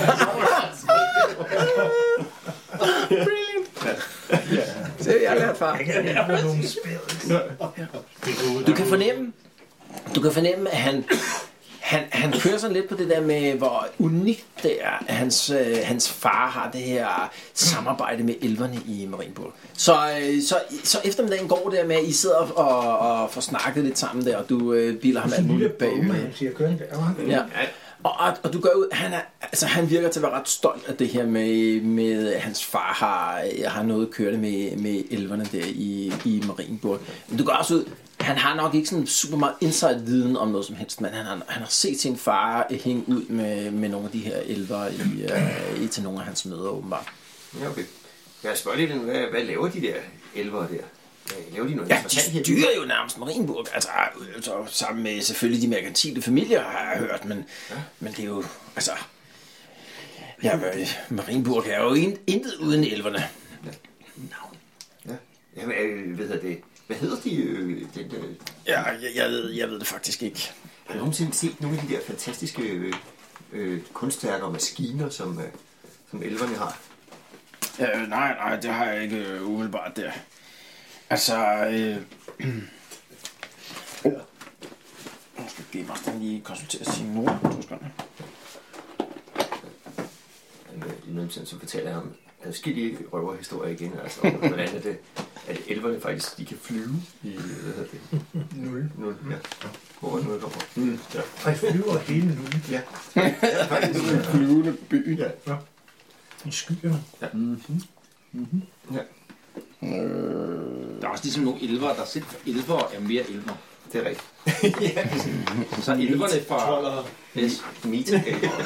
Brilliant. Se, jeg har lært, far. Jeg kan lære nogle spil. Du kan fornemme, du kan fornemme, at han, han, han kører sådan lidt på det der med, hvor unikt det er, at hans, øh, hans far har det her samarbejde med elverne i Marienburg. Så, øh, så, så eftermiddagen går der med, at I sidder og, og får snakket lidt sammen der, og du øh, bilder ham alt muligt bag med. Ja. Og, og, og du gør ud, han, er, altså, han virker til at være ret stolt af det her med, med at hans far har, har noget kørende med, med elverne der i, i Marienburg. Men du gør også ud, han har nok ikke sådan super meget insight-viden om noget som helst, men han har, han har set sin far hænge ud med, med nogle af de her elver i, uh, i til nogle af hans møder, åbenbart. Ja, okay. Jeg spørger lidt, hvad, hvad laver de der elver der? Laver de noget? Ja, de styrer jo nærmest Marienburg, altså, altså sammen med selvfølgelig de merkantile familier, har jeg hørt, men, ja. men det er jo, altså, ja, Marienburg er jo intet uden elverne. Ja. Ja. Jamen, hvad hedder det? Hvad hedder de? Øh, den, øh, ja, jeg, jeg, ved, jeg ved det faktisk ikke. Har du nogensinde set nogle af de der fantastiske øh, øh, kunstværker og maskiner, som, øh, som elverne har? Øh, nej, nej, det har jeg ikke øh, umiddelbart der. Altså, øh... oh. Nu skal G. Martin lige konsultere sin mor. To sekunder. I mellemtiden så fortæller jeg om adskillige røverhistorier igen. Altså, hvordan er det, at elverne faktisk, de kan flyve i, hvad hedder det? Nul. Nul, ja. Hvor er nul kommer? Mm. Ja. Og I flyver hele nul. Ja. Ja, faktisk en flyvende by. Ja. Ja. I skyerne. Ja. Mm-hmm. Mm-hmm. Ja. Der er også ligesom nogle elver, der selv for elver er mere elver. Det er rigtigt. Ja. Så elverne fra... Yes. Meta.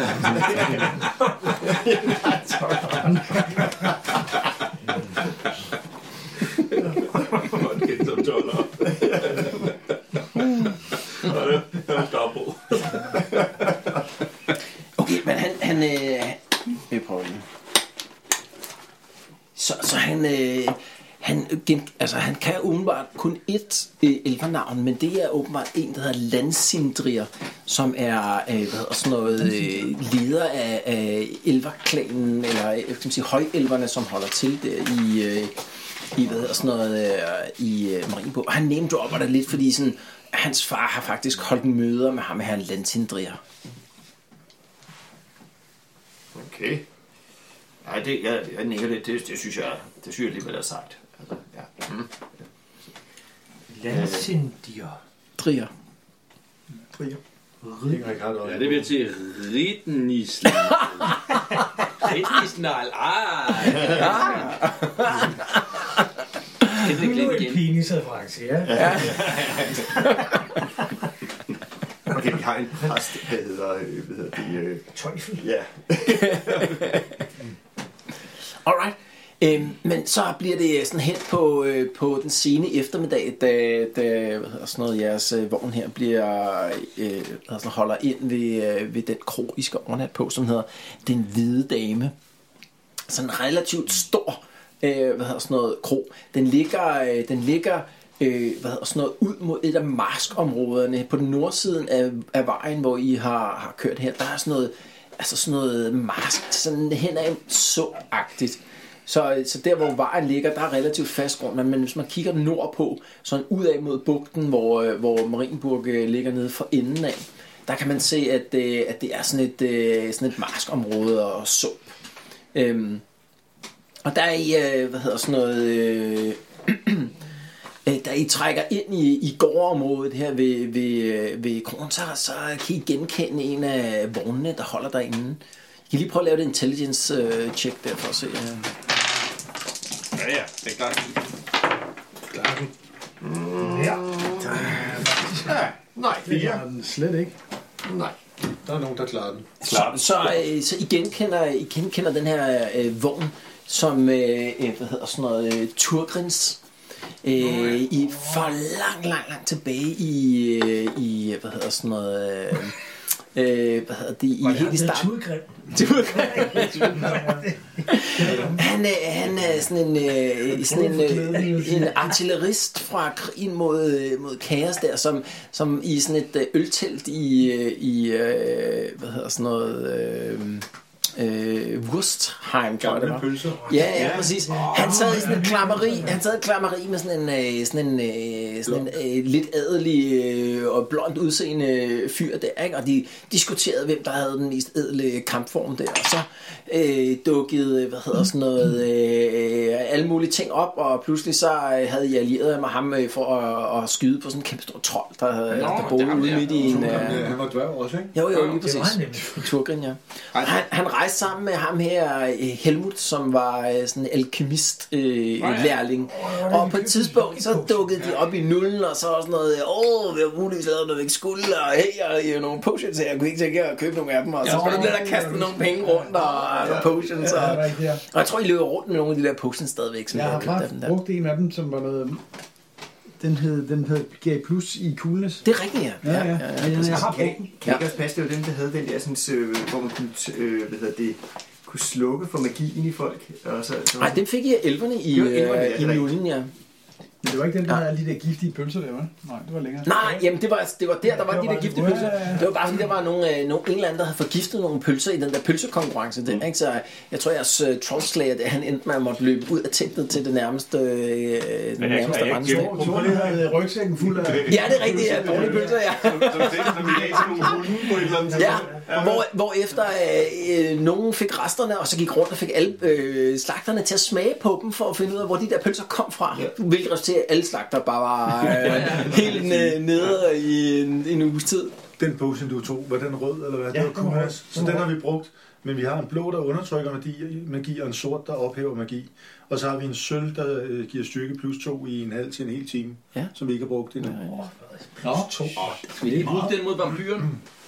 Som toller. Okay, men han... han øh, vi prøver lige. Så, gen, altså han kan umiddelbart kun ét øh, elvernavn, men det er åbenbart en, der hedder Landsindrier, som er øh, hvad hedder sådan noget, øh, leder af, af elverklanen, eller øh, kan man sige, højelverne, som holder til der i, øh, i hvad hedder sådan noget, øh, i øh, Marienborg. Og han name-dropper det lidt, fordi sådan, hans far har faktisk holdt møder med ham her Landsindrier. Okay. Nej, det, jeg, jeg nikker det, det, det synes jeg, det synes jeg lige, hvad der er sagt. Altså, ja. Mm. Landsindier. Drier. Drier. Ja, det vil til Ritnisland. Ritnisland. Ah! Det er nu en penisreference, ja. ja. Okay, vi har en præst, der hedder, hvad hedder det? Øh... Teufel. Ja. Alright. Øhm, men så bliver det sådan hen på, øh, på den sene eftermiddag, da, da hvad hedder sådan noget, jeres øh, vogn her bliver øh, sådan, holder ind ved, øh, ved den kro, I skal overnat på, som hedder Den Hvide Dame. Sådan en relativt stor øh, hvad hedder sådan noget, kro. Den ligger, øh, den ligger øh, hvad hedder sådan noget, ud mod et af marskområderne på den nordsiden af, af vejen, hvor I har, har kørt her. Der er sådan noget, altså sådan noget marsk, sådan hen ad så-agtigt. Så, så der, hvor vejen ligger, der er relativt fast grund, men hvis man kigger nordpå, sådan ud af mod bugten, hvor, hvor Marienburg ligger nede for enden af, der kan man se, at, at det er sådan et, sådan et marskområde og sump. Øhm, og der er I, hvad hedder sådan noget, øh, da I trækker ind i, i gårdområdet her ved, ved, ved kronen, så, så kan I genkende en af vognene, der holder derinde. I kan lige prøve at lave det intelligence uh, check der for at se. Uh... Ja, ja, det er klart. Klart. Mm. Ja. Ja. Nej, det er den slet ikke. Nej. Der er nogen, der klarer den. Så, så, øh, så I genkender, I genkender den her øh, vogn, som øh, hvad hedder sådan noget, øh, Turgrins. Øh, I for lang, lang, lang tilbage i, øh, i hvad hedder sådan noget... Øh, Øh, hvad hedder det? I helt i starten. han, er, han er sådan en, øh, sådan en, øh, en artillerist fra krigen mod, mod kaos der, som, som i sådan et øltelt i, i øh, hvad hedder sådan noget... Øh, Øh, Wurstheim, tror jeg det var. Pølser. Ja, ja, præcis. Han sad i sådan en klammeri, han sad i klammeri med sådan en, sådan en, sådan en øh, lidt adelig øh, og blond udseende fyr der, ikke? Og de diskuterede, hvem der havde den mest ædle kampform der. Og så øh, dukkede, hvad hedder sådan noget, øh, alle mulige ting op, og pludselig så havde I allieret med ham øh, for at, at skyde på sådan en kæmpe stor trold, der, Nå, der boede ude midt i en... Øh, han var dværg også, ikke? Jo, jo, lige præcis. Turgrin, ja. Han, han rejste sammen med ham her, Helmut, som var sådan en alkemist-lærling. Øh, og på et tidspunkt, så dukkede de op i nullen, og så var sådan noget, åh, vi har muligvis lavet noget, vi ikke skulle, og hey, jeg har nogle potions her, jeg kunne ikke tænke at købe nogle af dem, og så var det der kastet nogle penge rundt, og nogle potions, og, og jeg tror, I løber rundt med nogle af de der potions stadigvæk, som jeg har købt af dem der. Jeg har brugt en af dem, som var noget... Den hed, den hed G plus i coolness. Det er rigtigt, ja. Ja, ja. ja, ja, ja jeg har kan, kan ikke også passe, det var den, der havde den der, sådan, øh, hvor man kunne, øh, hvad hedder det, kunne slukke for magien i folk. Og så, så Ej, den fik I af elverne i, øh, i nullen, ja. Men det var ikke den, der havde alle de der giftige pølser der, var? Nej, det var længere. Nej, jamen det var, det var der, der var de der giftige pølser. Det var bare fordi, der var nogle, øh, nogle, en eller anden, der havde forgiftet nogle pølser i den der pølsekonkurrence. Der, ikke? Så jeg tror, jeres uh, trollslayer, der, han endte med at måtte løbe ud af teltet til det nærmeste, øh, den nærmeste renslæg. Jeg tror, det havde rygsækken fuld af... Ja, det er rigtigt, ja. Dårlige pølser, ja. Så det er som vi gav til nogle hunde på et eller andet ja, hvor, hvor efter øh, nogen fik resterne, og så gik rundt og fik alle øh, slagterne til at smage på dem, for at finde ud af, hvor de der pølser kom fra. Ja. Hvilket resulterer, at alle slagter bare var øh, helt nede i en, en uges tid. Den potion, du tog, var den rød, eller hvad? Ja, det var coolness. Så den har vi brugt. Men vi har en blå, der undertrykker magi, magi og en sort, der ophæver magi. Og så har vi en sølv, der øh, giver styrke plus to i en halv til en hel time, ja. Som vi ikke har brugt endnu. Nå, to. Skal vi lige bruge den mod vampyren?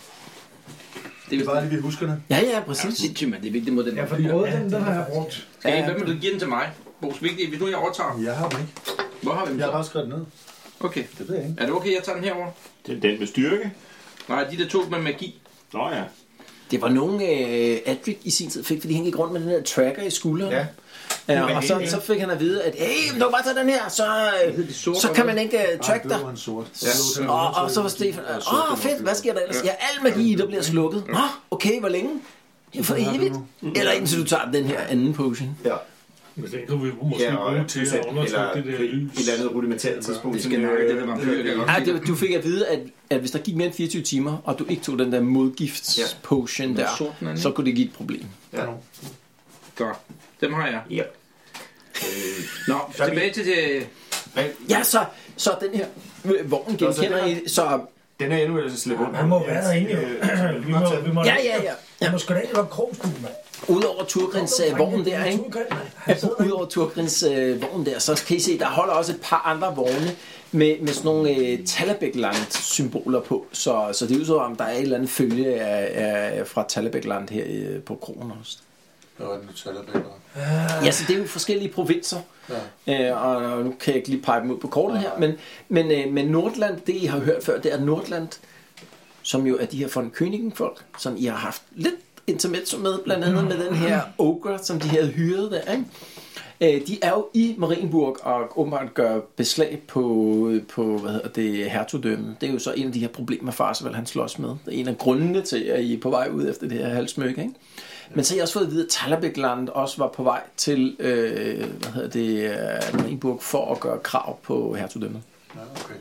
Det er bare det, vi husker det. Ja, ja, præcis. Ja, det er vigtigt mod den vampyr. Ja, for den røde, den, den har jeg brugt. Skal jeg, hvad vil du give den til mig? Vores vigtige, hvis nu jeg overtager. Jeg har den ikke. Hvor har vi den Jeg så? har bare skrevet ned. Okay. Det ved jeg ikke. Er det okay, jeg tager den herover? Det er den med styrke? Nej, de der to med magi. Nå ja. Det var nogen, øh, Adric i sin tid fik, fordi han gik rundt med den der tracker i skulderen. Ja. Ja, og så, så fik han at vide, at hey, du kan bare tage den her, så, så kan man ikke uh, track dig. Ja. Og, og så var Stefan, åh oh, fedt, hvad sker der ellers? Ja, al magi, der bliver slukket. Nå, okay, hvor længe? Ja, for evigt. Eller indtil du tager den her anden potion. Ja. Men den kan vi måske ja, bruge til at undersøge det der lys. Et eller andet rudimentært tidspunkt. Det skal nok, det der vampyr. Ja, du fik at vide, at, at hvis der gik mere end fireogtyve timer, og du ikke tog den der modgifts-potion der, så kunne det give et problem. Ja. Godt. Dem har jeg. Ja. Øh, Nå, tilbage til det... Ja, så, så den her vogn genkender I, så... Den er endnu ellers slippet rundt. Han må være derinde, jo. Vi må, vi må, ja, ja, ja. Vi må sgu da ikke være krogskue, mand. Udover Turgrins øh, vogn der, ikke? Udover Turgrins øh, vogn der, så kan I se, der holder også et par andre vogne med, med sådan nogle øh, Talabekland-symboler på. Så, så det er jo så, om der er et eller andet følge af, af, fra Talabekland her øh, på kronen også. Hvad var det nu Talabekland? Ja, så det er jo forskellige provinser. Ja. Øh, og nu kan jeg ikke lige pege dem ud på kortet her, men, men, øh, men Nordland, det I har hørt før, det er Nordland, som jo er de her von Königen-folk, som I har haft lidt intermezzo med, blandt andet med den her ogre, som de havde hyret der, ikke? Øh, de er jo i Marienburg og åbenbart gør beslag på, på hvad hedder det, hertugdømmet. Det er jo så en af de her problemer, Farsevald han slås med. Det er en af grundene til, at I er på vej ud efter det her halvsmykke, ikke? Men så har jeg også fået at vide, at Talabekland også var på vej til øh, hvad hedder det, Marienburg for at gøre krav på hertugdømmet. Ja, okay.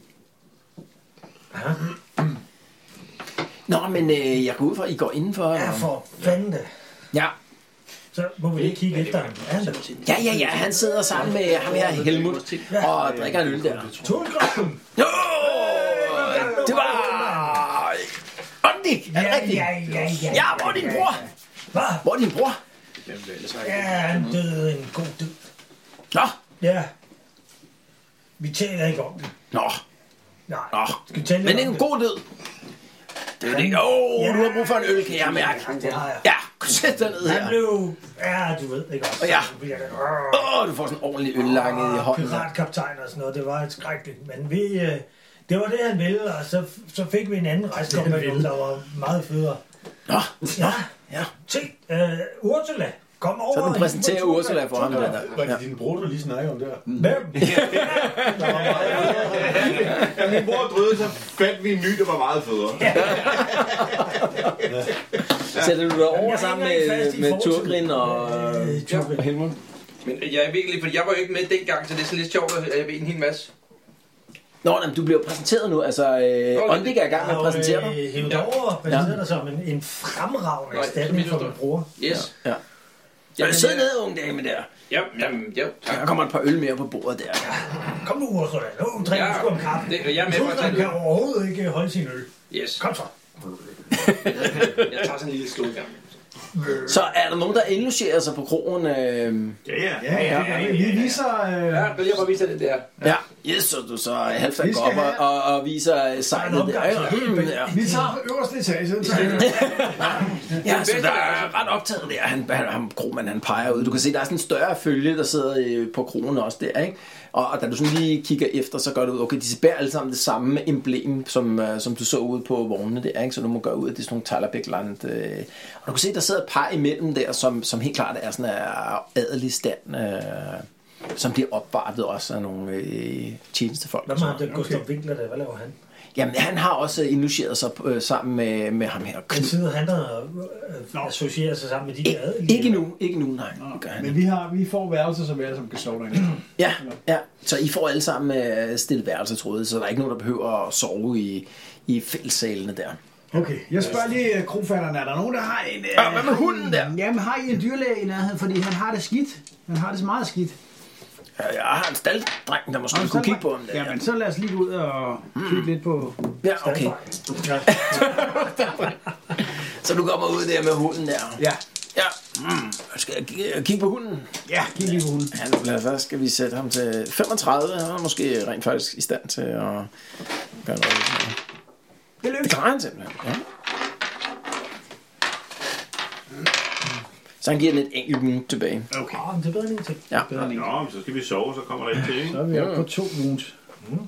Ja. Nå, men øh, jeg går ud fra, at I går indenfor. Ja, for fanden da. Ja. Så må vi lige kigge efter ham. Ja, ja, ja. Han sidder sammen med ham her, Helmut, og drikker en øl der. Tulgrim! Nå! Det var... Ondik! Er det rigtigt? Ja, ja, ja. Ja, hvor er din bror? Hvad? Hvor er din bror? Ja, han døde en god død. Nå? Ja. Vi taler ikke om det. Nå. Nej. Nå. Skal vi tale Men det er en god død. Det er det. Åh, oh, ja. Du har brug for en øl, kan jeg mærke. Det har jeg. Ja, sæt dig ned her. Han blev... Ja, du ved ikke også. Ja. Åh, oh, du får sådan en ordentlig øllange i hånden. Piratkaptajn og sådan noget. Det var et skrækkeligt. Men vi... Det var det, han ville, og så, så fik vi en anden rejskompagnon, der var meget federe. Nå. Ja. Ja. Se, uh, Ursula. Kom over. Så du præsenterer Ursula for ham. Der. Var det din bror, du lige snakkede om der? Hvem? Ja, min bror drøde, så fandt vi en ny, der var meget federe. Sætter du dig over sammen med, med Turgrin og ja, Helmut? Men jeg er virkelig, for jeg var jo ikke med dengang, så det er sådan lidt sjovt, at jeg ved en hel masse. Nå, men du bliver præsenteret nu. Altså, øh, Ondik er i gang med at præsentere dig. Hævet over og præsentere dig som en, en fremragende erstatning for min bror. Yes. Ja. Jeg vil sidde ned, unge dame, der. Ja, jamen, jo, tak. Der kommer et par øl mere på bordet der. Kom nu, Ursula. Nu drikker vi sgu en kaffe. Det, jeg er med på at tage kan overhovedet ikke holde sin øl. Yes. Kom så. Jeg tager sådan en lille slug gang. Så er der nogen, der indlogerer sig på krogen? Øh... Ja, ja. Ja, ja, ja. Vi viser... Øh... Ja, vil jeg bare vise det der. Ja, yes, så du så halvfærd går op og, og, og viser sejlet der. Ja, vi tager øverste etage. ja, så der er ret optaget der. Han, han, han, kromand, han peger ud. Du kan se, der er sådan en større følge, der sidder på krogen også der, ikke? Og, og da du sådan lige kigger efter, så gør du ud, okay, de bærer alle sammen det samme emblem, som, uh, som du så ude på vognene der, ikke? Så du må gøre ud, at det er sådan nogle Talabekland. Øh. Og du kan se, der sidder et par imellem der, som, som helt klart er sådan en adelig stand, øh, som bliver opvartet også af nogle øh, tjenestefolk. Hvad har det Gustav Winkler der? Hvad laver han? Jamen, han har også initieret sig øh, sammen med, med ham her. Han sidder han der øh, associerer sig sammen med de der adelige? Ikke nu, ikke nu, nej. Det gør han. Men vi, har, vi får værelser, som vi alle sammen kan sove derinde. Ja, ja, så I får alle sammen øh, stille værelser, tror jeg, så der er ikke nogen, der behøver at sove i, i fællessalene der. Okay, jeg spørger lige krofatterne, er der nogen, der har en... Øh, ja, hvad med hunden der? Jamen, har I en dyrlæge i nærheden, fordi han har det skidt. Han har det så meget skidt. Ja, jeg har en stalddreng, der måske kunne kigge på ham der. Jamen, så lad os lige gå ud og kigge mm. lidt på... Ja, okay. Ja. Så du kommer ud der med hunden der? Ja. Ja. Mm. Skal jeg kigge på hunden? Ja, kigge lige på hunden. Han, så skal vi sætte ham til femogtredive. Han er måske rent faktisk i stand til at gøre noget. Det lykkes. Det klarer han simpelthen, ja. Så han giver den et enkelt minut tilbage. Okay. Oh, det er bedre end ingenting. Ja. Nå, så skal vi sove, så kommer der en til, ikke? Så er vi oppe på to wounds. Mm.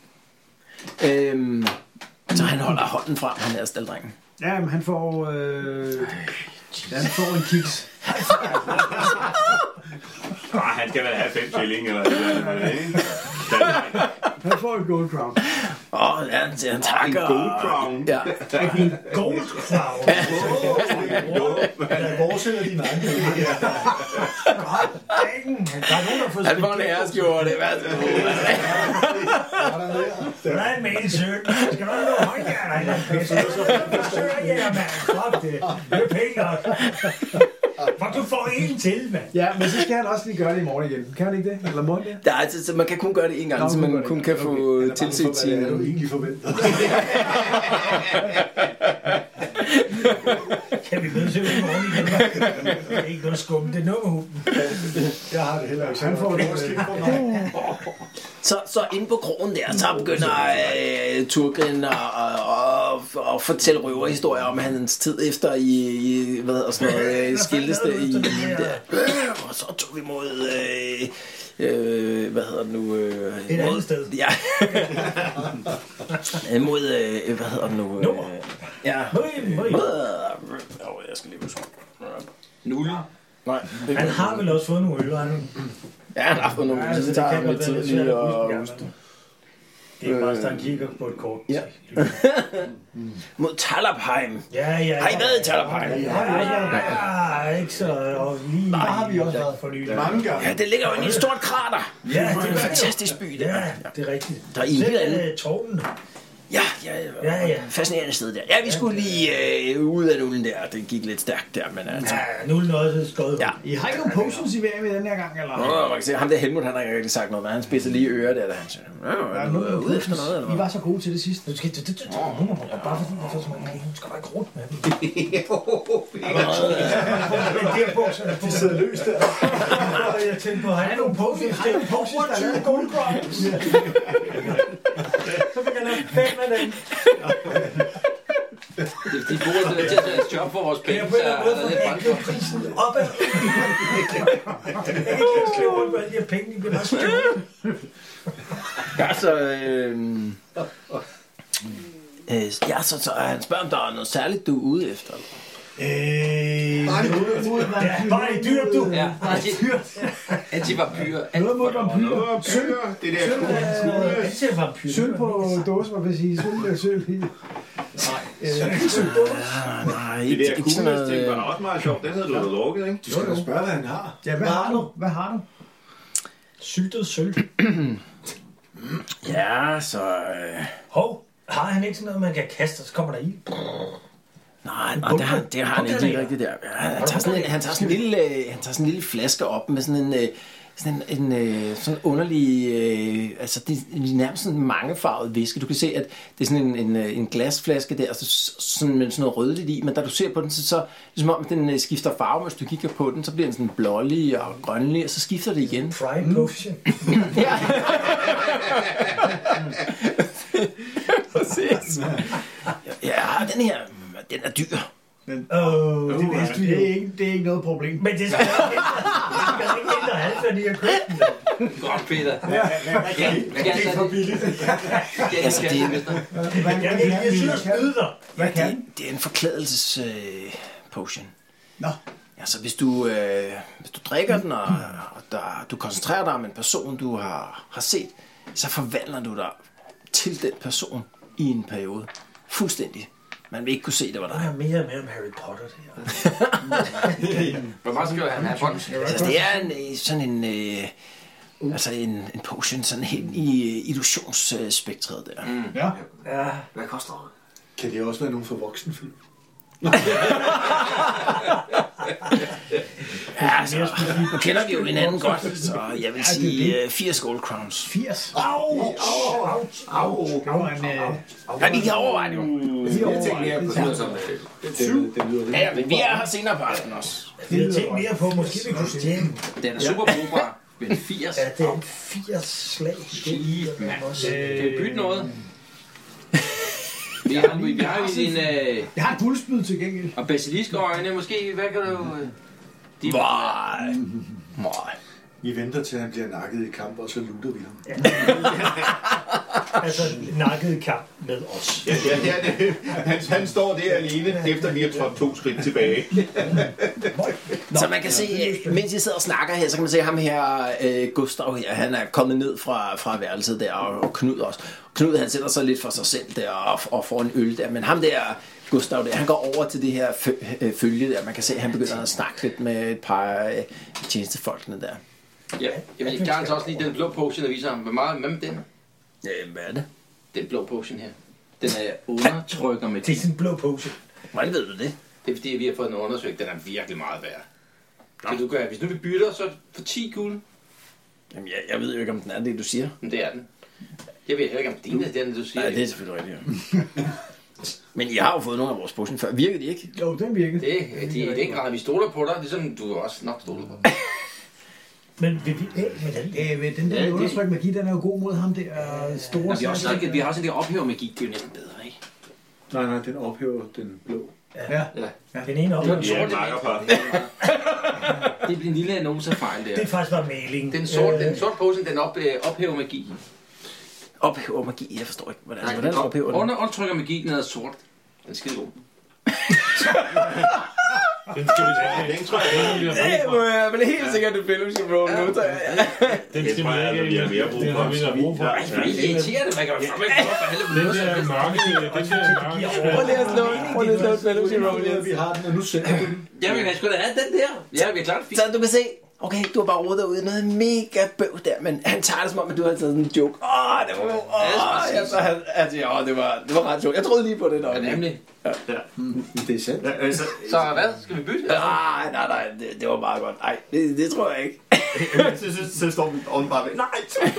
Øhm, så han holder hånden frem, han er stalddrengen. Ja, men han får... Øh, han får en kiks. Ah, han skal vel have fem shilling eller noget, ikke? Han får en gold crown. Åh, oh, han siger, han takker. En gold crown. Ja. En gold crown. Er det vores eller dine egne? Dang, der er nogen, der har fået Han får en æreskjorte, det er værsgo. Der er en mail, søn. Skal du have noget højjern? Nej, der er pisse. Så søger jeg, mand. Fuck det. Det er pænt nok. Fuck, du får en til, mand. Ja, men så skal han også lige gøre det i morgen igen. Kan han ikke det? Eller morgen det? Ja, altså, så man kan kun gøre det en gang, Nå, så man kun kan få Okay. tilset Hvad er det, du sin... egentlig forventer? Kan vi mødes i morgen igen? Det er ikke noget skumme. Det er noget med hunden. Jeg har det heller ikke. Så han får det også lidt for mig. Så, så inde på krogen der, så begynder øh, Turgrin at, at, at, at fortælle røverhistorier om hans tid efter i, i hvad hedder sådan noget, øh, skiltested i der. Og så tog vi mod... Øh, Øh, hvad hedder det nu? Øh, Et mod, andet sted. Ja. mod, øh, hvad hedder det nu? Øh, ja. Jeg skal lige huske. Nul. Nej. Han har vel også fået nogle øl, han. Ja, han har fået nogle øl, så det tager ham lidt tid lige at huske det. Det er bare, at han kigger på et kort. Ja. Mod Talabheim. Ja, ja, ja. Har I været i Talabheim? Ja, ja, ja. Ikke så... Og lige... Der har vi også været for nylig. Mange gange. Ja, det ligger jo inde i et stort krater. Ja, det er en fantastisk by, det Ja, er. det er rigtigt. Der er en helt anden. Selv tårnen. Ja, ja, ja. Ja, ja. Fascinerende sted der. Ja, vi skulle lige øh, ud af nullen der. Det gik lidt stærkt der, men altså... Ja, nul noget skød. Ja. I har ikke nogen potions i V M i den her gang, eller? Nå, man kan se, ham der Helmut, han har ikke rigtig sagt noget, men han spidser lige ører der, da han siger, ja, er du ude efter noget, eller I hvad? var så gode til det sidste. Du skal... Bare fordi man får så mange penge, du skal bare ikke rundt med dem. Men det er bukserne på. De sidder løst der. Jeg tænkte på, har jeg nogle potions? Det er potions, der er gold crowns. Så fik jeg lavet fem af dem. De burde til at tage et job for vores penge, Jeg så begynder er både der for lidt at bange hæve for. prisen op ad. Jeg kan ikke lade slippe rundt med alle de her penge, de bliver bare stjålet. Ja, så... Øh, øh, ja, så, så han spørger, om der er noget særligt, du er ude efter. Øh... Ja, bare et dyr, du. Ja, antivampyr. Noget mod vampyrer. Noget vampyrer. Det der Ja, det ser vampyr. Sølv på dåse, man kan sige. Sølv er sølv i. Nej, Det ikke, der ikke sådan noget... kugles-ting var da Øh, også meget sjovt. Den havde du da lukket, ikke? Du skal da spørge, hvad han har. Ja, hvad har du? Hvad har du? Syltet sølv. ja, så... Øh, Hov, har han ikke sådan noget, man kan kaste, og så kommer der i? nej, nej, det har, det har han ikke lige rigtigt der. Ja, han, tager sådan en, han tager sådan en lille, øh, han tager sådan en lille flaske op med sådan en... Øh, sådan en, en øh, sådan underlig, øh, altså det er nærmest sådan en mangefarvet væske. Du kan se, at det er sådan en, en, en glasflaske der, og så sådan, med sådan noget rødligt i, men da du ser på den, så, så ligesom om den øh, skifter farve, hvis du kigger på den, så bliver den sådan blålig og grønlig, og så skifter det igen. Prime potion. Ja. Præcis. Ja, den her, den er dyr. Åh, oh, det vidste vi Det jo. er ikke, det er ikke noget problem. Men det skal ikke hente halvfærd i at købe den. Godt, Peter. Ja, det er for billigt. Altså, det, Jeg vil ikke synes at skyde dig. Hvad det, kan? det er en forklædelses øh, potion. Nå. Altså, hvis du, øh, hvis du drikker den, og, og der, du koncentrerer dig om en person, du har, har set, så forvandler du dig til den person i en periode. Fuldstændig. Man vil ikke kunne se, det var Der dig. er mere og mere om Harry Potter, det her. Hvor meget skal han have for den? Altså, det er en, øh, sådan en... Øh, altså en, en potion sådan helt i øh, illusionsspektret der. Mm. Ja. Ja. Hvad koster det? Kan det også være nogen for voksenfilm? Ja, altså, nu kender vi jo hinanden godt, så jeg vil sige øh, firs gold crowns. firs. Au, au, au, au. Det var en... Øh, Ja, vi kan overveje det jo. Jeg tænker mere på sådan noget som Det, det lyder Ja, men vi er her senere på aftenen også. Vi har tænkt mere på, måske vi kunne stjæle den. Den er super brugbar. Men firs. Ja, det er en firs slag. Kan vi bytte noget? Vi har, vi har jo en... Øh, jeg har et guldspyd til gengæld. og basiliskøjne, måske, hvad kan du... Øh, de, Nej. Nej. Vi venter til, han bliver nakket i kamp, og så lutter vi ham. Altså, nakket kamp med os. Ja, ja, ja, det, han, han står der alene, efter vi har trådt to skridt tilbage. Så man kan se, mens I sidder og snakker her, så kan man se ham her, øh, Gustav her, han er kommet ned fra, fra værelset der, og, og Knud også. Knud, han sætter sig lidt for sig selv der, og, og får en øl der, men ham der, Gustav der, han går over til det her følge der. Man kan se, at han begynder at snakke lidt med et par øh, tjenestefolkene der. Ja, jeg vil gerne også lige den blå potion, der viser ham. Hvor meget med den? Ja, hvad er det? Den blå potion her. Den er undertrykker med Det er sådan en blå potion. Hvordan ved du det? Det er fordi, vi har fået den undersøgt. Den er virkelig meget værd. Kan du gøre, hvis nu vi bytter, så for ti guld. Jamen, jeg, jeg ved jo ikke, om den er det, du siger. Men det er den. Jeg ved ikke, om din er den, du siger. Nej, det er selvfølgelig rigtigt. Men I har jo fået nogle af vores potion før. Virker de ikke? Jo, den virker. Det, det, det er ikke grad, vi stoler på dig. Ligesom du også nok stoler på. Men, vil vi, øh, men den, Øh, den der Ja, undertryk magi, den er jo god mod ham der store. Ja, vi har også sådan, vi har også en der ophæver magi. Det er jo næsten bedre, ikke? Nej, nej, den ophæver den blå. Ja. Ja. den ene op. Det var Det den Ja, sorte. makkerpar. Det bliver en lille annoncefejl der. er faktisk bare maling. Den sorte, den sorte potion, den op, øh, ophæver magi. Ophæver magi? Jeg forstår ikke, hvordan, Nej, hvordan ophæver den? Under, undertrykker magi, den er sort. Den er skide god. Den skal vi tage. Den tror jeg, Den vil jeg Det bruge må for. jeg, men det er helt sikkert et fellowship roll nu. Den Det skal tror jeg, vi altså, vi har mere ikke. brug Den for. har vi da brug for. Ja, Ej, det er helt irriterende. Man kan jo fandme ikke gå op og hælde Den der mørke, den der mørke. Prøv lige at slå, prøv lige at slå et fellowship roll. Ja, vi har den, og nu sender vi den. Jamen, jeg skulle da have den der. Ja, vi er klart fint. Så du kan se, okay, du har bare rodet derude noget mega bøv der, men han tager det som om, at du har taget sådan en joke. Åh, det var jo, åh, jeg så han, altså, ja, det var, det var ret sjovt. Jeg troede lige på det der. Ja, nemlig. Det er sandt. Ja, altså, Så hvad? Skal vi bytte? Nej, nej, nej, det, det var meget godt. Nej, det, det tror jeg ikke. så, så, så står vi oven bare ved. Nej,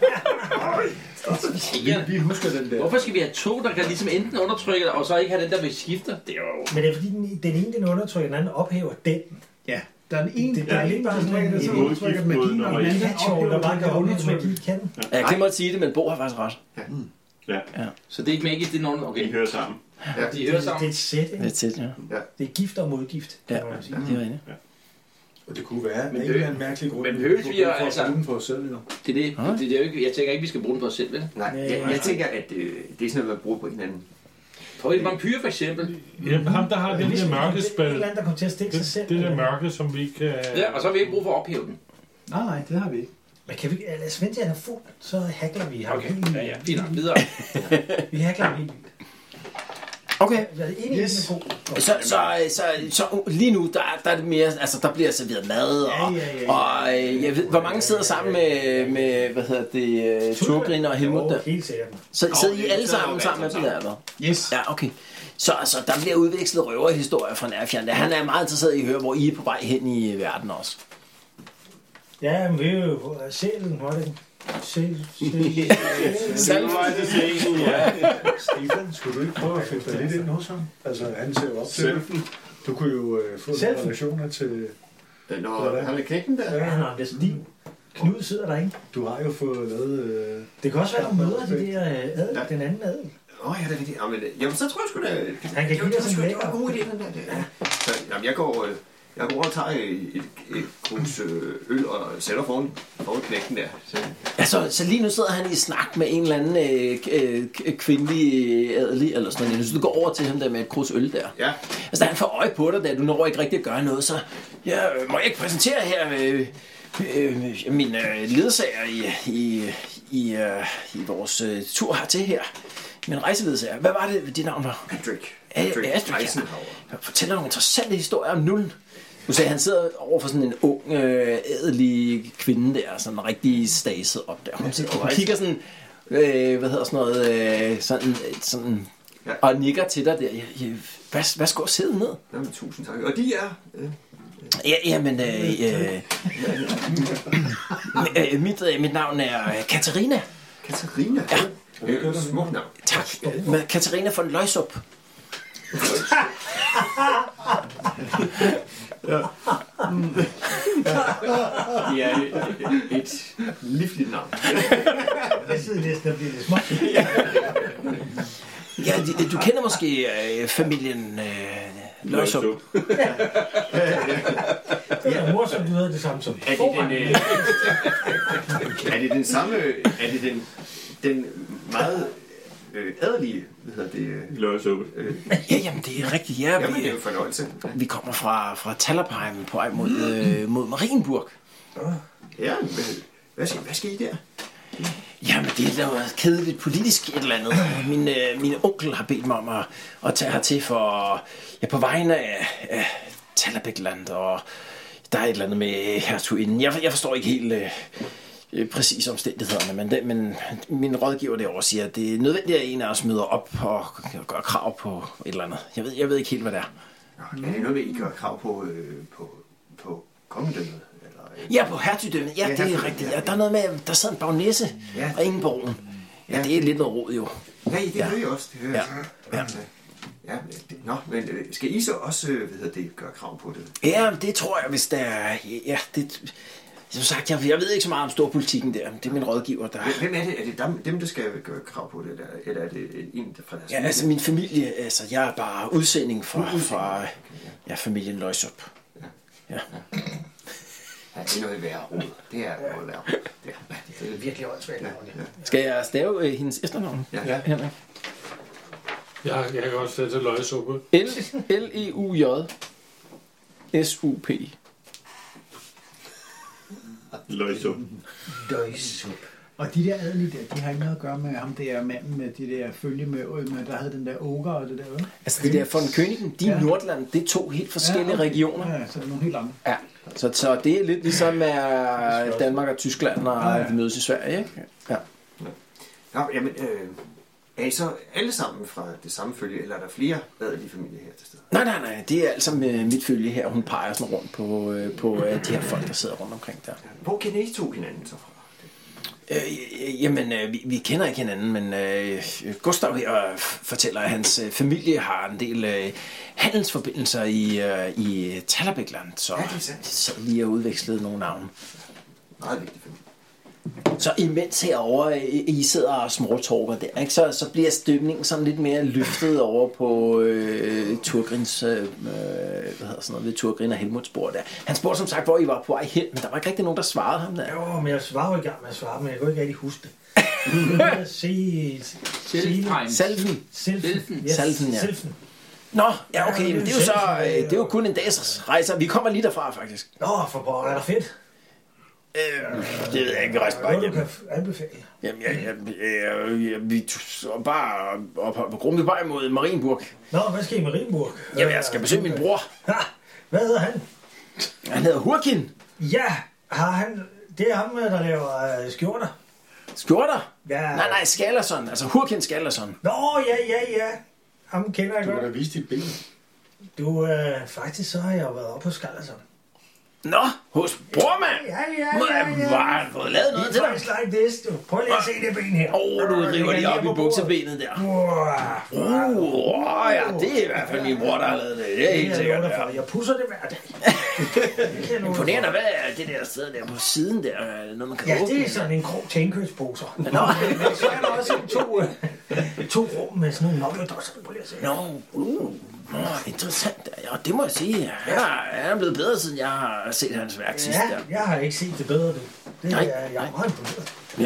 Vi, vi husker den der. Hvorfor skal vi have to, der kan ligesom enten undertrykke og så ikke have den, der vil skifte? Det er jo... Men det er fordi, den, den ene den undertrykker, den anden ophæver den. Ja, der er en en, Det- der er det er en, der ikke undertrykker, der så en undertrykker modgift mod magien, og nummer den anden, et. den Sjov, der ophæver bare den kan der undertrykke undertryk. magi, kan. Jeg glemmer at sige det, men Bo har faktisk ret. Ja, Så det er ikke magisk, det er nogen... de Okay, hører sammen. ja, de Det, hører det er sammen. et sæt, Det er ikke? tæt, ja. Det er gift og modgift. Ja, kan man sige. det er rigtigt. Og det kunne være Men en det- eller anden mærkelig grund. men behøves vi at- for altså- at bruge den for os selv, jo. Det er det. Det, det er jo ikke, jeg tænker ikke, vi skal bruge den på os selv, vel? Nej, jeg, jeg tænker, at øh, det er sådan noget, man bruger på hinanden. Prøv en vampyr for eksempel. Ja, ham der har den der Det er mørke en spil. eller anden, der kommer til at stikke sig Det, selv. det der mørke, som vi ikke kan... Ja, og så har vi ikke brug for at ophæve den. Nej, nej, det har vi ikke. Men kan vi... Lad os vente til, at han er fuld, så hackler vi ham. Okay, helt- ja, ja. Fint nok. Videre. Vi hackler ham helt vildt. Okay. Jeg er enig i, Yes. den er god. Så, så, så, så lige nu, der, der er det mere, altså der bliver serveret mad, og, Ja, ja, ja, ja. og øh, jeg ved, hvor mange sidder sammen med, med hvad hedder det, Turgrin og Helmut der? Jo, helt sikkert. Så sidder I alle sammen sammen med dem der, eller? Yes. Ja, okay. Så altså, der bliver udvekslet røverhistorier fra Nærfjern. Han er meget interesseret i at høre, hvor I er på vej hen i verden også. Ja, men vi er jo sjælen, var det? Sjæl, sjæl. Stefan, skulle du ikke prøve at fætte dig lidt ind hos ham? Altså, han ser jo op til dig. Du kunne jo øh, få nogle Selfen. relationer til... Når han er knækken der. Ja, han har det liv. Knud sidder der, ikke? Du har jo fået lavet... Øh, Det kan også være, at du møder de der øh, adel, den anden adel. Åh, oh, ja, det er rigtigt. Jamen, jamen, så tror jeg sgu da... Han kan give dig sådan en Det var en god idé, den der. Ja. Så, jamen, jeg går... øh, Jeg går over og tager et, et, et krus øh, øl og sætter foran, foran knækken der. Så, Altså, så lige nu sidder han i snak med en eller anden øh, øh, k- kvindelig adelig, eller sådan noget. Så du går over til ham der med et krus øl der. ja. Altså, da han får øje på dig, da du når ikke rigtig at gøre noget, så ja, må jeg ikke præsentere her øh, øh, min øh, ledsager i, i, i, øh, i vores øh, tur hertil her. Min rejseledsager. Hvad var det, dit navn var? Patrick. Patrick, Patrick ja. Eisenhower. Jeg fortæller nogle interessante historier om nullen. Du sagde, han sidder over for sådan en ung, øh, ædelig kvinde der, sådan rigtig staset op der. Hun, hun kigger sådan, øh, hvad hedder sådan noget, øh, sådan, sådan Ja. og nikker til dig der. Ja, ja, hvad, hvad skal sidde ned? Jamen, tusind tak. Og de er... Øh, Ja, jamen, øh, øh, øh, mit, øh, mit navn er øh, Katarina. Katarina. Ja. Øh, smuk navn. Tak. Med Katarina von Løjsup. Det er et, et livligt navn. Jeg sidder næsten og bliver lidt småt. Ja, du, du kender måske øh, familien øh, Løjsup. Det er morsomt, du hedder det samme som Er det den, øh, er det den samme... Er det den... den meget øh, adelige, hvad hedder det? Øh, Løgsuppe. Øh, Ja, jamen det er rigtigt. Ja, jamen, vi, det er jo en fornøjelse. vi kommer fra, fra Tallerheim på vej mod, øh, mod Marienburg. Ja, hvad, hvad, skal, hvad skal I der? Jamen det er noget kedeligt politisk et eller andet. Min, øh, min onkel har bedt mig om at, at tage hertil for, ja, på vegne af, af Tallerbækland, og der er et eller andet med hertuginden. Jeg, jeg forstår ikke helt øh, præcis omstændighederne, men, det, men min rådgiver derovre siger, at det er nødvendigt, at en af os møder op og gør krav på et eller andet. Jeg ved, jeg ved ikke helt, hvad det er. Nå, er det noget med, at I gør krav på, øh, på, på kongedømmet? Ja, på hertugdømmet. Ja, ja, det er rigtigt. Ja, der er noget med, der sidder en bagnæsse ja. og ingen borgen. Ja, ja, det er lidt noget rod jo. Ja, det hører jeg også. Det hører ja. jeg. Ja. Ja, det, nå, men skal I så også, hvad hedder det, gøre krav på det? Ja, det tror jeg, hvis der er... Ja, det... Som sagt, jeg, jeg ved ikke så meget om storpolitikken der. Det er min rådgiver, der... Hvem er det? Er det dem, dem der skal gøre krav på det, eller, eller er det en fra deres Ja, familie? Altså min familie, altså jeg er bare udsending fra, fra ja, familien Løgsup. Ja. Ja. Ja. Ja, det er noget værre råd. Det er noget værre råd. Ja. Det er virkelig åndssvagt. Ja. Skal jeg stave øh, hendes efternavn? Ja. Ja, Henrik. Jeg, jeg kan også sætte løgsuppe. L E U J S U P. Løgsuppe. Løgsuppe. Og de der adelige der, de har ikke noget at gøre med ham der manden med de der følge med, med der havde den der ogre og det der, eller? Altså de der von Königen, de ja. Nordland, det er to helt forskellige ja, okay. regioner. Ja, så det er nogle helt andre. Ja, så, så det er lidt ligesom med Danmark og Tyskland, og ja, ja. de mødes i Sverige, ikke? Ja. Ja, jamen, øh, er I så alle sammen fra det samme følge, eller er der flere adelige familier her til stede? Nej, nej, nej, det er altså med mit følge her. Hun peger sådan rundt på, på de her folk, der sidder rundt omkring der. Hvor kender I to hinanden så fra? Øh, jamen, øh, vi, vi kender ikke hinanden, men øh, Gustav her fortæller, at hans øh, familie har en del øh, handelsforbindelser i, øh, i Tallerbækland, så ja, det er så vi har udvekslet nogle navne. Meget vigtigt familie. Så imens herovre, I sidder og småtalker der, ikke? Så, så bliver stemningen sådan lidt mere løftet over på øh, Turgrins, øh, hvad hedder sådan noget, ved Turgrin og Helmuts bord der. Han spurgte som sagt, hvor I var på vej hen, men der var ikke rigtig nogen, der svarede ham der. Jo, men jeg var jo i gang med at svare, men jeg kunne ikke rigtig huske det. Jeg se... Salven. Salven. Salven, ja. Salven. Nå, ja okay, men det er jo så, det er jo kun en dags rejse. Vi kommer lige derfra faktisk. Nå, for pokker, er der fedt? Øh, det ved jeg ikke, vi rejser bare hjem. Hvad kan anbefale? Jamen, jeg, jeg, jeg, jeg, vi så bare opholdt på grunden, vi bare imod Marienburg. Nå, hvad skal I i Marienburg? Jamen, jeg skal besøge min bror. Ha, hvad hedder han? Han hedder Hurkin. Ja, har han... Det er ham, der laver uh, skjorter. Skjorter? Ja. Nej, nej, Skallerson. Altså Hurkin Skallerson. Nå, ja, ja, ja. Ham kender jeg Du godt. har da vist dit ben. Du, øh, faktisk så har jeg jo været oppe på Skallerson. Nå, hos brormand. Ja, ja, ja, ja. Hvor har han fået lavet noget til dig? Det er like this, du. Prøv lige at se det ben her. Åh, oh, du river lige op i buksebenet der. Åh, oh, ja, det er i hvert fald min bror, der har lavet det. Det er helt sikkert. Ja. Jeg pusser det hver dag. Imponerende, hvad er det der sted der på siden der, når man kan ja, åbne? det er sådan en grå tænkødsposer. Nå. Men så er der også to, to rum med sådan nogle nokledosser. Prøv lige at se. Nå, uh. Nå, interessant. Ja, det må jeg sige. Jeg er blevet bedre, siden jeg har set hans værk sidst. Ja, jeg har ikke set det bedre, du. Det Nej. er, jeg er meget imponeret. Ja.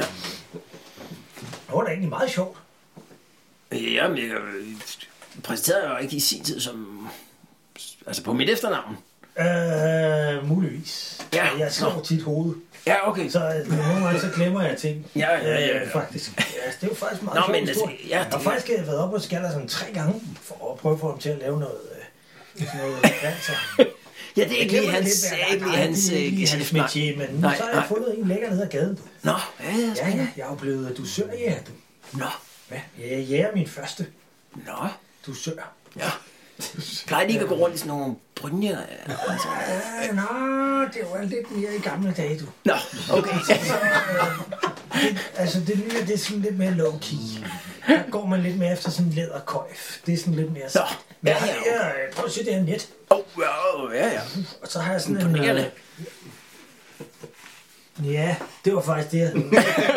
Det var da egentlig meget sjovt. Jamen, jeg præsenterede jo ikke i sin tid som... Altså på mit efternavn. Øh, muligvis. Ja. Jeg slår tit hovedet. Ja, okay. Så øh, nogle gange så glemmer jeg ting. Ja, ja, ja, ja. Øh, faktisk. Ja, det er jo faktisk meget Nå, sjovt. men altså, ja, jeg har det- faktisk været oppe og skaller sådan tre gange, for at prøve at få ham til at lave noget... Øh, sådan noget danser. Ja, det er ikke lige hans... Det Ikke lige hans... det er ikke lige hans nej. metier, men Nej, så har jeg nej. fundet en lækker ned ad gaden. Nå, ja, ja, Ja, spændende. ja, jeg er jo blevet dusør, ja. Du. Nå, Ja, jeg jæger min første nå, dusør. ja. Plejer de ikke at gå rundt i sådan nogle brynjer? Altså. Ja, nå, det var lidt mere i gamle dage, du. Nå, okay. Så, øh, det, altså, det nye, det er sådan lidt mere low-key. Der går man lidt mere efter sådan en læderkøjf. Det er sådan lidt mere... Nå, Men jeg ja, har ja, det her, øh, prøv at se det her net. Åh, oh, ja, ja. Og så har jeg sådan en... Imponerende. Øh, ja, det var faktisk det, jeg havde.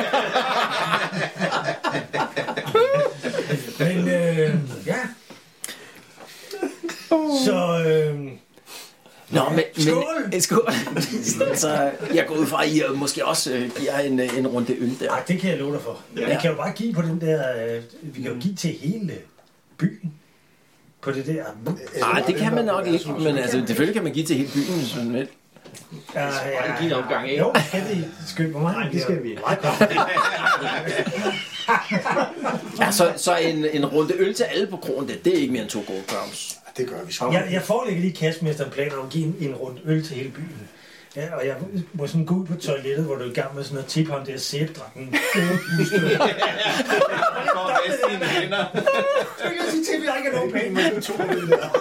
Men øh, ja. Så øh, Nå, men... Skål! Men, skål! Så jeg går ud fra, at I måske også øh, giver en, en runde øl der. Nej, det kan jeg love dig for. Ja. Vi kan jo bare give på den der... Øh, vi kan jo give til hele byen. På det der... Nej, det kan man nok ikke. Men altså, selvfølgelig kan man give til hele byen, hvis man vil. Ja, ja, ja. Give en omgang, ikke? Jo, skal vi. Skal vi? Hvor meget? Det skal vi. Ja, så, så en, en runde øl til alle på krogen, det, det er ikke mere end to gold crowns. Det gør vi så. Jeg, jeg forelægger lige kastmesteren planer om at give en, en runde øl til hele byen. Ja, og jeg må sådan gå ud på toilettet, hvor du er i gang med sådan noget tip ham der sæbdrakken. Du kan sige til, at vi ikke har nogen penge, men du tog det der.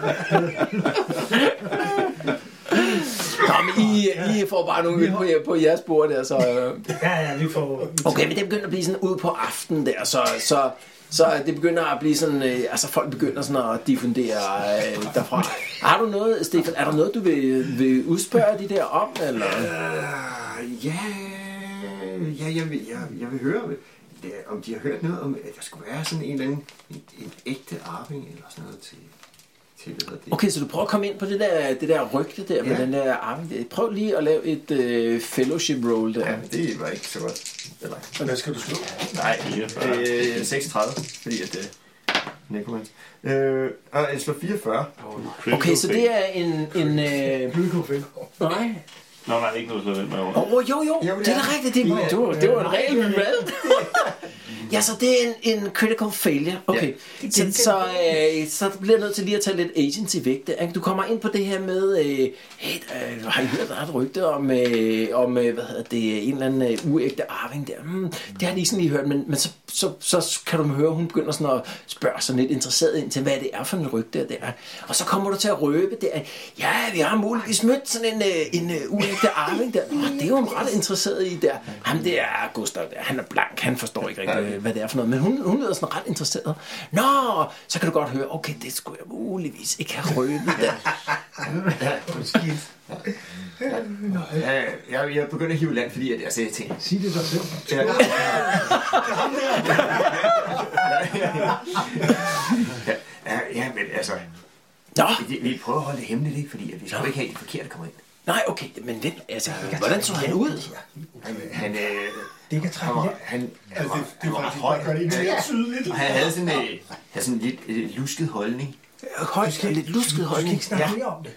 Nå, men I, I får bare nogle øl på, på jeres bord der, så... Ja, ja, vi får... Okay, men det begynder at blive sådan ud på aftenen der, så... så Så det begynder at blive sådan, øh, altså folk begynder sådan at diffundere øh, derfra. Har du noget, Stefan, er der noget, du vil, vil udspørge de der om, eller? Uh, ja, ja jeg, vil, jeg, jeg vil høre, det, om de har hørt noget om, at der skulle være sådan en eller anden, en, en ægte arving eller sådan noget til, til det, det. Okay, så du prøver at komme ind på det der, det der rygte der, ja. Med den der arving der. Prøv lige at lave et øh, fellowship roll der. Ja, det var ikke så godt. Eller? Hvad skal du slå? Nej, øh, seksogtredive, fordi at det er Necromant. Øh, og jeg slår fireogfyrre. Okay, så det er en... en øh... Nej. Nå, nej, ikke noget slå den med over. Åh, oh, jo, jo, jo, det er da rigtigt. Det, det, var, det var en regel, vi valgte. Ja, så det er en, en critical failure. Okay, ja. så, så, øh, så bliver jeg nødt til lige at tage lidt agency væk der. Du kommer ind på det her med, øh, hey, øh, har I hørt, der er et rygte om, øh, om øh, hvad hedder det, en eller anden øh, uægte arving der? Hmm, det har jeg lige sådan lige hørt, men, men så, så, så kan du høre, hun begynder sådan at spørge sig lidt interesseret ind til, hvad det er for en rygte der. Og så kommer du til at røbe der, ja, vi har muligvis mødt sådan en, en, en uægte arving der. Oh, det er jo ret interesseret i der. Ham der er Gustav der, han er blank, han forstår ikke rigtig, hvad det er for noget, men hun, hun lyder sådan ret interesseret. Nå, så kan du godt høre, okay, det skulle jeg muligvis ikke have røbet der. Ja, skidt. Ja, jeg, jeg begynder at hive land, fordi at jeg siger ting. Sig det dig selv. Ja. Ja, ja, men altså... Nå. Vi, vi prøver at holde det hemmeligt, ikke? Fordi at vi skal ikke have de forkerte kommer ind. Nej, okay, men vent, altså, hvordan så han ud? Han, han, øh, det kan trække han, han, han, var, han var ret høj. Han havde sådan, øh, havde sådan lidt øh, lusket holdning. Højt, lidt lusket holdning. Du skal ikke snakke mere om det.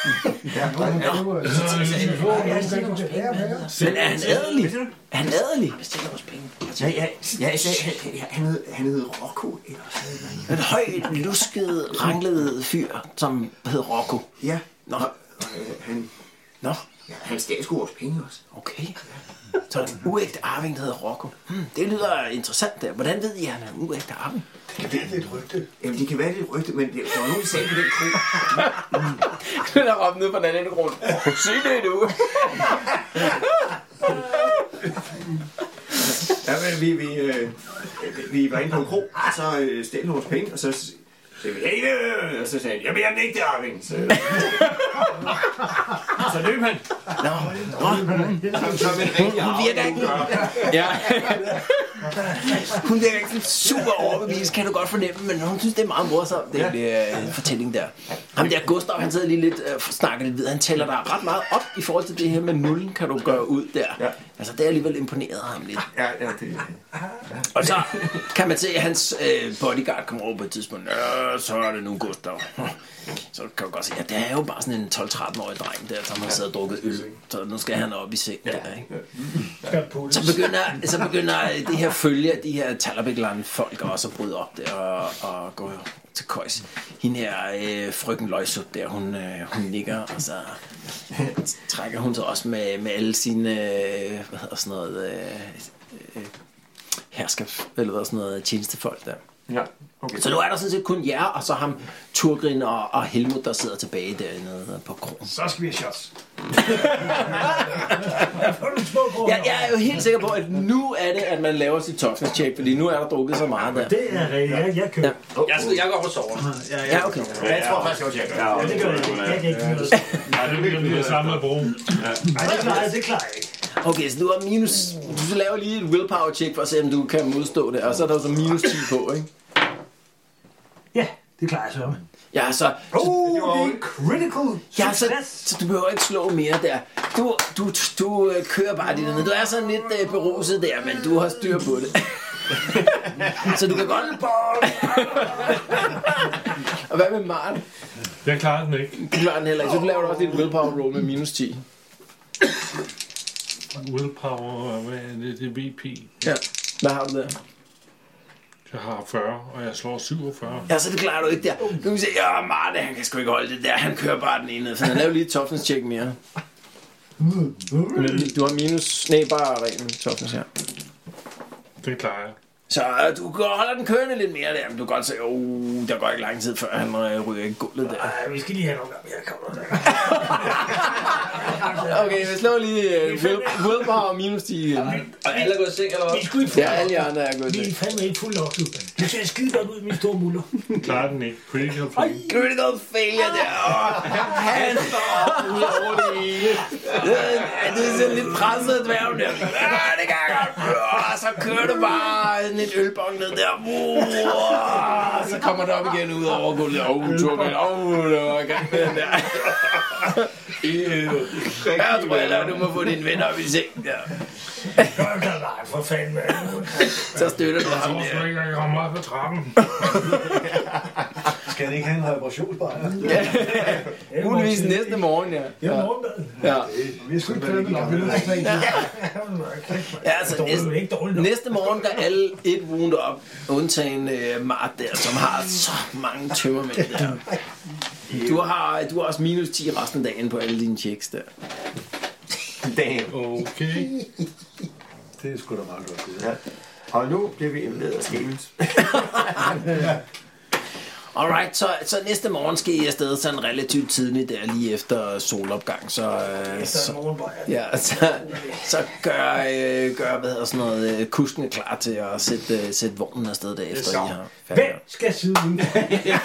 Men er han adelig? Er han adelig? Bestiller vores penge. Ja, ja, ja, han hed, han hed Rocco. En højt, lusket, ranglet fyr, som hed Rocco. Ja. Nå. Han, Nå. Ja, han stjal sgu vores penge også. Okay. Så en uægte arving, der hedder Rocco. Hmm, det lyder interessant der. Hvordan ved I, at han er en uægte arving? Det kan være lidt rygte. Jamen, det kan være lidt rygte, men der var nogen, der sagde på den kro. Den er råbt ned på den anden grund. Se det nu. Ja, men vi, vi, øh, vi var inde på en kro, og så øh, stjal vores penge, og så sagde vi, hey, øh, og så sagde han, jamen, jeg er den ægte arving. Så, så løb han. Nå, hun virker ikke. Ja. Hun virker ikke super overbevist, kan du godt fornemme, men hun synes, det er meget morsomt, den der fortælling der. Ham der Gustav, han sidder lige lidt og uh, snakker lidt videre. Han tæller der ret meget op i forhold til det her med nullen, kan du gøre ud der. Ja. Altså, det er alligevel imponeret ham lidt. Ja, ja, det Og så kan man se, at hans øh, bodyguard kommer over på et tidspunkt. Øh, så er det nu Gustav. Så kan du godt se, at det er jo bare sådan en tolv-tretten-årig dreng der, som har siddet og drukket øl. Så nu skal han op i sengen der, ikke? Så begynder, så begynder det her følge af de her Talabekland folk også at bryde op der og, og gå til køjs. Hende her øh, frøken Løjsut der, hun, øh, hun ligger, og så trækker hun sig også med, med alle sine, øh, hvad hedder sådan noget, øh, øh, herskabs, eller hvad sådan noget, tjenestefolk der. Ja, okay. Så nu er der sådan set kun jer, og så ham Turgrin og, og Helmut, der sidder tilbage dernede på krogen. Så skal vi have shots. Ja, jeg er jo helt sikker på, at nu er det, at man laver sit toughness check, fordi nu er der drukket så meget der. Det er rigtigt. Jeg, jeg køber. Ja. Jeg, jeg går over og sover. Ja, ja, okay. Ja, jeg tror faktisk også, jeg gør. Ja, det gør jeg. Jeg kan ikke gøre det. Nej, det bliver det samme med bro. Nej, det klarer jeg, det klarer jeg ikke. Okay, så du har minus... Du laver lige et willpower check for at se, om du kan modstå det, og så er der så minus ti på, ikke? Ja, Det klarer jeg så med. Ja, så... Oh, det er critical Ja, så, success. så du behøver ikke slå mere der. Du, du, du øh, kører bare dit ned. Du er sådan lidt øh, beruset der, men du har styr på det. Så du kan godt... Og hvad med Maren? Jeg klarer den ikke. Du klarer den heller ikke. Så du laver også dit willpower roll med minus ti. Willpower, hvad er det? Det er V P. Ja. Hvad har du der? Jeg har fyrre, og jeg slår syvogfyrre. Ja, så det klarer du ikke der. Du kan sige, ja, Marte, han kan sgu ikke holde det der. Han kører bare den ene. Så han laver lige et toughness check mere. Du har minus... Nej, bare ren toughness her. Det klarer jeg. Så øh, du holder den kørende lidt mere der, men du kan godt se, åh, oh, der går ikke lang tid, før han øh, ryger i gulvet der. Ej, vi skal lige have nogle gange. Jeg kommer der. Okay, vi slår lige øh, will, willpower og minus ti igen. Og alle er gået i seng, eller hvad? Vi skulle ikke Ja, alle jer andre er gået Vi er til. fandme ikke fuld nok, du. Du ser skide godt ud, min store muller. Klarer den ikke. Critical fail. Critical failure der. Åh, han står ud over det hele. Ja, det er sådan lidt presset dværgen der. Ja, det kan jeg godt. Ja, så kører du bare sådan et ølbong ned der. Ja, så kommer det op igen ud over gulvet. Åh, oh, Torben. Åh, oh, det var i gang med den der. Ja, tror jeg, du må få din ven op i seng der. Gør dig nej, for fanden, mand. Så støtter du ham Jeg tror der. ikke, jeg kommer op på trappen. Skal det ikke have en reparationsbejr? Ja, muligvis næste morgen, ja. Det er morgenmaden. Ja. Vi skal ikke klemme nok. Vi er nødt Ja, altså næste, næste morgen, der er alle et wound op, undtagen øh, Mart der, som har så mange tømmermænd der. Du har, du har også minus ti resten af dagen på alle dine checks der. Damn. Okay. Det er sgu da meget godt. Det. Ja. Og nu bliver vi invaderet af skævens. Alright, så, så næste morgen skal I afsted sådan relativt tidligt der, lige efter solopgang, så, øh, så, ja, så, så gør, øh, gør hvad hedder sådan noget, øh, kusken er klar til at sætte, øh, sætte vognen afsted derefter, I har Hvem skal sidde uden? Jeg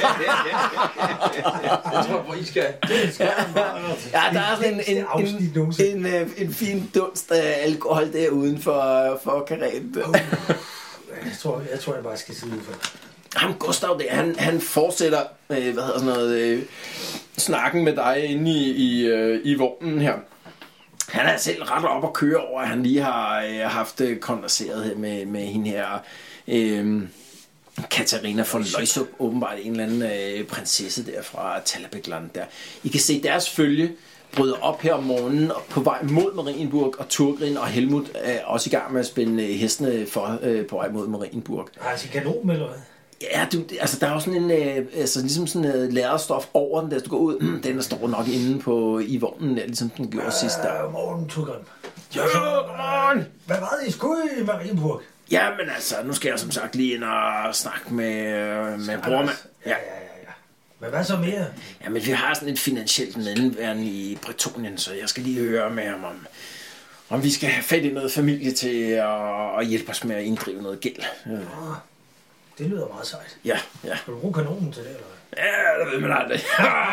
tror, hvor I skal. Ja, der er sådan en, en, en, en, en, en fin dunst af alkohol der uden for, for kareten. Jeg tror, jeg tror, jeg bare skal sidde udenfor. Ham Gustav der, han, han fortsætter, øh, hvad hedder sådan noget, øh, snakken med dig inde i, i, øh, i vognen her. Han er selv ret op at køre over, at han lige har øh, haft øh, konverseret her med, med hende her, øh, Katarina von Løjsup, åbenbart en eller anden øh, prinsesse der fra Talabekland der. I kan se deres følge bryder op her om morgenen og på vej mod Marienburg, og Turgrin og Helmut er også i gang med at spænde hestene for øh, på vej mod Marienburg. Har jeg sin kanon, eller hvad? Ja, du, altså der er jo sådan en, øh, altså ligesom sådan en øh, lærerstof over den, der du går ud, den der står nok inde på i vognen, der, ligesom den gjorde sidst der. Øh, morgen, Turgrin. Ja, godmorgen! Hvad var det, I skulle i Marienburg? Ja, men altså, nu skal jeg som sagt lige ind og snakke med, øh, med bror. Ja. Ja, ja, ja. Men hvad så mere? Ja, men vi har sådan et finansielt mellemværende i Bretonien, så jeg skal lige høre med ham om, om vi skal have fat i noget familie til at, at hjælpe os med at inddrive noget gæld. Ja. Det lyder meget sejt. Ja, ja. Skal du bruge kanonen til det, eller hvad? Ja, det ved man aldrig.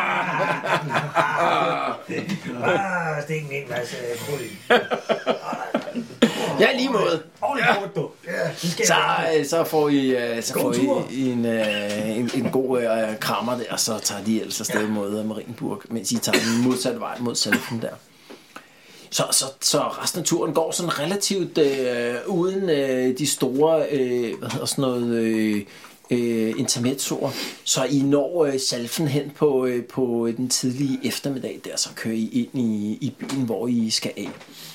Ah, stik en en masse krudt i. Ja, lige måde. Ordentligt kort, du. Ja, det skal Så, jeg. øh, så får I, øh, så God får tur. I en, øh, en, en god øh, krammer der, så tager de ellers afsted ja. mod Marienburg, mens I tager den modsatte vej mod Salfen der. Så, så, så resten af turen går sådan relativt øh, uden øh, de store øh, hvad hedder sådan noget, øh, øh, intermezzoer. Så I når øh, Salfen hen på, øh, på den tidlige eftermiddag der, så kører I ind i, i byen, hvor I skal af.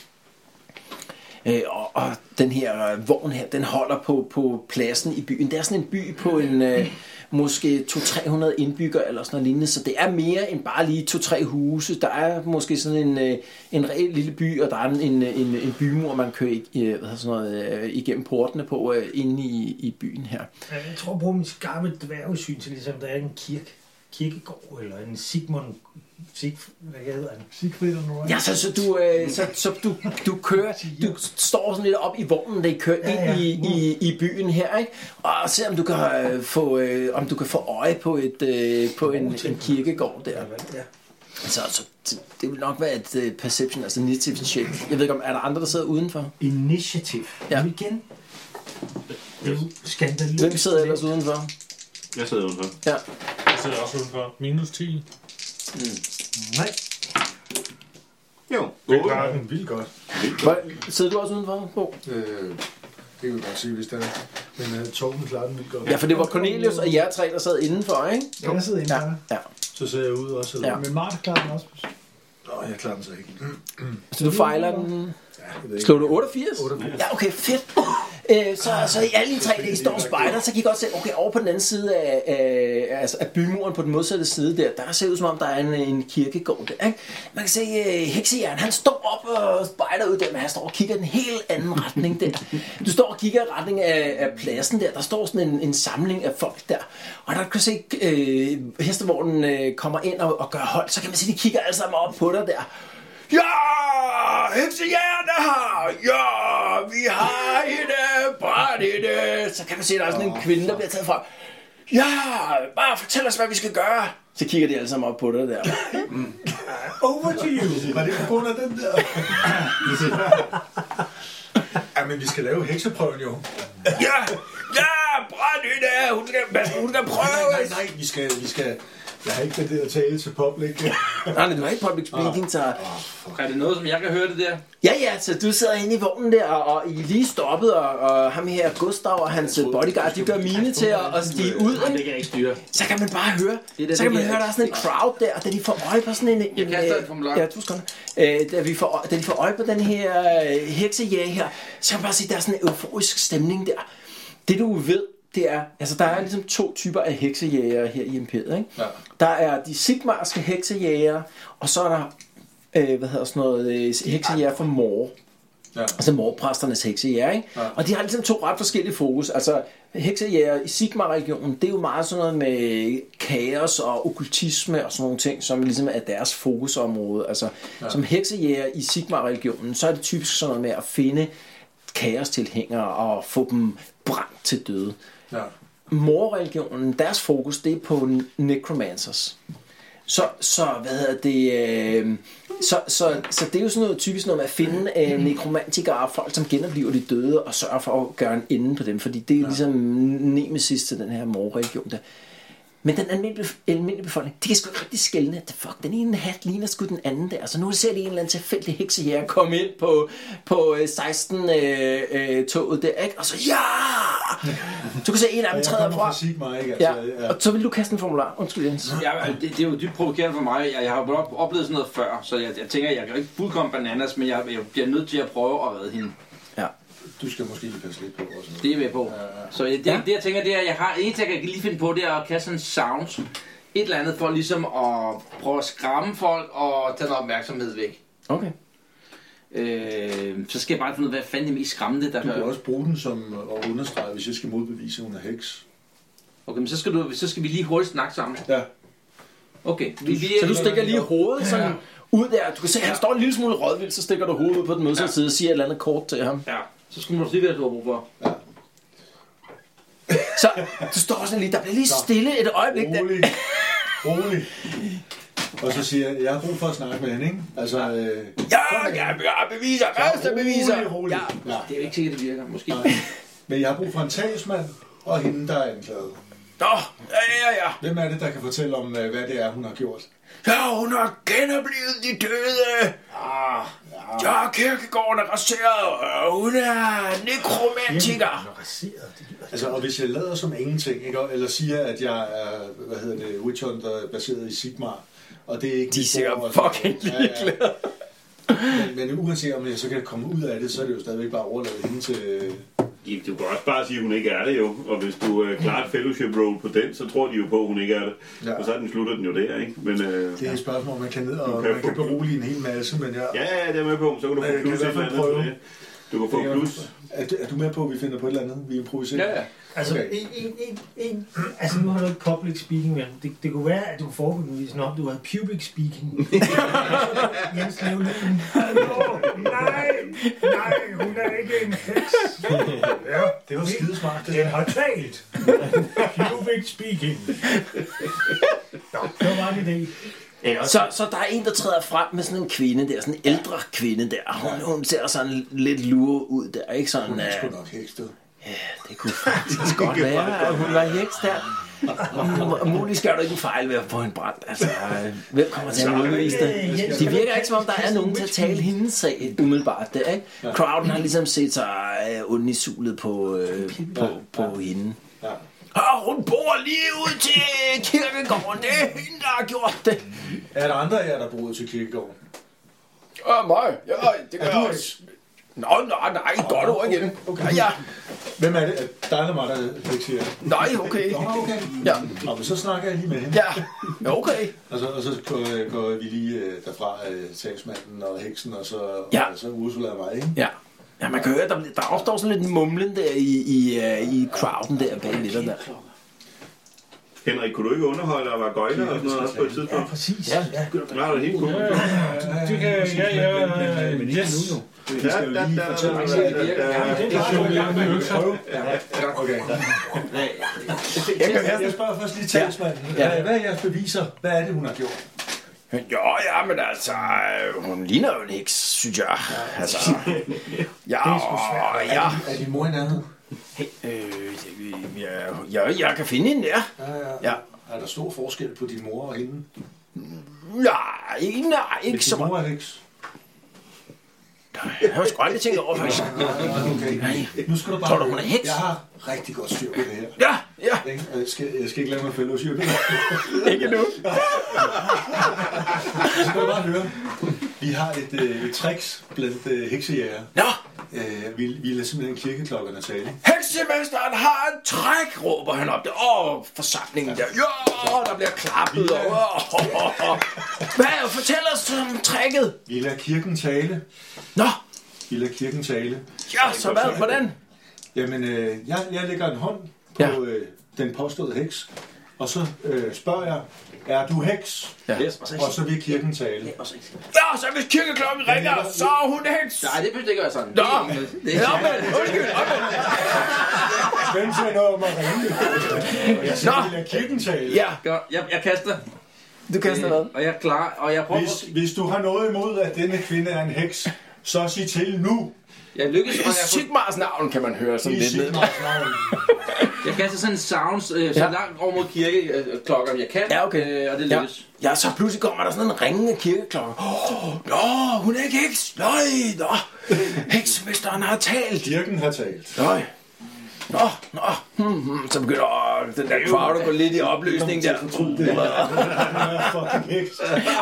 Øh, og, og den her øh, vogn her, den holder på, på pladsen i byen. Det er sådan en by på en øh, måske to til tre hundrede indbyggere eller sådan noget lignende, så det er mere end bare lige to-tre huse. Der er måske sådan en, øh, en reel lille by, og der er en, en, en bymur, man kører i, hvad hedder sådan noget, øh, igennem portene på øh, inde i, i byen her. Jeg tror på mit skarpe dværgesyn til ligesom, der er en kirke, kirkegård, eller en Sigmund, Sig, hvad hedder han? Siegfried og Roy. Ja, så, så, du, øh, så, så du, du kører, du står sådan lidt op i vognen, der kører Ja, ind ja. i, i, i byen her, ikke? Og se om du kan øh, få, øh, om du kan få øje på et øh, på en, en kirkegård der. Ja. Så, så det, det vil nok være et uh, perception, altså initiative check. Jeg ved ikke om er der andre der sidder udenfor? Initiativ. Ja. Ja. Igen. Det er jo skandaløst. Hvem sidder ellers udenfor? Jeg sidder udenfor. Ja. Jeg sidder også udenfor. Minus ti. Mm. Nej. Jo. Det klarer den vildt godt. Hvor, sidder du også udenfor, Bo? Øh, det kan vi godt sige, hvis det er. Men uh, Torben klarer den vildt godt. Ja, for det var Cornelius og jer tre, der sad indenfor, ikke? Ja, jeg sidder inde Ja. der. Ja. Så ser jeg ud også. Eller? Ja. Ja. Men Mart klarer den også. Nå, jeg klarer den så ikke. Så du fejler den... Ja, jeg ved ikke. Slår du otteogfirs? otteogfirs. Ja, okay, fedt. Øh, så, så i alle de tre dage, I står spejder, så kan I godt se, okay, over på den anden side af, af, altså af bymuren, på den modsatte side der, der ser ud som om, der er en, en kirkegård der, ikke? Man kan se, uh, heksejern, han står op og spejder ud der, men han står og kigger i en helt anden retning der. Du står og kigger i retning af, af pladsen der, der står sådan en, en samling af folk der, og der kan du se, øh, hestevognen øh, kommer ind og, og gør hold, så kan man se, de kigger alle sammen op på dig der. Ja, heksejern er her! Ja, vi har hende, bræt hende! Så kan man se, at der er sådan en kvinde, der bliver taget fra. Ja, bare fortæl os, hvad vi skal gøre. Så kigger de alle sammen op på dig der. Over to you. Var det på grund af den der? Ja, men vi skal lave hekseprøven jo. Ja, ja, bræt hende! Hun skal, hun skal prøve! Nej, nej, vi skal, vi skal... Jeg har ikke det der tale til public. Nej, nej, du har ikke public speaking, så... Er det noget, som jeg kan høre det der? Ja, ja, så du sidder inde i vognen der, og, og I er lige stoppet, og, og ham her, Gustav og hans bodyguard, de gør mine til at, at stige ud, Det kan ikke? jeg ikke styre. Så kan man bare høre, Det der, så kan det man høre, giver- der er sådan en crowd der, og da de får øje på sådan en... Jeg en, kaster øh, et formular. Ja, to sekunder. Øh, da, vi får, da de får øje på den her øh, heksejæger her, så kan man bare sige, der er sådan en euforisk stemning der. Det du ved, det er, altså der er ligesom to typer af heksejæger her i imperiet, ikke? Ja. Der er de sigmarske heksejæger, og så er der, øh, hvad hedder sådan noget, øh, heksejæger for mor. Ja. Altså morpræsternes heksejæger, ikke? Ja. Og de har ligesom to ret forskellige fokus. Altså heksejæger i Sigmar-regionen, det er jo meget sådan noget med kaos og okkultisme og sådan nogle ting, som ligesom er deres fokusområde. Altså ja. Som heksejæger i Sigmar-regionen, så er det typisk sådan noget med at finde kaos-tilhængere og få dem brændt til døde. Ja. Mor-religionen, deres fokus, det er på necromancers. Så, så hvad hedder det, øh, så, så, så det er jo sådan noget typisk noget med at finde øh, nekromantikere, folk som genopliver de døde, og sørge for at gøre en ende på dem, fordi det er jo ja. ligesom nemesis til den her mor-religion der. Men den almindelige, almindelige befolkning, de kan sgu ikke rigtig skelne, at fuck, den ene hat ligner sgu den anden der. Så nu ser de en eller anden tilfældig heksejæger komme ind på, på seksten-toget der, ikke? Og så ja! Du kan se en af dem træder fra. Mig, ikke? Ja. Altså, ja. Og så vil du kaste en formular. Undskyld, Jens. Ja, det, det er jo dybt provokerende for mig. Jeg, jeg har jo op, oplevet sådan noget før, så jeg, jeg tænker, jeg kan jo ikke fuldkommen bananas, men jeg, jeg bliver nødt til at prøve at redde hende. Ja. Du skal måske lige passe lidt på også. Det er jeg med på. Ja, ja. Så det, Ja. det, jeg tænker, det er, jeg har en ting, jeg kan lige finde på, det er at kaste sådan en sound. Et eller andet for ligesom at prøve at skræmme folk og tage noget opmærksomhed væk. Okay. Øh, så skal jeg bare finde ud af, hvad fanden det mest skræmmende, der Du kan kan... også bruge den som at understrege, hvis jeg skal modbevise, at hun er heks. Okay, men så skal, du, så skal vi lige hurtigt snakke sammen. Ja. Okay. Vi, vi, Så du stikker lige hovedet sådan Ja. ud der. Du kan se, at han står en lille smule rådvild, så stikker du hovedet ud på den modsatte Ja. side og siger et eller andet kort til ham. Ja, så skal du sige, hvad du har brug for. Ja. Så du står sådan lige, der bliver lige stille et øjeblik der. Rolig. Rolig. Og så siger jeg, jeg har brug for at snakke med hende, ikke? Altså, øh, Ja, ja, jeg beviser, første beviser. rolig, rolig. Ja. Ja. Det er jo ikke sikkert, det virker. Måske. Nej. Men jeg har brug for en talsmand, og hende, der er anklaget. Nå, ja, ja, ja. Hvem er det, der kan fortælle om, øh, hvad det er, hun har gjort? Ja, hun har genoplevet de døde. Ah, ja. Ja, kirkegården er raseret, og hun er nekromantiker. Altså, og hvis jeg lader som ingenting, ikke? Eller siger, at jeg er, hvad hedder det, Witch Hunter baseret i Sigmar, og det er ikke... De mit siger spor, og sådan fucking noget. Ja, ja. ligeglade. Men, men uanset om jeg så kan komme ud af det, så er det jo stadigvæk bare overladet hende til... Ja, du kan også bare sige, at hun ikke er det jo. Og hvis du øh, klarer et fellowship roll på den, så tror de jo på, at hun ikke er det. Ja. Og så den slutter den jo der, ikke? Men, øh, Det er et spørgsmål, man kan ned, og Du kan man kan få- berolige en hel masse, men jeg... ja, ja, det er med på. Så kan du Men få jeg kan plus i et hvert fald eller andet prøve. for det. Du kan få Det er- plus. Er, du- er du med på, at vi finder på et eller andet, vi improviserer? Ja, ja. Altså, Okay. en, en, en, en, altså nu har du ikke public speaking, men det, det kunne være, at du kunne forebygge, hvis nok du havde pubic speaking. Jens Levlund. Nej, nej, hun er ikke en heks. Ja, Det var skidesmart, det den der. har talt. Pubic speaking. Nå, det var bare en idé. Så, så der er en, der træder frem med sådan en kvinde der, sådan en ældre kvinde der. Hun, hun ser sådan lidt lure ud der, ikke sådan... Hun er øh, sgu nok heks, du. Ja, det kunne faktisk godt være, at hun var heks der. Og muligt skal du ikke en fejl ved at få en brand. Altså, øh, hvem kommer til at undervise det? De virker ikke, som om der er nogen til at tale hendes sag umiddelbart. Der, ikke? Crowden har ligesom set sig øh, ondt i sulet på, øh, på, på hende. Og hun bor lige ud til kirkegården. Det er hende, der har gjort det. Er der andre af jer, der bor ud til kirkegården? Ja, mig. Ja, det gør jeg også. Nå, nej, nej, godt ord igen. Okay. Ja, ja. Hvem er det? Er dig eller mig, der fikserer? Nej, okay. Nå, okay. Ja. Nå, men så snakker jeg lige med hende. Ja, ja, okay. Og så, og så går, går vi lige uh, derfra, uh, talsmanden og heksen, og så, Ja. og så Ursula og mig, ikke? Ja. Ja, man kan høre, der, der opstår sådan lidt mumlen der i, i, uh, i crowden der bag midten der. Henrik, kunne du ikke underholde og være gøjler og sådan noget også på et Ja, tidspunkt? præcis. Ja. Ja. Nej, det er helt cool. Det kan jeg, ja, ja, Men ikke yes. nu, jo. Vi skal jo lige fortælle mig, Ja, at... det virker. at- Det er jo jeg med økser. Okay. Jeg, jeg spørger først lige talsmanden. Ja. Hvad, hvad er jeres beviser? Hvad er det, hun har gjort? Jo, ja, men altså, øh, hun ligner jo en heks, synes jeg. Altså, ja, og, ja. Er din mor i nærheden? Øh, ja, ja, jeg kan finde hende der. Ja, ja. Ja. Er der stor forskel på din mor og hende? Nej, ikke, nej, ikke så Din mor meget. er heks. Jeg har jo sgu aldrig tænkt over, faktisk. Okay. Nu skal du bare... Tror du, hun er heks? Jeg har rigtig godt styr på det her. Ja, ja. Ikke? Jeg skal, jeg skal ikke lade mig fellowship. Ikke nu. Så skal du bare høre. Vi har et, øh, et tricks blandt øh, heksejæger. Nå, Øh, vi, vi lader simpelthen kirkeklokkerne tale. heksemesteren har en træk, råber han op der. Åh, forsamlingen der. Jo, der bliver klappet. Åh, hvad? Fortæl os om tricket. Vi lader kirken tale. Nå, Vi lader kirken tale. ja, så hvad? Hvordan? Jamen, øh, jeg, jeg lægger en hånd på Ja. øh, den påståede heks, og så øh, spørger jeg, er du heks? Ja. Og så vil kirken tale. Ja, så hvis kirkeklokken ringer, så er hun heks. Nej, det behøver ikke være sådan. Nå, Det er ikke- det er ja, ikke- men undskyld. Hvem siger noget om at ringe? Og jeg siger, Nå. vi lader kirken tale. Ja, Godt, jeg, jeg kaster. du kaster hvad? Og jeg er klar, og jeg prøver... Hvis, hvis du har noget imod, at denne kvinde er en heks, så sig til nu. Jeg lykkes, og I jeg, får, Sigmars navn kan man høre sådan I lidt ned. Sigmars navn. jeg kaster sådan en sounds øh, så Ja. langt over mod kirkeklokker, jeg kan. Ja, okay. Øh, og det Ja. lykkes. Ja, så pludselig kommer der sådan en ringende kirkeklokke. Oh, nå, hun er ikke heks. Nej, nå. Heksmesteren har talt. Kirken har talt. Nej. Nå, nå. Hmm, hmm. Så begynder åh, den der crowd at gå lidt i opløsning der. Fucking heks.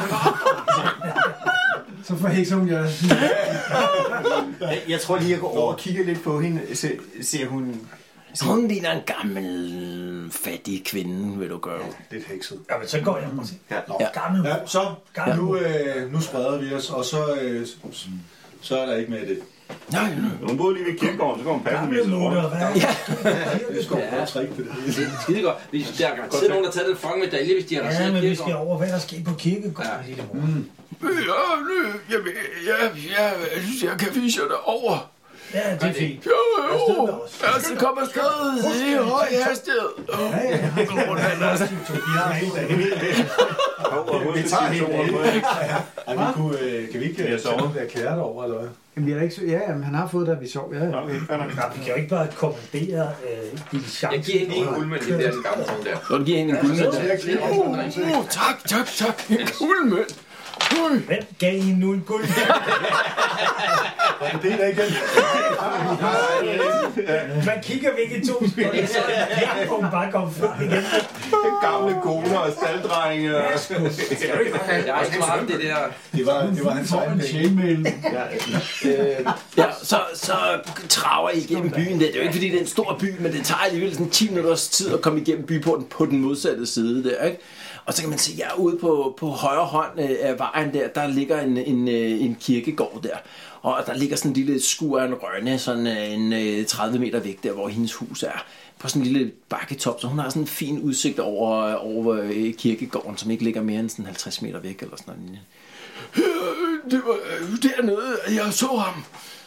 Så får hekser hun gør. Jeg, jeg tror lige, jeg går over og kigger lidt på hende. Se, ser hun... Hun ligner en gammel, fattig kvinde, vil du gøre. Lidt hekset. Ja, men så går jeg og siger, Ja. gammel. Ja, så Gammel. nu, øh, nu spreder vi os, og så, øh, så er der ikke mere af det. Nej, nej. Hun boede lige ved kirkegården, så går hun passe Gamle med sig mutter, rundt. hvad? Det skal ja. trick på det hele. Skide godt. Hvis der er garanteret nogen, der tager den fucking medalje, hvis de har Ja, raseret men vi skal kirkegården. over, hvad der sker på kirkegården, ja. lille mor. Mm. Ja, jeg, jeg, jeg, jeg synes, jeg kan vise dig over. Ja, det er fint. Jo, Afsted med jo. os. Jeg skal komme afsted i høj hastighed. Ja, ja, ja. Vi har en dag. Vi tager helt af. Ej, vi kunne, øh, kan vi ikke Jeg øh, sover. tage være kære derovre, eller hvad? Jamen, vi er da ikke så... Ja, jamen, han har fået det, at vi sov. Ja, ja. Okay, fair nok. Ja, vi kan jo ikke bare kommandere øh, diligence. Jeg giver hende lige en guldmønt, det er den gamle tone der. Så giver hende en guldmønt. Åh, oh, tak, tak, tak. En guldmønt. Ui. Hvem gav I nu en guld? Var det det der igen? Man kigger begge to, og det er så, at hun bare kommer frem igen. Gamle koner og stalddrenge. og- Jeg har ikke meget det der... Det var, det var hans egen Chainmail. Ja, så, så traver I igennem byen. Det er jo ikke, fordi det er en stor by, men det tager alligevel sådan ti minutters tid at komme igennem byporten på den modsatte side der, ikke? Og så kan man se, ja, ude på, på højre hånd af vejen der, der ligger en, en, en kirkegård der. Og der ligger sådan en lille skur af en rønne, sådan en tredive meter væk der, hvor hendes hus er. På sådan en lille bakketop, så hun har sådan en fin udsigt over, over kirkegården, som ikke ligger mere end sådan halvtreds meter væk eller sådan noget. Det var dernede, at jeg så ham.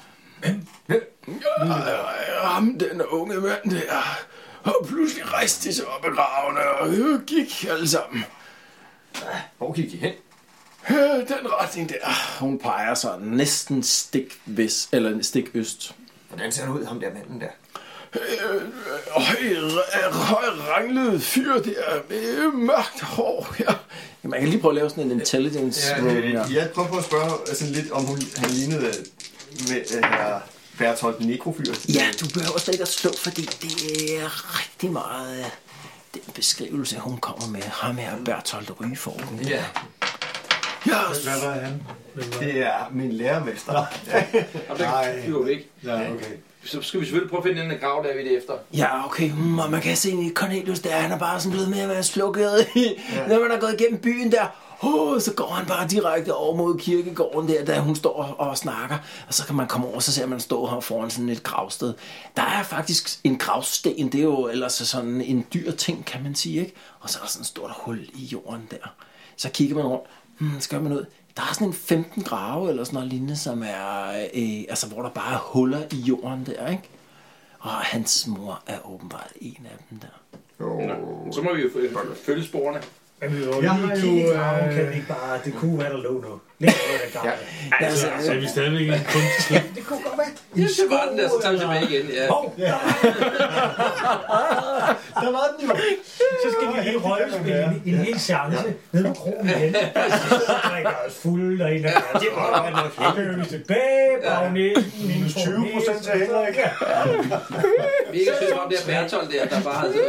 Ja, ham, den unge mand der. Og pludselig rejste de sig op ad gravene og gik alle sammen. Hvor gik de hen? Den retning der. Hun peger sådan næsten stik vest, eller stik øst. Hvordan ser han ud, ham der manden der? øh, høj ranglet fyr der med mørkt hår. Ja. Man kan lige prøve at lave sådan en intelligence ja, roll. Ja. Jeg prøver på at spørge altså, lidt, om hun, han lignede med uh, her Bertolt Nekrofyr. Ja, du behøver slet ikke at slå, fordi det er rigtig meget uh, den beskrivelse, hun kommer med. Ham her Bertolt Ryforken. Ja. Ja. Hvad var han? Det er min lærermester. Nej. Det var væk. Ja, okay. Så skal vi selvfølgelig prøve at finde den grav, der er vi det efter. Ja, okay. Mm, og man kan se i Cornelius der, han er bare sådan blevet mere og mere slukket. Ja. Når man er gået igennem byen der, oh, så går han bare direkte over mod kirkegården der, da hun står og, og snakker. Og så kan man komme over, så ser man stå her foran sådan et gravsted. Der er faktisk en gravsten, det er jo ellers sådan en dyr ting, kan man sige, ikke? Og så er der sådan et stort hul i jorden der. Så kigger man rundt, hmm, så gør man ud. Der er sådan en femten grave eller sådan noget lignende, som er, øh, altså hvor der bare er huller i jorden der, ikke? Og hans mor er åbenbart en af dem der. Nå, så må vi jo følge sporene. Men vi var lige i kirkegraven, kan vi ikke bare... Det kunne være, der lå noget. Lidt noget, der ja. Altså, altså, er vi stadigvæk ikke kun til det kunne godt være. Ja, det var den der, så tager vi tilbage igen. Ja. Oh, ja. Der var den jo. Så skal vi lige røgespille en, en hel chance ned på krogen igen. Så drikker os fuld og en der. Det var noget. Så kører vi tilbage, bagnæsten. Minus tyve procent til Henrik. Vi ikke synes om det her Bertolt der, der bare havde...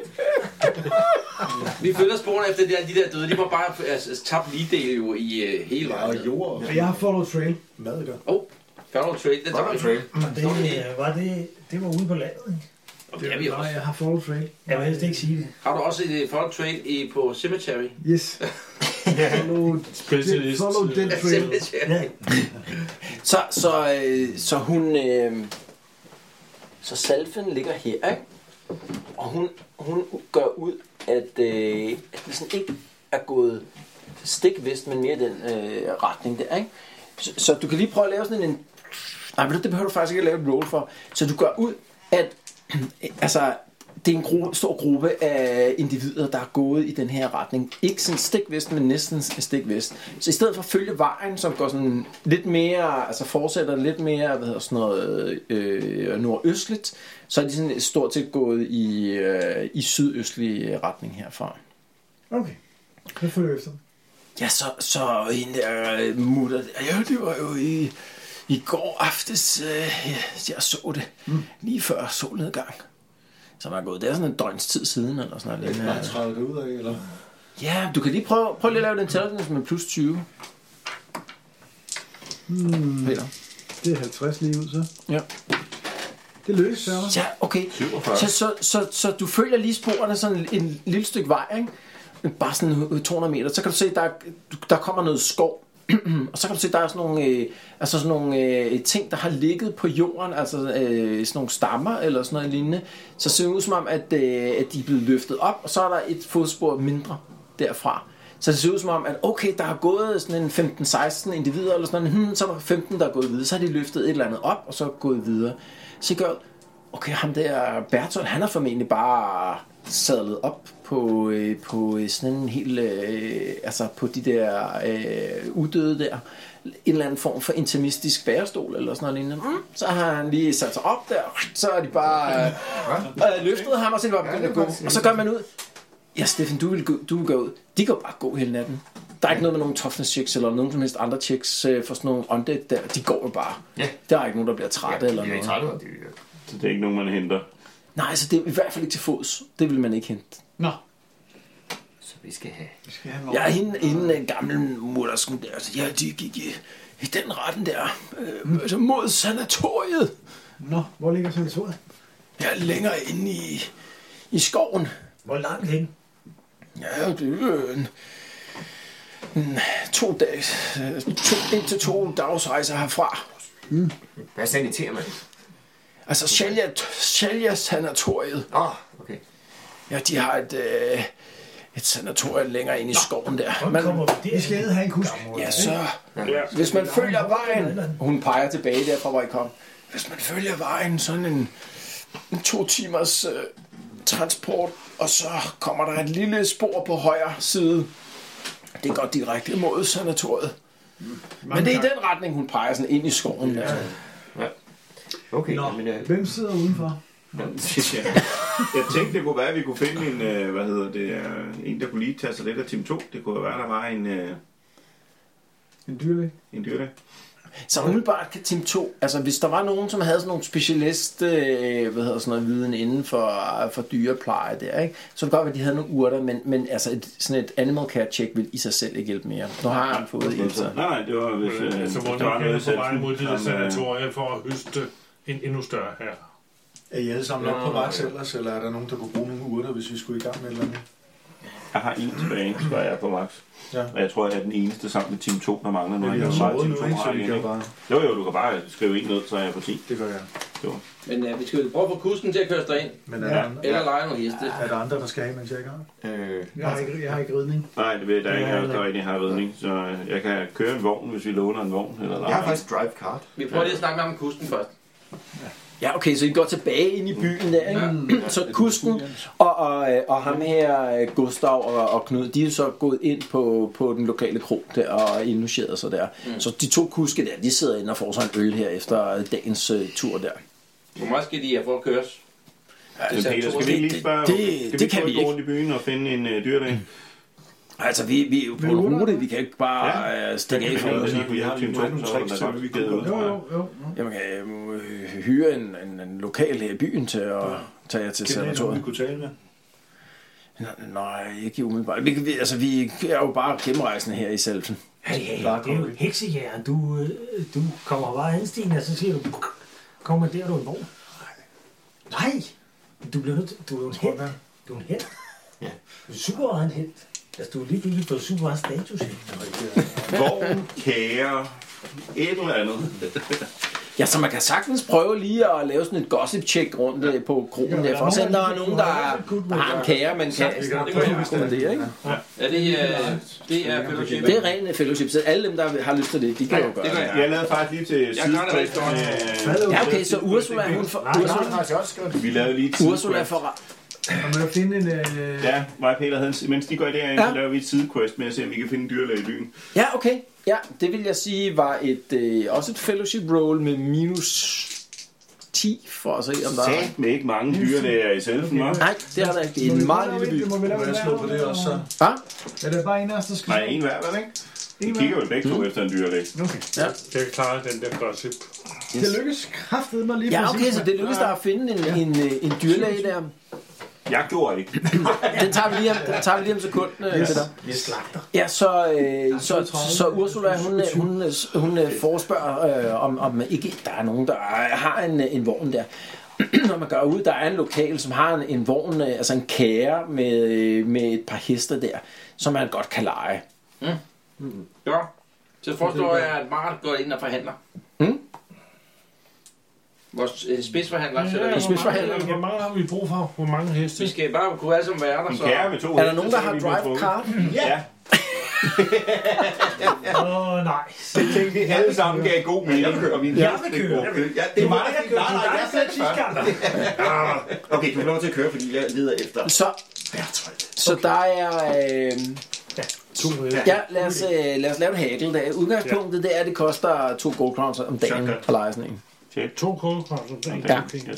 Vi følger sporene efter de der, de der døde. De var bare altså, tabt lige del jo i uh, hele vejen. Ja, jord. Og jeg har follow trail. Mad gør. Åh, oh, follow trail. Det follow trail. Det var, det, det var ude på landet, ikke? Og det er vi også. Jeg har follow trail. Jeg vil helst ikke sige det. Har du også et follow trail i, på Cemetery? Yes. Follow, Specialist. follow den trail. Ja. Så, så, øh, så hun... Øh, så salven ligger her, ikke? Og hun, hun gør ud, at, øh, at det sådan ikke er gået stikvest, men mere den øh, retning der, ikke? Så, så du kan lige prøve at lave sådan en... Nej, men det behøver du faktisk ikke at lave et roll for. Så du gør ud, at altså, det er en gru- stor gruppe af individer, der er gået i den her retning. Ikke sådan stikvest, men næsten stikvest. Så i stedet for at følge vejen, som går sådan lidt mere, altså fortsætter lidt mere, hvad hedder sådan noget, øh, nordøstligt, så er de sådan stort set gået i, øh, i sydøstlig retning herfra. Okay, jeg følger efter. Ja, så, så en der mutter, ja, det var jo i, i går aftes, øh, jeg så det, mm. lige før solnedgang. Så var jeg gået, det er sådan en døgns tid siden, eller sådan noget. Det er bare tredive ud af, eller? Ja, du kan lige prøve, prøve lige at lave den intelligence med plus tyve. Hmm. Peter. Det er halvtreds lige ud, så. Ja. Det lykkes, så. Ja, okay. Så, så, så, så du følger lige sporene sådan en, en lille stykke vej, ikke? Bare sådan to hundrede meter. Så kan du se, der, der kommer noget skov. Og så kan du se, der er sådan nogle, øh, altså sådan nogle øh, ting, der har ligget på jorden, altså øh, sådan nogle stammer eller sådan noget lignende. Så ser det ud som om, at, øh, at de er blevet løftet op, og så er der et fodspor mindre derfra. Så det ser ud som om, at okay, der er gået sådan en femten seksten individer, eller sådan noget, hmm, så er der femten, der er gået videre. Så har de løftet et eller andet op, og så gået videre. Så gør, okay, ham der Bertolt, han har formentlig bare sadlet op på, øh, på sådan en helt, øh, altså på de der øh, uddøde der, en eller anden form for intimistisk bærestol eller sådan noget lignende. Mm, så har han lige sat sig op der, så er de bare øh, øh, løftet ham, og så er de bare begyndt at gå. Og så gør man ud, ja Steffen, du vil, gå, du vil gå ud. De kan bare gå hele natten. Der er ikke noget med nogen toughness checks eller nogen som helst andre checks øh, for sådan nogle undead der. De går jo bare. Ja. Der er ikke nogen, der bliver trætte ja, eller noget. Trætte, så det er ikke nogen, man henter? Nej, så det er i hvert fald ikke til fods. Det vil man ikke hente. Nå. Så vi skal have... Vi skal have ja, hende, hende en gammel muttersken der. Altså, ja, de gik i, i den retten der. Øh, altså mod sanatoriet. Nå, hvor ligger sanatoriet? Ja, længere inde i, i skoven. Hvor langt hen? Ja, det er en, en to dages, to, en til to dagsrejser herfra. Mm. Hvad saniterer man? Altså, Shalja, Shalja sanatoriet. Åh, oh, okay. Ja, de har et, øh, et sanatorium længere inde i skoven der. Man, vi skal have en kusk. Ja, så. Hvis man følger vejen, hun peger tilbage derfra, hvor I kom. Hvis man følger vejen, sådan en, en to timers øh, transport, og så kommer der et lille spor på højre side. Det går direkte mod sanatoriet. Mm. Men det er i den retning, hun peger sådan ind i skoven der. Ja. Okay. Nå, men, øh... hvem sidder udenfor? Jeg tænkte, det kunne være, at vi kunne finde en, øh, hvad hedder det, øh, en, der kunne lige tage sig lidt af Team to. Det kunne være, der var en... Øh, En dyrlæge. En dyrlæge. Så umiddelbart kan Team to, altså hvis der var nogen, som havde sådan nogle specialist, øh, hvad hedder sådan noget viden inden for, for dyrepleje der, ikke? Så det godt være, at de havde nogle urter, men, men altså et, sådan et animal care check vil i sig selv ikke hjælpe mere. Nu har han fået et, så... Nej, nej, det var hvis... Øh, altså, hvor der var kan noget på vej mod det der som, øh, sanatorium for at høste en endnu større her. Er I alle sammen op på max ellers, eller er der nogen, der kunne bruge nogle urter, hvis vi skulle i gang med et eller andet? Jeg har en tilbage, så jeg er på max. Ja. Og jeg tror, jeg er den eneste sammen med Team to, der mangler nu. Ja, vi har meget sovet Team nu, to ikke? har Så vi igen, kan ikke? bare... Jo, jo, du kan bare skrive en ned, så er jeg på ti. Det gør jeg. Jo. Men uh, vi skal jo prøve at få kusken til at køre sig ind. Men er, Ja. der, Eller lege nogle heste. er der andre, der skal have, mens jeg ikke har? Øh, Jeg har ikke, jeg har ikke ridning. nej, det ved jeg, der er ikke Ja, her, der rigtig har redning. Så øh, jeg kan køre en vogn, hvis vi låner en vogn. Eller Jeg har faktisk drive kart. Vi prøver lige at snakke med ham om kusken først. Ja, okay, så I går tilbage ind i byen der, ikke? Ja. Så kusken og, og, og ham her, Gustav og, og Knud, de er så gået ind på, på den lokale krog der og indlogeret sig der. Mm. Så de to kuske der, de sidder inde og får sig en øl her efter dagens uh, tur der. Hvor meget skal de have for at køres? Men Peter, skal vi ikke lige spørge, det, skal det vi kan gå vi gå ikke. rundt i byen og finde en uh, dyrlæge? Altså, vi, vi er jo på en rute, vi kan ikke bare ja. stikke af for Ja, noget. det er Vi har lige nogle tricks, så vi kan Jo, jo, jo. Jamen, kan jeg øh, hyre en, en, en lokal her i byen til at tage jer til Kender I nogen, vi sanatoriet? kunne tale med? Nej, ikke umiddelbart. Vi, kan- vi, altså, vi er jo bare gennemrejsende her i Selfen. Hey, hey, det er jo heksejæren. Du, øh, du kommer bare hen, Stine, og så siger du, kommanderer du en vogn? Nej, du bliver nødt til, du er jo en helt. Du er en helt. Ja. Du er super meget en helt. Altså, du er lige pludselig fået super meget status. Vogn, kære, et eller andet. Ja, så man kan sagtens prøve lige at lave sådan et gossip-check rundt ja. på krogen der, for at se, om der er nogen, der, der har en kære, man kan kommandere, ikke? Ja, det, øh, det er fellowship. Det er rent fellowship, så alle dem, der har lyst til det, de kan jo gøre det. Jeg lavede faktisk lige til sidst. Ja, okay, så Ursula, hun for... Ursula, Vi lavede lige til Ursula for... Og man kan finde en... Øh... Ja, mig og Peter havde en, mens de går derind, Ja. så laver vi et sidequest med at se, om vi kan finde en dyrlæge i byen. Ja, okay. Ja, det vil jeg sige var et øh, også et fellowship roll med minus ti, for at se, om der er... Sat med ikke mange dyrlæger i Selfen, hva'? Nej, det har der ikke. Det er en meget lille by. Det må vi lave Må jeg slå på det også, så? Hvad? Er det bare en af os, der skal Nej, en hver, vel ikke? Vi kigger jo begge to efter en dyrlæge. Okay. Ja. Jeg klarer den der gossip. Det lykkes kraftedeme mig lige Ja, præcis. okay, så det lykkedes der at finde en, en, øh, en dyrlæge der. Jeg gjorde ikke. Den tager vi lige om, den tager vi lige om sekund, yes. det der. Jeg slagter. Ja, så, øh, så, så Ursula, hun, hun, hun, hun forespørger, øh, om, om ikke der er nogen, der har en, en vogn der. Når man går ud, der er en lokal, som har en, en vogn, øh, altså en kære med, med et par heste der, som man godt kan lege. Mm. Mm. Ja, så forstår jeg, at Mart går ind og forhandler. Mm? Vores øh, spidsforhandler. så Ja, der hvor, spidsforhandler. mange, hvor mange har vi brug for? Hvor mange heste? vi skal bare kunne alle sammen være der. En Så. kære med to Er der heste, nogen, så der er har vi blevet drive trukket. car? Ja, Åh, oh, nej. det tænkte vi alle sammen gav god mening. Jeg kører, og vi Jeg vil køre. Ja, det er mig, der jeg kører. Nej, nej, jeg Det er selv sidste gang. Okay, du får lov til at køre, fordi jeg leder efter. Så, så der er... Øh, ja, lad os, øh, lad os lave et hagel der. Udgangspunktet det er, at det koster to gold crowns om dagen at lege sådan en. To kodekronser. Ja.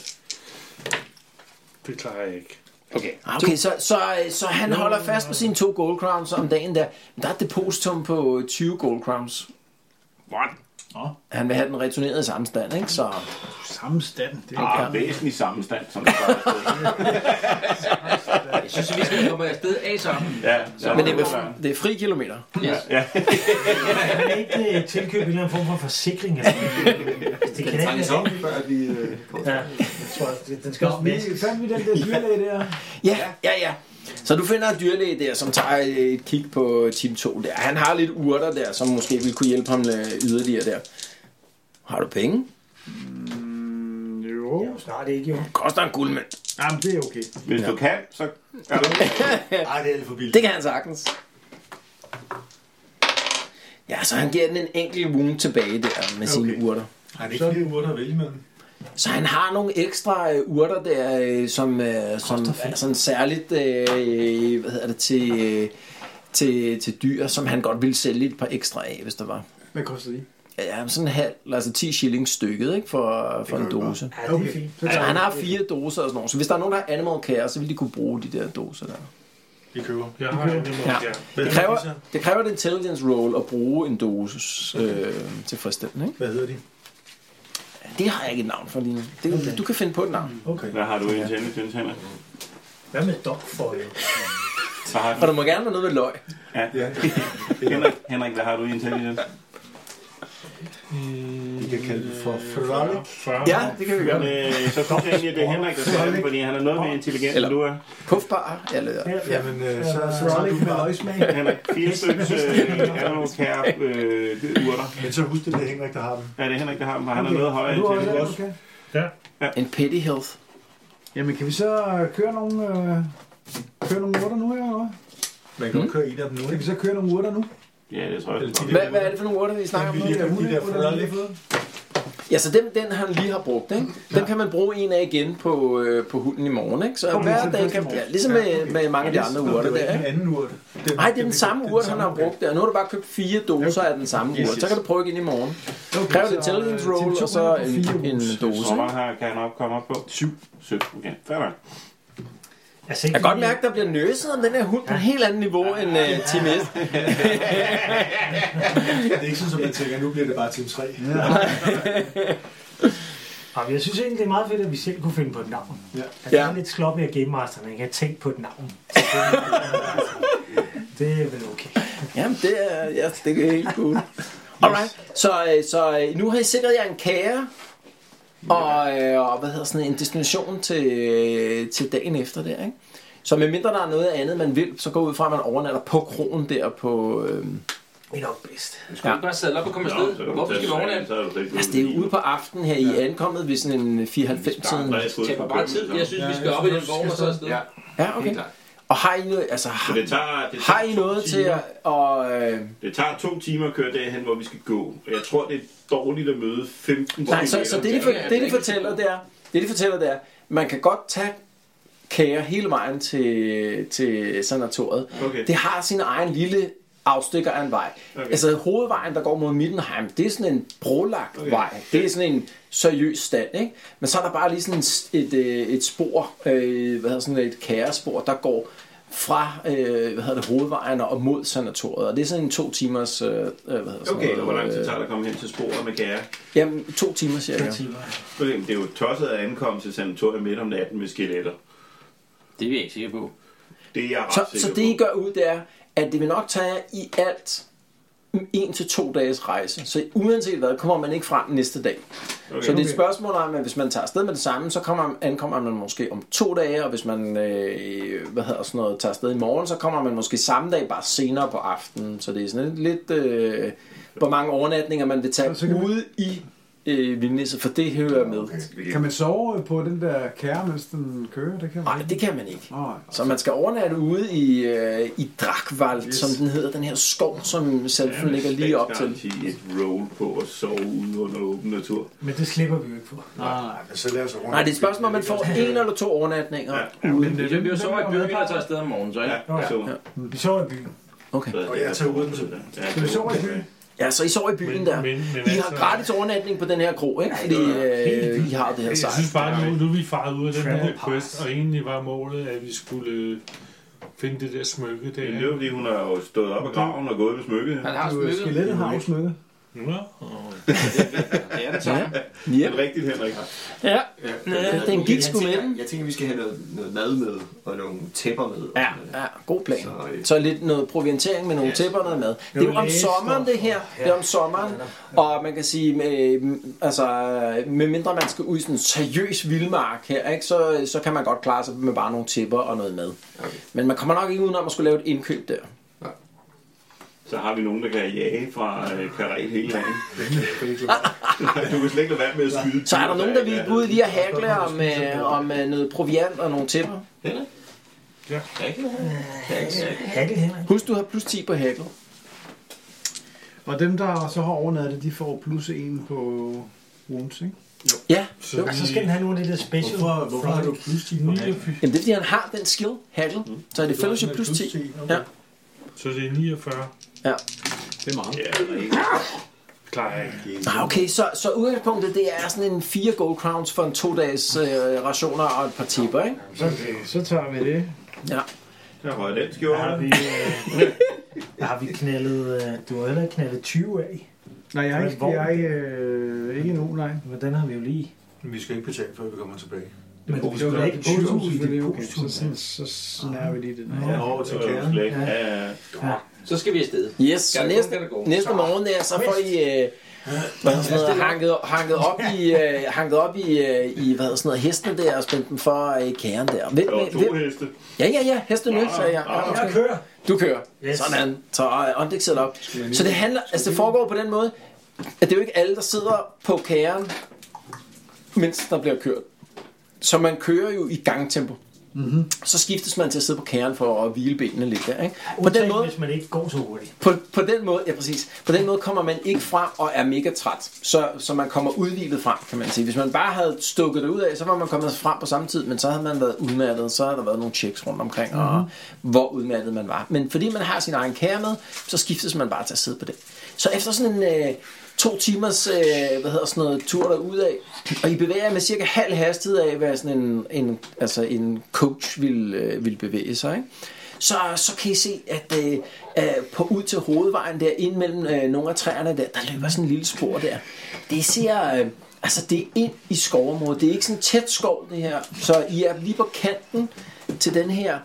Det klarer jeg ikke. Okay, okay så, så, så han holder fast på sine to gold crowns om dagen der. Men der er et depositum på tyve gold crowns. What? Han vil have den returneret i samme stand, ikke? Så... Samme stand. Det er Ah, væsentlig sammenstand, som det gør. Jeg synes, at vi skal komme afsted af sammen. Ja, så Men det er, med, det er fri kilometer. Yes. ja. Kan man ikke uh, tilkøbe en eller anden form for forsikring? Altså, det kan Den ikke tager være. før vi øh, går Ja, jeg tror, det- den skal også vi vaskes. fandt vi den der dyrlæge der. Ja, ja, ja. Så du finder en dyrlæge der, som tager et kig på Team to der. Han har lidt urter der, som måske vil kunne hjælpe ham yderligere der. Har du penge? Mm, jo. Det er jo snart ikke, jo. Koster en guldmønt. Jamen, det er okay. Hvis du kan, så er du. Ej, det er alt for billigt. Det kan han sagtens. Ja, så han giver den en enkelt wound tilbage der med sine Okay. urter. Har det ikke flere urter at vælge mellem? Så han har nogle ekstra øh, urter der, øh, som, øh, som er sådan særligt, øh, hvad hedder det, til, øh, til, til dyr, som han godt ville sælge et par ekstra af, hvis der var. Hvad koster de? ja, sådan en halv, altså ti shillings stykket, ikke, for, for en dose. Ja, det er fint. Så han har fire doser og sådan noget. Så hvis der er nogen, der har animal care, så vil de kunne bruge de der doser der. Vi køber. Jeg har det, Ja. Det kræver, det kræver et intelligence roll at bruge en dosis øh, tilfredsstillende, ikke? Hvad hedder de? Det har jeg ikke et navn for lige nu. Det, okay. Du kan finde på et navn. Okay. Hvad har du i intelligence, Henrik? Hvad med dogfoil? Og der må gerne være noget med løg. Ja. Henrik, Henrik, hvad har du i intelligence? Vi kan kalde det for frolic. Ja, det kan vi gøre. Men, øh, så synes jeg egentlig, at det er Henrik, der siger det, fordi han er noget mere intelligent, end du er. Puffbar, eller... Jamen, øh, så, så, så Frolic du med bare... løgsmag. Henrik, fire stykker øh, animal care øh, urter. Men så husk det, det er Henrik, der har dem. Ja, det er Henrik, der har dem, og han er noget højere Du har intelligent det, også. okay. En petty health. Jamen, kan vi så køre nogle, øh, køre nogle urter nu, eller hvad? Man kan jo køre en af dem nu, Skal vi ikke? så køre nogle urter nu? Ja, det tror jeg. Eller de Hvad, hvad er det for nogle urter, vi snakker om? De der, de der frolic. Ja, så den, den han lige har brugt, ikke? Den kan man bruge en af igen på, øh, på hunden i morgen, ikke? Så hver dag kan ja, ligesom med, med mange af de andre urter der, En ikke? anden urt. Nej, det er den samme urt, han har brugt der. Nu har du bare købt fire doser af den samme urt. Så kan du prøve igen i morgen. Kræver det intelligence roll, og så en, en dose. Hvor mange her kan han op komme op på? Syv. Syv, okay. Fair nok. Jeg, Jeg kan godt mærke, at der bliver nøset om den her hund på et helt andet niveau end uh, Team S. Det er ikke sådan, at man tænker, nu bliver det bare Team tre. Ja, jeg synes egentlig, det er meget fedt, at vi selv kunne finde på et navn. Ja. Altså, ja. Det er lidt sloppy af Game Master, man ikke har tænkt på et navn. Det er vel okay. Jamen, det er, ja, det er helt cool. Alright, så, så nu har I sikret jer en kære, og, øh, og hvad hedder sådan en destination til, til dagen efter der, ikke? Så medmindre der er noget andet, man vil, så gå ud fra, at man overnatter på kronen der på... Øh, Det er nok bedst. Du skal ja. bare sadle op og komme afsted. Hvorfor skal vi overnatte? altså, det er jo ude på aftenen her. I er ankommet ved sådan en fireoghalvfems tiden. Det tager bare tid. Jeg synes, vi skal op i den vogn og så afsted. Ja, ja okay. Og har I noget, altså, har, det tager, det tager har I noget til at... Og, øh... Det tager to timer at køre derhen, hvor vi skal gå. Jeg tror, det er dårligt at møde femten. Nej, så, så det, de for, det, de fortæller, det er, det, de fortæller, det er, man kan godt tage kære hele vejen til, til sanatoriet. Okay. Det har sin egen lille afstikker af en vej. Okay. Altså hovedvejen, der går mod Middenheim, det er sådan en brolagt okay. vej. Det er sådan en seriøs stand, ikke? Men så er der bare lige sådan et, et, et spor, øh, hvad hedder sådan et kærespor, der går fra øh, hvad hedder det, hovedvejen og mod sanatoriet. Og det er sådan en to timers... Øh, hvad hedder sådan okay, noget, og hvor lang tid øh, tager det at komme hen til sporet med kære? Jamen, to timer cirka. Okay, det er jo tosset at ankomme til sanatoriet midt om natten med skeletter. Det er vi ikke sikre på. Det er jeg ret så, sikker så det I gør ud, det er, at det vil nok tage i alt en til to dages rejse. Så uanset hvad, kommer man ikke frem næste dag. Okay, så det er et spørgsmål om, at hvis man tager afsted med det samme, så kommer, ankommer man måske om to dage, og hvis man øh, hvad hedder sådan noget, tager afsted i morgen, så kommer man måske samme dag, bare senere på aftenen. Så det er sådan lidt, øh, hvor mange overnatninger man vil tage ude i øh, Vildnisse, for det hører med. Okay. Kan man sove på den der kære, mens den kører? Det kan man Nej, det kan man ikke. Oh, så man skal overnatte ude i, øh, i Drakvald, yes. som den hedder, den her skov, som Selfen ligger lige op til. Et roll på at sove ude under åben natur. Men det slipper vi jo ikke for. Nej, så lad os Nej, det er et spørgsmål, om man får en eller to overnatninger ja. ude. Men det vil jo så i byen, og tager afsted om morgenen, så ikke? Ja, ja. Ja. Vi sover i byen. Okay. Og jeg tager uden til Skal vi sove i byen? Ja, så I sover i byen men, der. Men, men I har gratis overnatning på den her kro, ikke? Fordi øh, I har det her sejt. Jeg synes bare, nu, nu er vi faret ud af den her quest, og egentlig var målet, at vi skulle finde det der smykke der. Det er jo fordi, hun har jo stået op af graven og gået med smykket. Han har smykket. Skelettet har jo smykket. Ja, det er det samme. Ja. Det er rigtigt, Henrik. Ja, ja. Den gik sgu med den. Jeg tænker, vi skal have noget, noget mad med, og nogle tæpper med. Ja, ja, god plan. Så, øh, Så lidt noget proviantering med nogle yes. tæpper og noget mad. Det er jo om sommeren det her. Det er om sommeren. Og man kan sige, med, altså, med mindre man skal ud i sådan en seriøs vildmark her, ikke, så, så kan man godt klare sig med bare nogle tæpper og noget mad. Okay. Men man kommer nok ikke udenom at skulle lave et indkøb der. Så har vi nogen, der kan jage fra øh, karet hele dagen. Du kan slet ikke lade være med at skyde. Så er der nogen, der vil gå ud lige og hagle om, øh, om øh, noget proviant og nogle tæpper? Henrik? Ja. Hagel, Henrik. Husk, du har plus ti på hagel. Og dem, der så har overnattet, de får plus en på wounds, ikke? Ja, Så, Og så skal den have nogle af det der special. Hvorfor, hvorfor har du plus ti på hagel? jamen det er fordi, han har den skill, hagel. Så er det fellowship plus ti. Ja. så det er niogfyrre. Ja. Det er meget. Ja, klarer jeg ikke. Ah, okay, så, så udgangspunktet det er sådan en fire gold crowns for en to dages øh, rationer og et par tipper, ikke? Okay, så tager vi det. Ja. Der var den skjorte. Har vi, øh, har vi knaldet... Øh, du har heller ikke knaldet tyve af. Nej, jeg har Men ikke, hvor- jeg, øh, ikke endnu, nej. Men den har vi jo lige. Vi skal ikke betale, før vi kommer tilbage. Men du Det skal var ikke positivt, tyve i selvfølgelig. det Okay, positive. så, så, så snærer vi lige det. Ja. Over til Det var jo kernen. slet ikke. Ja. Ja, ja. Ja. Så skal vi afsted. Yes, så Kan det næste, gå, kan det gå? næste morgen der, så får I øh, hvad hedder sådan noget, hanket, hanket op i, øh, hanket op i, øh, i hvad hedder sådan noget, hestene der og spændt dem for øh, kæren der. Hvem, Der var hvem, to heste. ja, ja, ja, hestene, sagde jeg. Ja, Jeg okay. kører. Du kører. Yes. Sådan. Så øh, åndæk sætter op. Så det handler, altså det foregår på den måde, at det er jo ikke alle, der sidder på kæren, mens der bliver kørt. Så man kører jo i gangtempo. Mm-hmm. Så skiftes man til at sidde på kæren for at hvile benene lidt der, ikke? På den måde, hvis man ikke går så hurtigt. på, på den måde, ja præcis. På den måde kommer man ikke frem og er mega træt, så, så man kommer udhvilet frem, kan man sige. Hvis man bare havde stukket det ud af, så var man kommet frem på samme tid, men så havde man været udmattet, så havde der været nogle checks rundt omkring, mm-hmm. og hvor udmattet man var. Men fordi man har sin egen kære med, så skiftes man bare til at sidde på det. Så efter sådan en øh, to timers øh, hvad hedder sådan noget, tur derud af, og I bevæger med cirka halv hastighed af, hvad sådan en, en, altså en coach vil, øh, vil bevæge sig, ikke? Så, så kan I se, at øh, øh, på ud til hovedvejen der, ind mellem øh, nogle af træerne der, der løber sådan en lille spor der. Det ser, øh, altså det er ind i skovområdet. Det er ikke sådan tæt skov, det her. Så I er lige på kanten til den her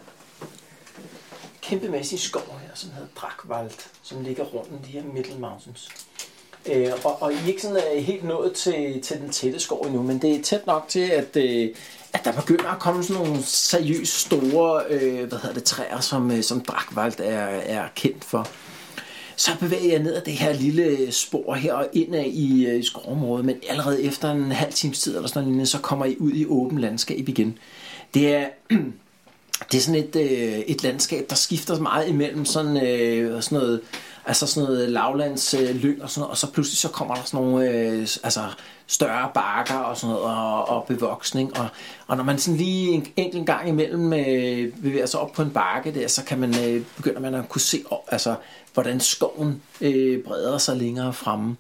kæmpemæssige skov her, som hedder Drakvald, som ligger rundt om de her Middle Mountains. Øh, og, og I er ikke sådan øh, helt nået til, til den tætte skov endnu, men det er tæt nok til, at, øh, at der begynder at komme sådan nogle seriøst store øh, hvad hedder det, træer, som, øh, som Drakvald er, er kendt for. Så bevæger jeg ned ad det her lille spor her og indad i, øh, i skovområdet, men allerede efter en halv times tid eller sådan noget, så kommer I ud i åben landskab igen. Det er... Det er sådan et, øh, et landskab, der skifter meget imellem sådan, øh, sådan noget, altså sådan noget lavlands øh, lyng og sådan noget, og så pludselig så kommer der sådan nogle øh, altså større bakker og sådan noget, og, og bevoksning, og, og når man sådan lige en enkelt gang imellem øh, bevæger sig op på en bakke der, så kan man øh, begynder man at kunne se, altså hvordan skoven øh, breder sig længere fremme.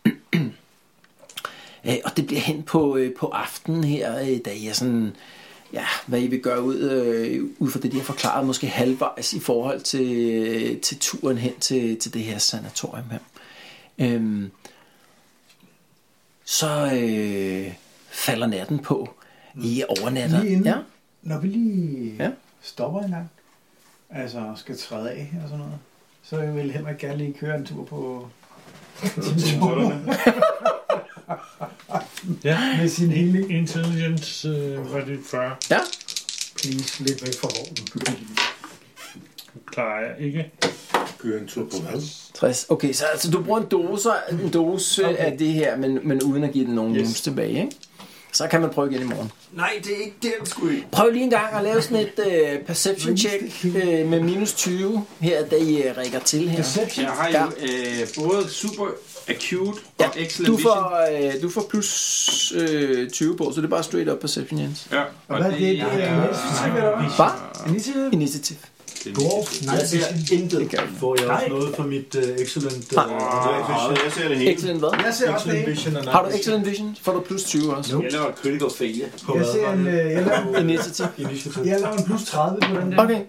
øh, og det bliver hen på, øh, på aftenen her, øh, da I er sådan... Ja, hvad I vil gøre ud, øh, ud fra det, de har forklaret, måske halvvejs i forhold til, til turen hen til, til det her sanatorium her. Øhm, så øh, falder natten på. I overnatter. Lige inden, Ja. når vi lige Ja. stopper en gang, altså skal træde af og sådan noget, så vil jeg Henrik gerne lige køre en tur på Ja, med sin hele intelligence øh, var det fyrre. Ja. please lidt væk fra vognen. Klarer jeg ikke. Køre en tur på hvad? tres. Okay, så altså, du bruger en dose, en dose okay. af det her, men, men uden at give den nogen Yes. moves tilbage, ikke? Så kan man prøve igen i morgen. Nej, det er ikke den, sgu ikke. Prøv lige en gang at lave sådan et uh, perception check uh, med minus tyve her, da I uh, rækker til her. Perception. Jeg har jo øh, både super acute Ja, og excellent du vision. får, øh, du får plus øh, tyve på, så det er bare straight up perception, Jens. Ja, Og hvad er det? Det er initiativ, eller hvad? Bare Initiativ? initiativ. Dwarf. Jeg ser intet. gør Får jeg også noget for mit uh, excellent... Uh, Nej. Jeg ser det hele. Excellent hvad? Jeg ser også excellent det. vision and Har du excellent vision, får du plus tyve også. Jeg laver et critical failure. På Jeg hvad ser var en, det? øh, jeg laver, Initiativ. Initiativ. jeg laver en plus tredive på den der. Okay.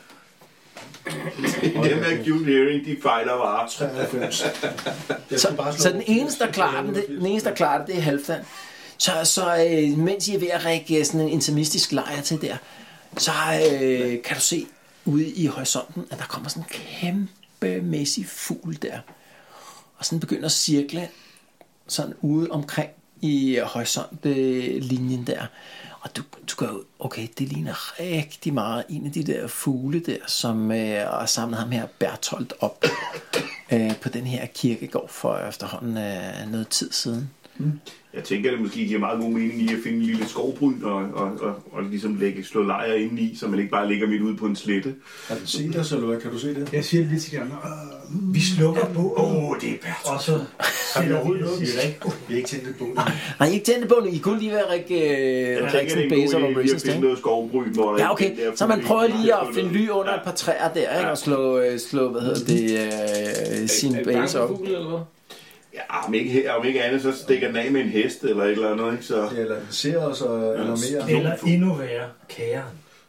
Dem med acute hearing, de fejler bare. treoghalvfems. Jeg skal bare Så, slå- så den eneste, der klarer den, det, den eneste, der klarer det, det er Halvdan. Så, så øh, mens I er ved at række sådan en intimistisk lejr til der, så øh, kan du se ude i horisonten, at der kommer sådan en kæmpemæssig fugl der. Og sådan begynder at cirkle sådan ude omkring i horisontlinjen der. Og du, du går ud, okay, det ligner rigtig meget en af de der fugle der, som øh, har samlet ham her Berthold op øh, på den her kirkegård for efterhånden øh, noget tid siden. Jeg tænker, det måske giver meget god mening i at finde en lille skovbryn og, og, og, og ligesom lægge, slå lejr indeni, så man ikke bare ligger midt ude på en slette. Kan du se det, så kan du se det? Jeg siger det lige til de andre. Øh, Vi slukker på. Åh, oh, det er Bertolt. Og så Har vi overhovedet noget? Vi har ikke tænkt det på. Nej, I ikke tændte på nu. I kunne lige være række Jeg øh, tænker, det er en base god of idé lige at operations. finde noget skovbryn, hvor der Ja, ikke okay. den der Så man fugl prøver ikke lige kan at få finde noget. ly under et par træer der, ikke? Og slå, øh, slå hvad hedder det, øh, sin base op. Eller hvad? Ja, om ikke, her, om ikke andet, så stikker den af med en hest eller et eller andet, ikke? Så... Eller den ser os og eller mere. Eller endnu værre, kæren.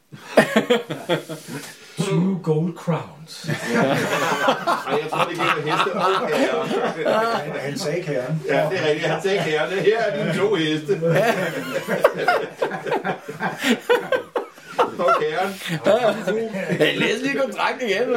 Two gold crowns. Ja. Og jeg tror, det gælder heste og kære. Han sagde kæren. Ja, det er rigtigt. Han sagde kæren. Her er dine to heste. Og kæren. Jeg læste lige kontrakten igen.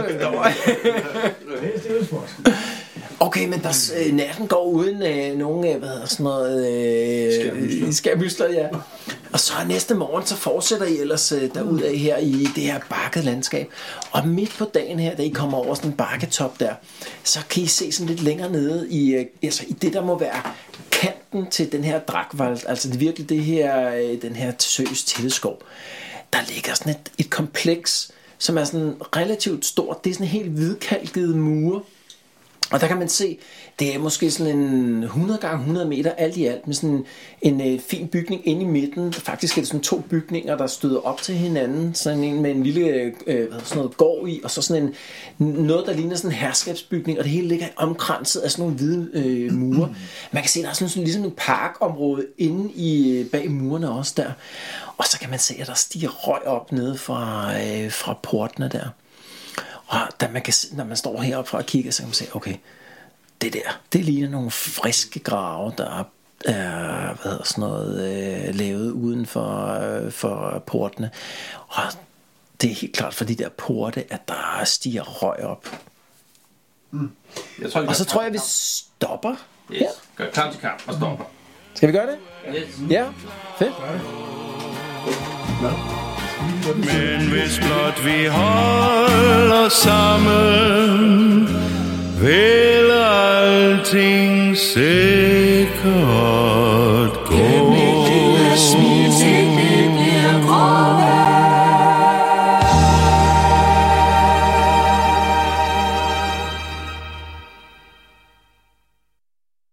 Okay, men der, øh, natten går uden øh, nogen, øh, hvad hedder sådan noget, øh, skærmysler, ja. Og så næste morgen, så fortsætter I ellers øh, derudad her i det her bakket landskab. Og midt på dagen her, da I kommer over sådan en bakketop der, så kan I se sådan lidt længere nede i, øh, altså i det, der må være kanten til den her Drakvald, altså det er virkelig det her, øh, den her søs tilleskov. Der ligger sådan et, et kompleks, som er sådan relativt stort. Det er sådan en helt hvidkalket mure. Og der kan man se, det er måske sådan en hundrede gange hundrede meter alt i alt, med sådan en, en øh, fin bygning inde i midten. Faktisk er det sådan to bygninger, der støder op til hinanden. Sådan en med en lille øh, sådan noget gård i, og så sådan en, noget, der ligner sådan en herskabsbygning, og det hele ligger omkranset af sådan nogle hvide øh, mure. Man kan se, der er sådan, sådan ligesom en parkområde inde i bag murene også der. Og så kan man se, at der stiger røg op nede fra, øh, fra portene der. Og da man kan, når man står heroppe og kigger, så kan man se, okay, det der, det ligner nogle friske grave, der er, hvad hedder sådan noget, øh, lavet uden for, øh, for portene. Og det er helt klart for de der porte, at der stiger røg op. Mm. Jeg tror, og så tror jeg, vi stopper. Yes. Ja. Gør klar til kamp og stopper. Skal vi gøre det? Yes. Ja, fedt. Ja. Men hvis blot vi holder sammen, vil alting sikkert gå.